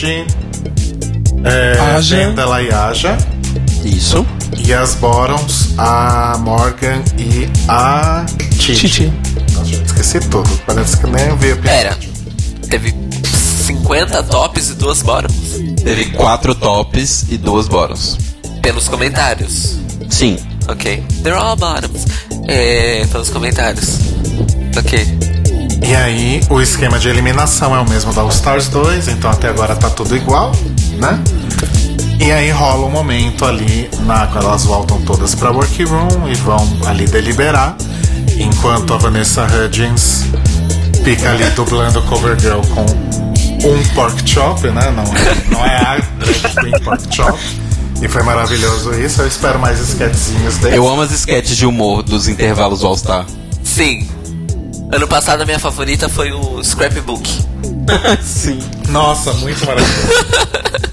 Aja, Vendela e Aja. Isso. E as bottoms, a Morgan e a Titi. Nossa, gente, esqueci tudo. Parece que nem eu vi a Pera, teve 50 tops e 2 bottoms? Teve 4 tops e 2 bottoms. Pelos comentários. Sim. Ok. They're all bottoms. Pelos comentários. Ok. E aí, o esquema de eliminação é o mesmo da All Stars 2, então até agora tá tudo igual, né? E aí rola um momento ali, quando elas voltam todas pra Workroom e vão ali deliberar, enquanto a Vanessa Hudgens fica ali dublando Cover Girl com um pork chop, né? Não é a drag queen pork chop. E foi maravilhoso isso. Eu espero mais sketchzinhos deles. Eu amo as sketches de humor dos intervalos do All Star. Sim. Ano passado a minha favorita foi o Scrapbook. Sim. Nossa, muito maravilhoso.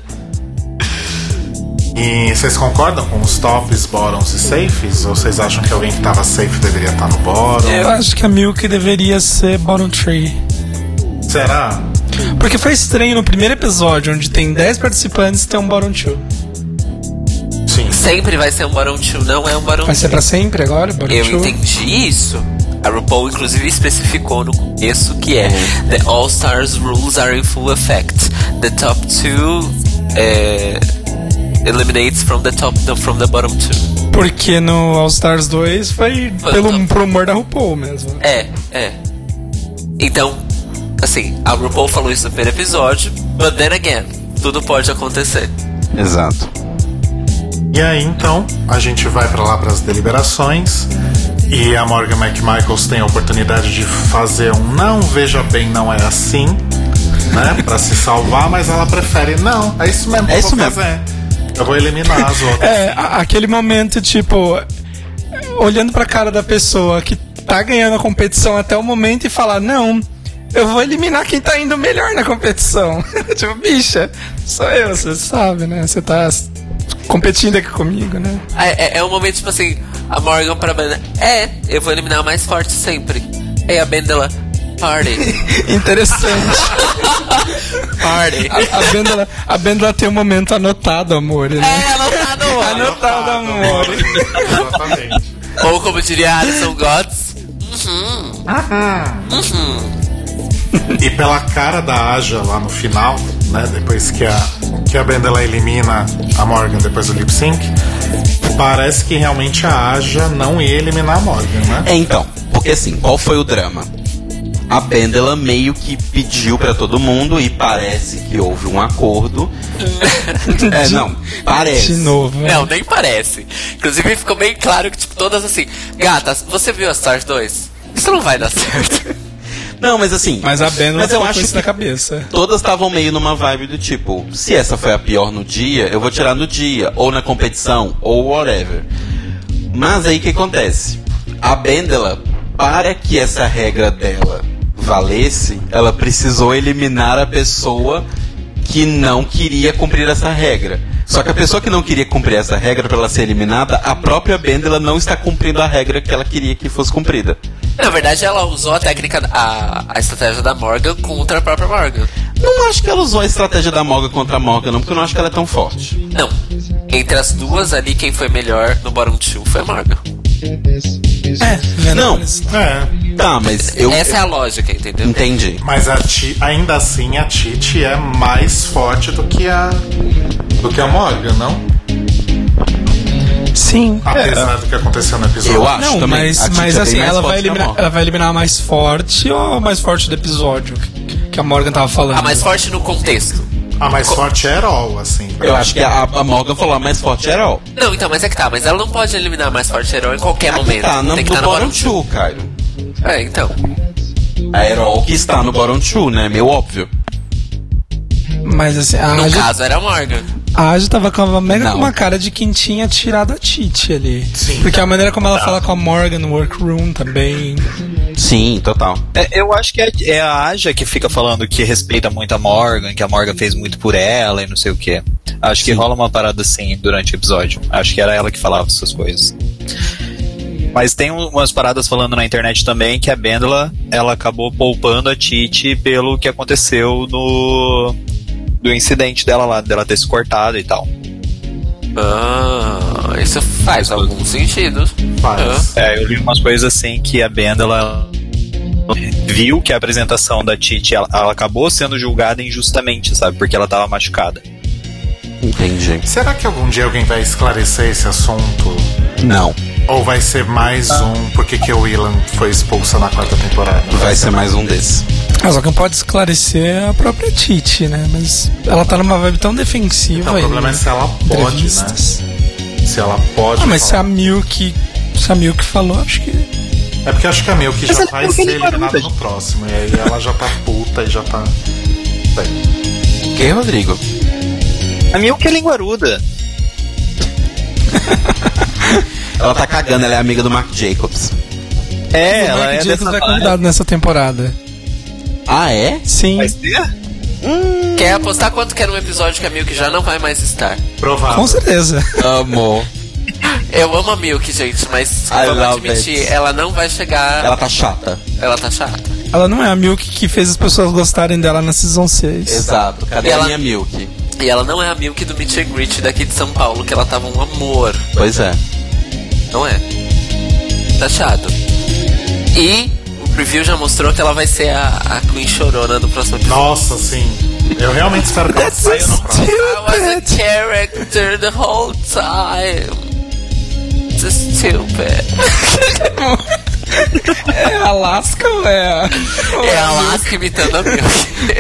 E vocês concordam com os tops, bottoms e safes? Ou vocês acham que alguém que tava safe deveria estar no bottom? Eu acho que a Milk deveria ser bottom 3. Será? Porque foi estranho no primeiro episódio, onde tem 10 participantes, ter um bottom 2. Sim. Sempre vai ser um bottom 2, não é um bottom 3. Vai ser pra sempre agora, bottom 2? Eu entendi isso. A RuPaul inclusive especificou no começo que é The All Stars rules are in full effect. The top 2 eliminates from the bottom 2. Porque no All Stars 2 foi pro humor da RuPaul mesmo. Então, assim, a RuPaul falou isso no primeiro episódio, but then again, tudo pode acontecer. Exato. E aí, então, a gente vai pra lá pras deliberações. E a Morgan McMichaels tem a oportunidade de fazer um não, veja bem, não é assim, né? Pra se salvar, mas ela prefere, não, é isso mesmo que eu vou fazer. Eu vou eliminar as outras. Aquele momento, tipo, olhando pra cara da pessoa que tá ganhando a competição até o momento e falar, não, eu vou eliminar quem tá indo melhor na competição. Tipo, bicha, sou eu, você sabe, né? Você tá competindo aqui comigo, né? É um momento, tipo assim, a Morgan pra Benda, eu vou eliminar o mais forte sempre. E a Benda, party. Interessante. Party. A Benda tem um momento anotado, amor, né? Anotado, amor. Exatamente. Ou como diria Alison Gods. E pela cara da Aja lá no final, né? Depois que a Benda elimina a Morgan depois do lip sync, parece que realmente a Aja não ia eliminar a Morgan, né? Então, porque assim, qual foi o drama? A Bendela meio que pediu pra todo mundo e parece que houve um acordo. Não, parece. De novo. Não, nem parece. Inclusive ficou bem claro que, tipo, todas assim, gata, você viu a Stars 2? Isso não vai dar certo. Não, mas assim... Mas a Bendela Mas eu ficou acho com isso que na cabeça. todas estavam meio numa vibe do tipo, se essa foi a pior no dia, eu vou tirar no dia, ou na competição, ou whatever. Mas aí o que acontece? A Bendela, para que essa regra dela valesse, ela precisou eliminar a pessoa que não queria cumprir essa regra. Só que a pessoa que não queria cumprir essa regra para ela ser eliminada, a própria Bendela não está cumprindo a regra que ela queria que fosse cumprida. Na verdade, ela usou a técnica, a estratégia da Morgan contra a própria Morgan. Não acho que ela usou a estratégia da Morgan contra a Morgan, não, porque eu não acho que ela é tão forte. Não. Entre as duas ali, quem foi melhor no Bottom 2 foi a Morgan. Não. É. Tá, mas Essa é a lógica, entendeu? Entendi. Mas ainda assim a Titi é mais forte do que a Morgan, não? Sim. Apesar do que aconteceu no episódio. Eu acho Não, também. A Titi mas é bem assim, mais ela vai, forte que a eliminar, Morgan. ela vai eliminar a mais forte ou a mais forte do episódio que a Morgan tava falando? A mais forte no contexto. A mais forte é Herol, assim. Eu acho que a Morgan falou a mais forte era Herol. Não, então, mas é que tá. Mas ela não pode eliminar a mais forte herói em qualquer momento. Tá, Tem que no estar no Bottom bottom 2, Caio. É, então. A Herol que está no Bottom 2, né? Meio óbvio. Mas assim, a No Aja, caso, era a Morgan. a Aja tava com Não. uma cara de quem tinha tirado a Titi ali. Sim. Porque a maneira como ela fala com a Morgan no workroom também. Sim, total. Eu acho que é a Aja que fica falando que respeita muito a Morgan, que a Morgan fez muito por ela e não sei o que. Acho que rola uma parada assim durante o episódio. Acho que era ela que falava essas coisas. Mas tem umas paradas falando na internet também que a Bendela, ela acabou poupando a Titi pelo que aconteceu do incidente dela lá, dela ter se cortado e tal. Ah, isso faz algum sentido. Faz. Eu li umas coisas assim que a Bendela viu que a apresentação da Titi, ela acabou sendo julgada injustamente, sabe? Porque ela tava machucada. Entendi. Será que algum dia alguém vai esclarecer esse assunto? Não. Ou vai ser mais um porque que o Willan foi expulsa na 4ª temporada? Vai ser mais um desses. Só que não pode esclarecer a própria Titi, né? Mas ela tá numa vibe tão defensiva. Então, o problema é se ela pode, né? entrevistas. Se ela pode. Mas se falar. a Milk falou, acho que. É porque eu acho que a Milk já ela vai não ser tem eliminada barulho. no próximo. E aí ela já tá puta e já tá. Bem. Quem, Rodrigo? A Milk é linguaruda. Ela tá cagando, ela é amiga do Mark Jacobs. O Ela Mark é Jacobs dessa vai vibe. convidado nessa temporada. Ah, é? Sim, Vai ser? Quer apostar quanto que era um episódio que a Milk já não vai mais estar? Provável. com certeza. Amor. Eu amo a Milk, gente, mas I vamos love admitir, it. ela não vai chegar. Ela tá chata. Ela tá chata. Ela não é a Milk que fez as pessoas gostarem dela na Season 6. Exato. Cadê Ela- a minha Milk? E ela não é a Milk do Meet and Greet daqui de São Paulo, que ela tava um amor. Pois é. Não é? Tá chato. E o preview já mostrou que ela vai ser a Queen Chorona do próximo episódio. Nossa, sim. Eu realmente espero que ela saia no próximo. I was a character the whole time. Just stupid. É Alaska ou é. É a Alaska imitando a Milk.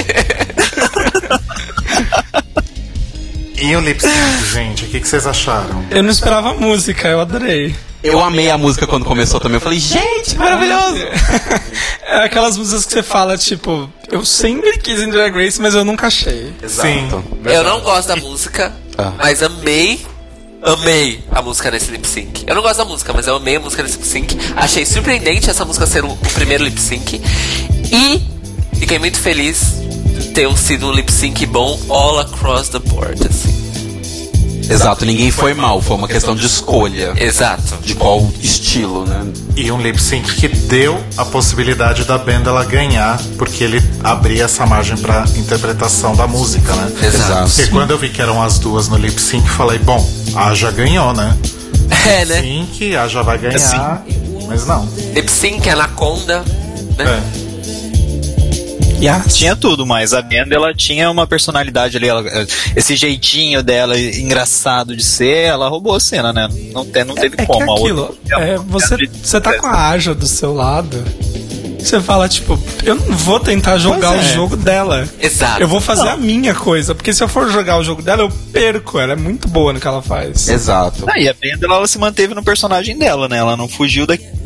E o lip sync, gente, o que vocês acharam? Eu não esperava a música, eu adorei. Eu amei a música quando começou também. Eu falei, gente, maravilhoso! É aquelas músicas que você fala, tipo, eu sempre quis em Drag Race, mas eu nunca achei. Sim. Eu não gosto da música, mas amei a música nesse lip sync. Eu não gosto da música, mas eu amei a música nesse lip sync. Achei surpreendente essa música ser o primeiro lip sync. E fiquei muito feliz de ter sido um lip sync bom all across the board, assim. Exato, ninguém foi mal, foi uma questão de escolha. Exato. De qual estilo, né? E um lip sync que deu a possibilidade da Bendela ganhar, porque ele abria essa margem pra interpretação da música, né? Exato. Porque quando eu vi que eram as duas no lip sync, falei, bom, a já ganhou, né? É, né? Sync, a já vai ganhar, mas não. Lip sync, Anaconda, né? É. Tinha tudo, mas a Benda, ela tinha uma personalidade ali, esse jeitinho dela engraçado de ser, ela roubou a cena, né? Não teve É como. que a aquilo, outra- você tá com a Aja do seu lado, você fala, tipo, eu não vou tentar jogar Pois o é. jogo dela. Exato. Eu vou fazer a minha coisa, porque se eu for jogar o jogo dela, eu perco. Ela é muito boa no que ela faz. Exato. E a Benda, ela se manteve no personagem dela, né? Ela não fugiu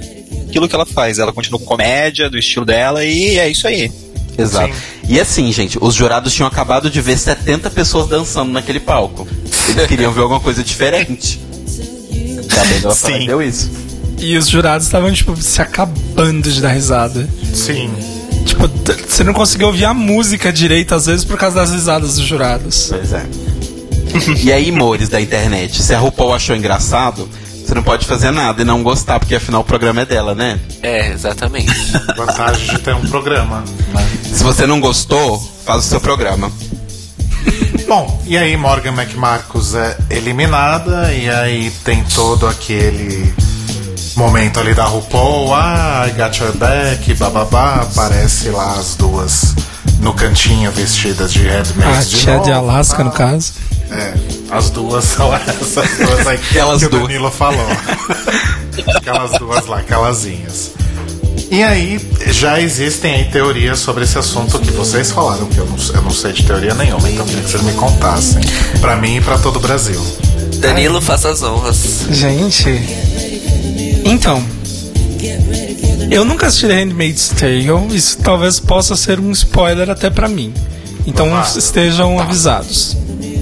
aquilo que ela faz. Ela continua com comédia do estilo dela e é isso aí. Exato. Sim. E assim, gente, os jurados tinham acabado de ver 70 pessoas dançando naquele palco. Eles queriam ver alguma coisa diferente. Sabendo, ela Sim. deu isso. E os jurados estavam, tipo, se acabando de dar risada. Sim. Tipo, você não conseguia ouvir a música direito, às vezes, por causa das risadas dos jurados. Pois é. E aí, mores da internet, se a RuPaul achou engraçado, você não pode fazer nada e não gostar, porque afinal o programa é dela, né? É, exatamente. Vantagem de ter um programa, né? Se você não gostou, faz o seu programa. Bom, e aí Morgan McMarcus é eliminada, e aí tem todo aquele momento ali da RuPaul, I got your back, bababá, aparece lá as duas no cantinho vestidas de A Handmaids de tia novo. de Alaska, no caso. É, as duas são essas duas aí Aquelas que o duas. Danilo falou. Aquelas duas lá, aquelasinhas. E aí, já existem aí teorias sobre esse assunto que vocês falaram, que eu não sei de teoria nenhuma, então queria que vocês me contassem. Pra mim e pra todo o Brasil. Danilo, faça as honras. Gente, então, eu nunca assisti The Handmaid's Tale. Isso talvez possa ser um spoiler até pra mim. Então estejam avisados.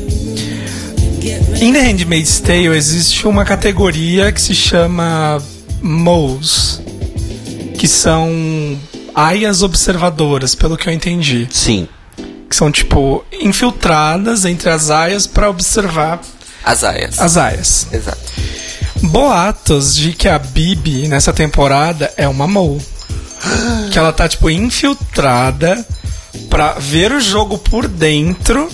Em The Handmaid's Tale existe uma categoria que se chama Moles, que são aias observadoras, pelo que eu entendi. Sim. Que são, tipo, infiltradas entre as aias pra observar As aias. as aias. Exato. Boatos de que a Bibi nessa temporada é uma mole. Que ela tá, tipo, infiltrada pra ver o jogo por dentro.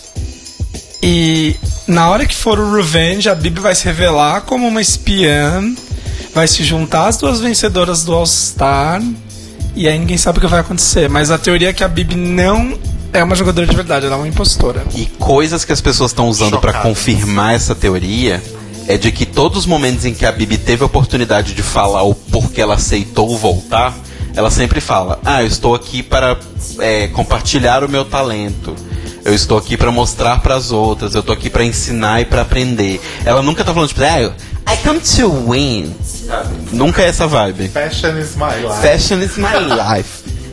E na hora que for o Revenge, a Bibi vai se revelar como uma espiã. Vai se juntar às duas vencedoras do All-Star. E aí ninguém sabe o que vai acontecer. Mas a teoria é que a Bibi não é uma jogadora de verdade, ela é uma impostora. E coisas que as pessoas estão usando pra Chocado. confirmar essa teoria é de que todos os momentos em que a Bibi teve a oportunidade de falar o porquê ela aceitou voltar, ela sempre fala: eu estou aqui para compartilhar o meu talento. Eu estou aqui pra mostrar pras outras. Eu tô aqui pra ensinar e pra aprender. Ela nunca tá falando tipo, I come to win. Nunca é essa vibe. Fashion is my life. Fashion is my life.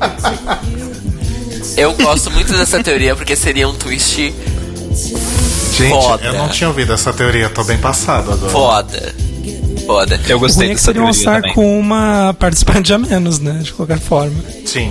Eu gosto muito dessa teoria porque seria um twist Gente, foda. eu não tinha ouvido essa teoria, tô bem passado agora. foda. Foda. Eu O gostei ruim é que dessa seria um teoria All-Star também. com uma participante a menos, né? De qualquer forma. Sim.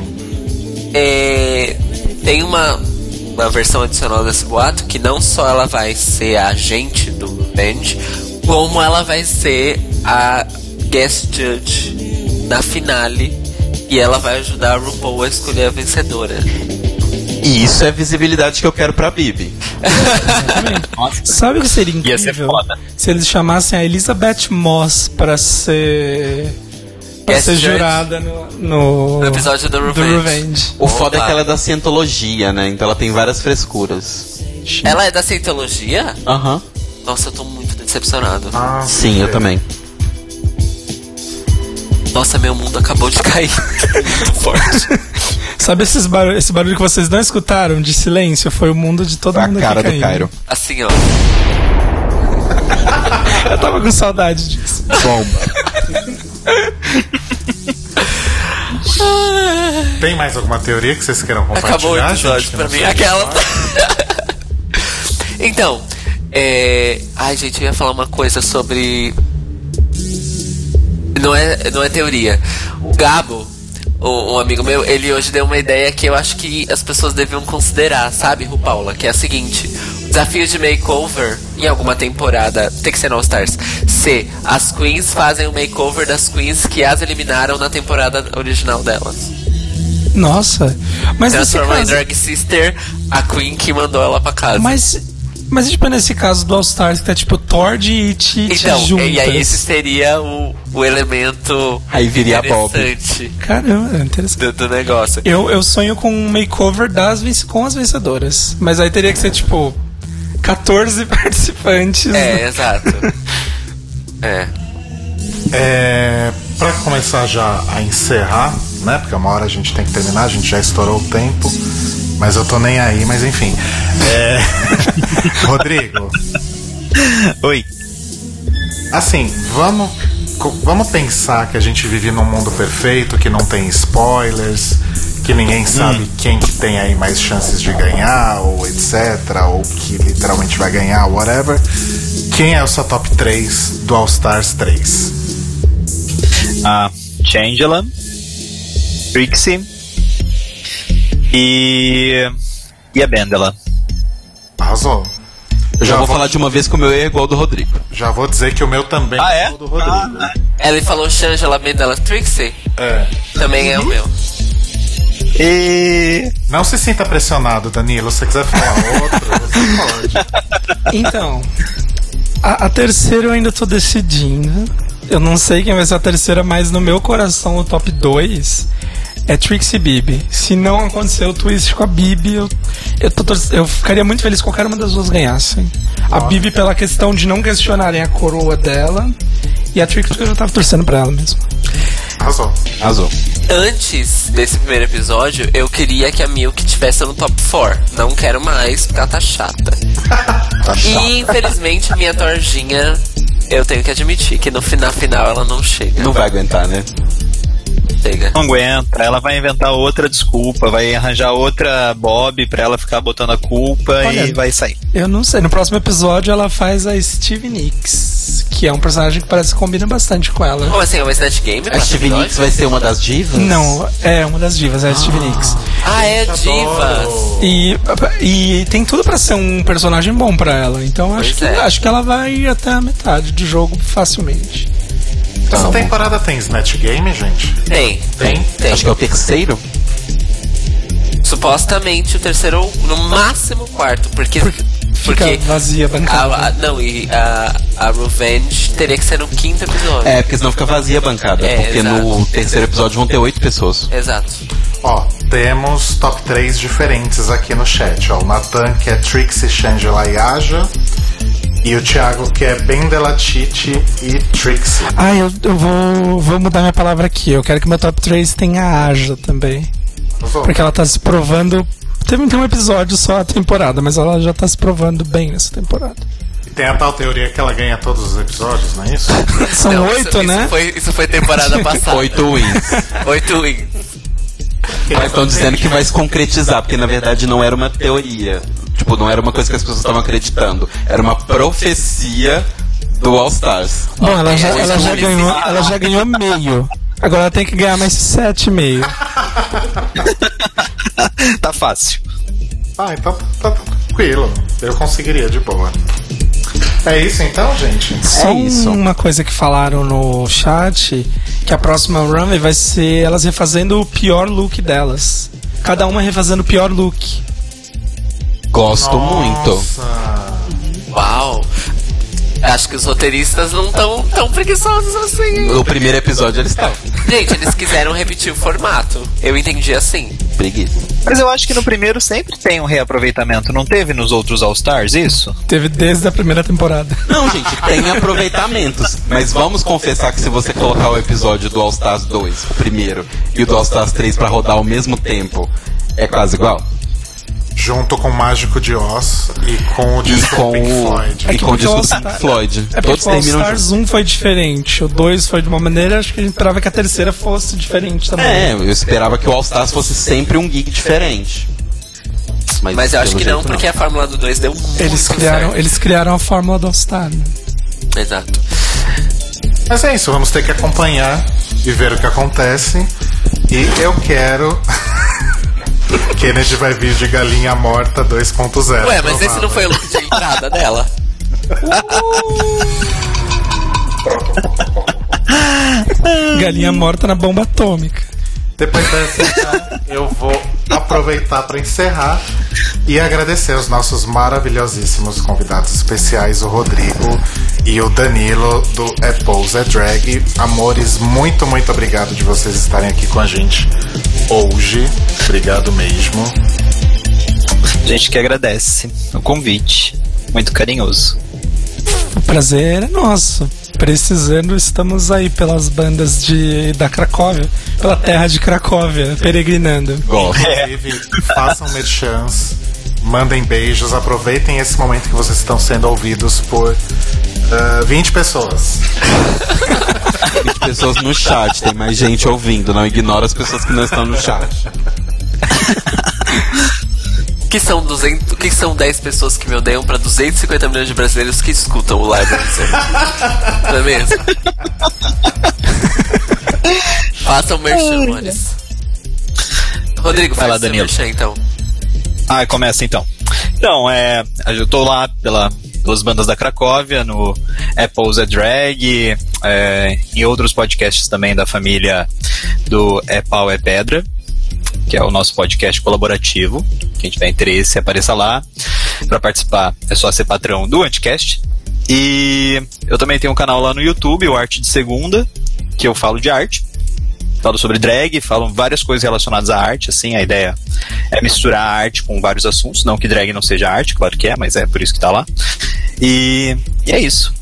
Tem uma versão adicional desse boato que não só ela vai ser a agente do Revenge, como ela vai ser a guest judge na finale, e ela vai ajudar a RuPaul a escolher a vencedora. E isso é visibilidade que eu quero pra Bibi. Nossa, Sabe o que seria ia ser incrível? foda. Se eles chamassem a Elizabeth Moss pra ser Guest judge jurada no No episódio do Revenge. O foda é Opa. que ela é da Cientologia, né? Então ela tem várias frescuras. Ela é da Cientologia? Aham. Nossa, eu tô muito decepcionado. Sim, eu também. Nossa, meu mundo acabou de cair. Muito forte. Sabe esse barulho que vocês não escutaram de silêncio? Foi o mundo de todo Foi a mundo cara aqui do caindo. Cairo. Assim, ó. Eu tava com saudade disso. Bomba. Tem mais alguma teoria que vocês queiram compartilhar? Acabou o episódio gente, que pra não mim. sei Aquela. falar? Então, ai, gente, eu ia falar uma coisa sobre. Não é teoria. O Gabo, um amigo meu, ele hoje deu uma ideia que eu acho que as pessoas deviam considerar, sabe, RuPaula? Que é a seguinte: o desafio de makeover em alguma temporada, tem que ser no All Stars. As queens fazem o makeover das queens que as eliminaram na temporada original delas. Nossa. Mas nesse Transformar em caso, Drag Sister a queen que mandou ela pra casa. mas tipo nesse caso do All Stars que tá tipo Tord e Titi Então, juntas. e aí esse seria o elemento Aí viria a Bob. interessante Caramba, interessante. do negócio. Eu sonho com um makeover com as vencedoras. Mas aí teria que ser tipo 14 participantes. Exato. Pra começar já a encerrar, né? Porque uma hora a gente tem que terminar, a gente já estourou o tempo. Mas eu tô nem aí, mas enfim. Rodrigo. Oi. Assim, vamos vamos pensar que a gente vive num mundo perfeito, que não tem spoilers, que ninguém sabe quem que tem aí mais chances de ganhar, ou etc, ou que literalmente vai ganhar, whatever. Quem é o seu top 3 do All Stars 3? A Shangela, Trixie e a Bendela. Arrasou. Eu já vou falar de uma vez que o meu é igual ao do Rodrigo. Já vou dizer que o meu também é igual ao do Rodrigo. Ela falou Shangela, Bendela, Trixie? É. Também é o meu. E... Não se sinta pressionado, Danilo. Se você quiser falar outro, você pode. Então, a terceira eu ainda tô decidindo. Eu não sei quem vai ser a terceira, mas no meu coração o top 2 é Trixie e Bibi. Se não acontecer o twist com a Bibi, eu ficaria muito feliz se qualquer uma das duas ganhassem. A Bibi pela questão de não questionarem a coroa dela, e a Trixie porque eu já tava torcendo pra ela mesmo. Arrasou. Antes desse primeiro episódio, eu queria que a Milk tivesse no top 4. Não quero mais, porque ela tá chata. E infelizmente minha Torginha, eu tenho que admitir que no final ela não chega. Não vai aguentar, né? Chega. Não aguenta, ela vai inventar outra desculpa, vai arranjar outra Bob pra ela ficar botando a culpa. Olha, e vai sair. Eu não sei, no próximo episódio ela faz a Stevie Nicks, que é um personagem que parece que combina bastante com ela. Como assim, é uma Snatch Game? A Stevie Nicks vai ser uma das divas? Não, é uma das divas, é a Stevie Nicks. Ah, é divas. E tem tudo pra ser um personagem bom pra ela, então acho que ela vai ir até a metade do jogo facilmente. Essa temporada tem Snatch Game, gente? Tem. Acho que é o terceiro. Supostamente o terceiro, no máximo o quarto, porque fica vazia a bancada. A Revenge teria que ser no quinto episódio. É, porque senão fica vazia a bancada. Porque exato. No terceiro episódio vão ter 8 pessoas. Exato. Ó, temos top 3 diferentes aqui no chat. Ó, o Nathan, que é Trixie, Shangela e Aja. E o Thiago, que é Bendela, Titi e Trixie. Eu vou mudar minha palavra aqui. Eu quero que meu top 3 tenha a Aja também. Porque ela tá se provando. Tem um episódio só a temporada, mas ela já tá se provando bem nessa temporada. E tem a tal teoria que ela ganha todos os episódios, não é isso? São 8, né? Isso foi temporada passada. 8 wins. 8 wins. Mas estão dizendo que vai se concretizar, porque na verdade não era uma teoria. Tipo, não era uma coisa que as pessoas estavam acreditando. Era uma profecia do All Stars. Bom, ela já ganhou meio. Agora ela tem que ganhar mais 7,5. Tá fácil. Então tá tranquilo. Eu conseguiria de boa. É isso então, gente? Só uma coisa que falaram no chat, que a próxima runway vai ser elas refazendo o pior look delas. Cada uma refazendo o pior look. Gosto muito. Uau. Acho que os roteiristas não estão tão preguiçosos assim. No primeiro episódio eles estavam. Gente, eles quiseram repetir o formato. Eu entendi assim. Preguiça. Mas eu acho que no primeiro sempre tem um reaproveitamento. Não teve nos outros All Stars isso? Teve desde a primeira temporada. Não, gente, tem aproveitamentos. Mas vamos confessar que se você colocar o episódio do All Stars 2, o primeiro, e o do All Stars 3 pra rodar ao mesmo tempo, é quase igual. Junto com o Mágico de Oz e com o disco do Pink Floyd. E com o disco do Pink Floyd. Todos o All terminam Stars 1 foi diferente, o 2 foi de uma maneira, acho que a gente esperava que a terceira fosse diferente também. Eu esperava que o All Stars fosse sempre um geek diferente. Mas eu acho que não, porque a fórmula do 2 deu muito certo. Eles criaram a fórmula do All Star, né? Exato. Mas é isso, vamos ter que acompanhar e ver o que acontece. E eu quero... Kennedy vai vir de Galinha Morta 2.0. Ué, mas esse não foi o look de entrada dela? Galinha morta na bomba atômica. Depois dessa, eu vou aproveitar para encerrar e agradecer os nossos maravilhosíssimos convidados especiais, o Rodrigo e o Danilo do Apples é Drag. Amores, muito, muito obrigado de vocês estarem aqui com a gente hoje. Obrigado mesmo. A gente que agradece o convite. Muito carinhoso. O prazer é nosso. Precisando, estamos aí pelas bandas da Cracóvia, pela terra de Cracóvia, peregrinando. Inclusive, façam merchans, mandem beijos, aproveitem esse momento que vocês estão sendo ouvidos por 20 pessoas. pessoas no chat, tem mais gente ouvindo. Não ignora as pessoas que não estão no chat. Que são 10 pessoas que me odeiam pra 250 milhões de brasileiros que escutam o Library. Não é mesmo? Faça o merchan, Mores. Rodrigo, faz o merchan, então. Começa então. Então, eu tô lá pelas bandas da Cracóvia, no Apple's a Drag, em outros podcasts também da família do É Pau, É Pedra, que é o nosso podcast colaborativo. Quem tiver interesse, apareça lá. Para participar, é só ser patrão do Anticast. E eu também tenho um canal lá no YouTube, o Arte de Segunda, que eu falo de arte. Falo sobre drag, falo várias coisas relacionadas à arte, assim, a ideia é misturar a arte com vários assuntos, não que drag não seja arte, claro que é, mas é por isso que tá lá. E é isso.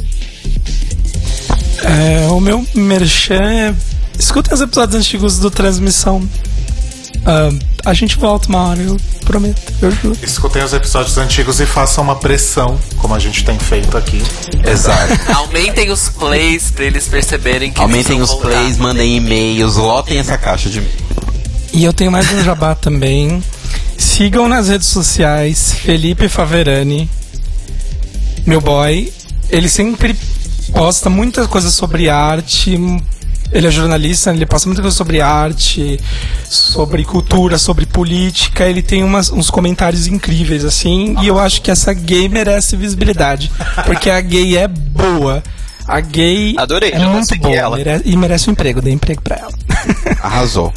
O meu merchan é... Escutem os episódios antigos do Transmissão. A gente volta uma hora, eu prometo, eu juro. Escutem os episódios antigos e façam uma pressão, como a gente tem feito aqui. Exato. Aumentem os plays pra eles perceberem que aumentem os plays, mandem e-mails, lotem essa caixa de e-mail. E eu tenho mais um jabá também. Sigam nas redes sociais Felipe Faverani, meu boy. Ele sempre posta muitas coisas sobre arte. Ele é jornalista, ele passa muita coisa sobre arte, sobre cultura, sobre política. Ele tem uns comentários incríveis, assim. E eu acho que essa gay merece visibilidade, porque a gay é boa. A gay Adorei, é muito boa e merece um emprego. Dê emprego pra ela. Arrasou.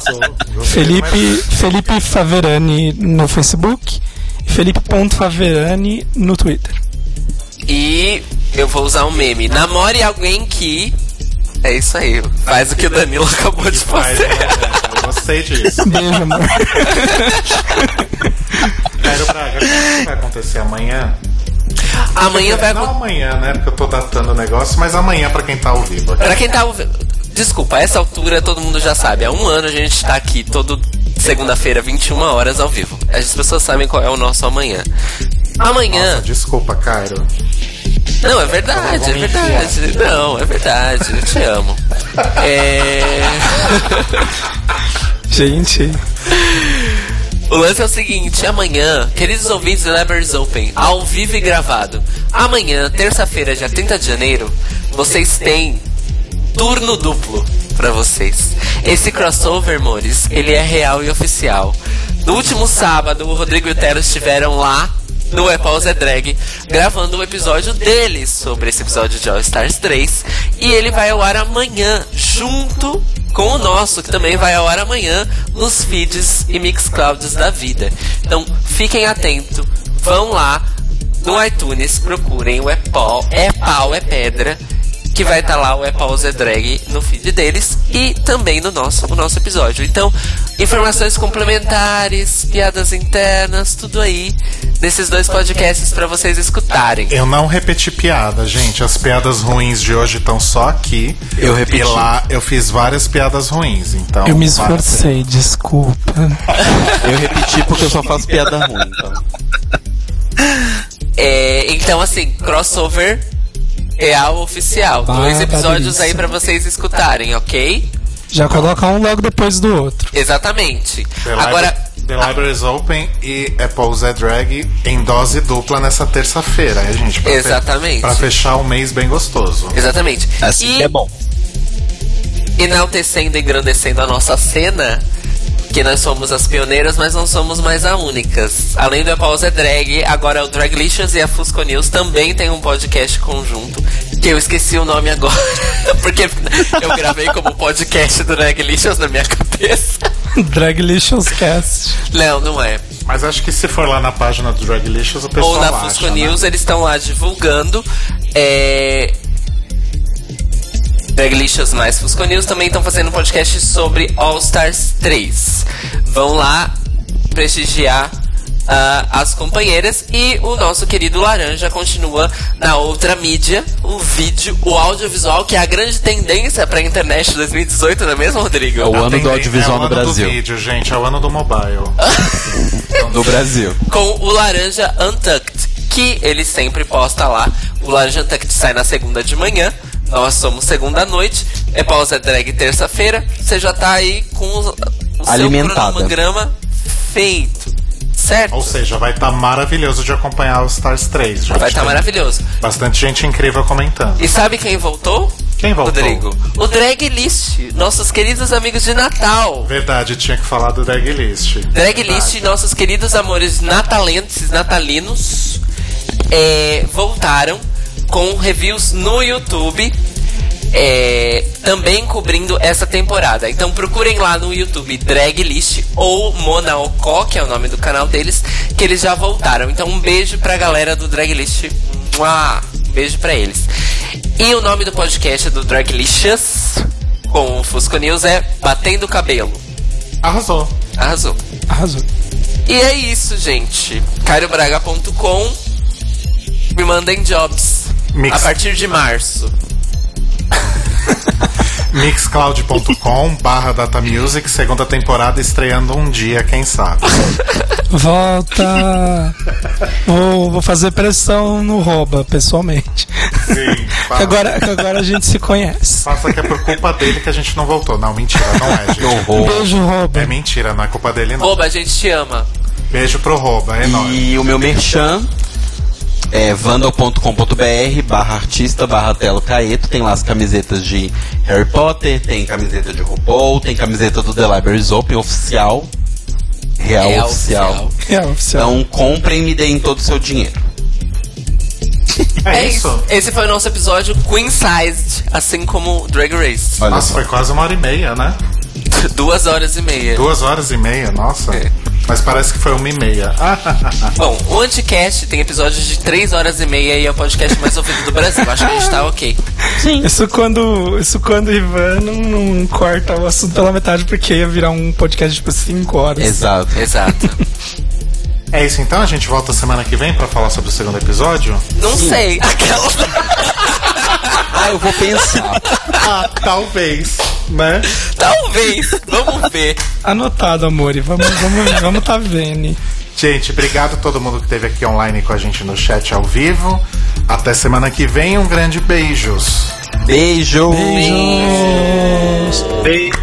Felipe Faverani no Facebook, Felipe.Faverani no Twitter. E eu vou usar um meme. Namore alguém que... É isso aí. Faz o que o Danilo acabou de fazer. Eu gostei disso. Beijo, amor. Cairo Braga, o que vai acontecer amanhã? Amanhã vai Não amanhã, né? Porque eu tô datando o negócio, mas amanhã pra quem tá ao vivo. Pra quem tá ouvindo... Desculpa, a essa altura todo mundo já sabe. Há um ano a gente tá aqui todo segunda-feira, 21 horas ao vivo. As pessoas sabem qual é o nosso amanhã. Amanhã... Nossa, desculpa, Cairo. Não, é verdade, é verdade. Não, é verdade. Eu te amo. Gente... O lance é o seguinte, amanhã, queridos ouvintes do Libraries Open, ao vivo e gravado, amanhã, terça-feira, dia 30 de janeiro, vocês têm turno duplo pra vocês. Esse crossover, amores, ele é real e oficial. No último sábado, o Rodrigo e o Tero estiveram lá no É Pau, É Drag, gravando um episódio deles sobre esse episódio de All Stars 3, e ele vai ao ar amanhã, junto com o nosso, que também vai ao ar amanhã nos feeds e Mixclouds da vida. Então, fiquem atentos, vão lá no iTunes, procurem o É Pau, É Pedra, que vai estar lá o É Pau, É Drag no feed deles e também no nosso episódio. Então, informações complementares, piadas internas, tudo aí nesses dois podcasts pra vocês escutarem. Eu não repeti piada, gente. As piadas ruins de hoje estão só aqui. Eu repeti. E lá eu fiz várias piadas ruins, então... Eu me esforcei, desculpa. Eu repeti porque eu só faço piada ruim, então. Então, assim, crossover real oficial. 2 episódios aí pra vocês escutarem, ok? Já coloca um logo depois do outro. Exatamente. The Libraries Open e Apple's a Drag em dose dupla nessa terça-feira, né, gente? Exatamente. Pra fechar um mês bem gostoso. Exatamente. Assim é bom. Enaltecendo e engrandecendo a nossa cena, que nós somos as pioneiras, mas não somos mais as únicas. Além do Apple's a Drag, agora o Draglicious e a Fusco News também tem um podcast conjunto, que eu esqueci o nome agora, porque eu gravei como podcast do Draglicious na minha cabeça. Draglicious Cast. Não é. Mas acho que se for lá na página do Draglicious, o pessoal ou na acha, Fusco News, eles estão lá divulgando. Draglicious mais Fusco News também estão fazendo um podcast sobre All Stars 3. Vão lá prestigiar as companheiras. E o nosso querido Laranja continua na outra mídia, o vídeo, o audiovisual, que é a grande tendência pra internet de 2018, não é mesmo, Rodrigo? É o ano do audiovisual no Brasil. É o ano do vídeo, gente, é o ano do mobile. Do Brasil. Com o Laranja Untucked, que ele sempre posta lá. O Laranja Untucked sai na segunda de manhã, Nós somos segunda noite, é pausa drag terça-feira. Você já tá aí com o seu Alimentada. cronograma feito, certo? Ou seja, vai estar maravilhoso de acompanhar o Stars 3. Já Vai estar maravilhoso. Bastante gente incrível comentando. E sabe quem voltou? Quem voltou? Rodrigo. O Drag List, nossos queridos amigos de Natal. Verdade, tinha que falar do Drag List. Drag List, nossos queridos amores natalinos, voltaram com reviews no YouTube, também cobrindo essa temporada. Então procurem lá no YouTube Drag List ou Monaocó, que é o nome do canal deles, que eles já voltaram. Então um beijo pra galera do Drag List. Um beijo pra eles. E o nome do podcast do Draglicious com o Fusco News é Batendo Cabelo. Arrasou. Arrasou. E é isso, gente. CairioBraga.com. Me mandem jobs. A partir de março. Mixcloud.com/datamusic, segunda temporada estreando um dia, quem sabe. Volta! Vou fazer pressão no Roba, pessoalmente. Sim, que agora a gente se conhece. Faça que é por culpa dele que a gente não voltou. Não, mentira, não é, gente. Beijo, Roba. É mentira, não é culpa dele, não. Roba, a gente te ama. Beijo pro Roba, é nóis. E o meu merchan é vandal.com.br/artista/Telo Caeto. Tem lá as camisetas de Harry Potter, tem camiseta de RuPaul, tem camiseta do The Libraries Open oficial. Real oficial. Então comprem e me deem todo o seu dinheiro. É isso? Esse foi o nosso episódio Queen Sized, assim como Drag Race. Olha Nossa, só. foi quase 1h30, né? 2 horas e meia. 2h30, nossa. É. Mas parece que foi 1h30. Bom, o Anticast tem episódios de 3 horas e meia e é o podcast mais ouvido do Brasil. Acho que a gente tá ok. Sim. Isso quando o Ivan não corta o assunto pela metade, porque ia virar um podcast tipo 5 horas. Exato. É isso então, a gente volta semana que vem pra falar sobre o segundo episódio? Não sei. Eu vou pensar. Talvez, né? Talvez. Vamos ver. Anotado, amor. Vamos tá vendo. Gente, obrigado a todo mundo que esteve aqui online com a gente no chat ao vivo. Até semana que vem, um grande beijos. Beijos. Beijos.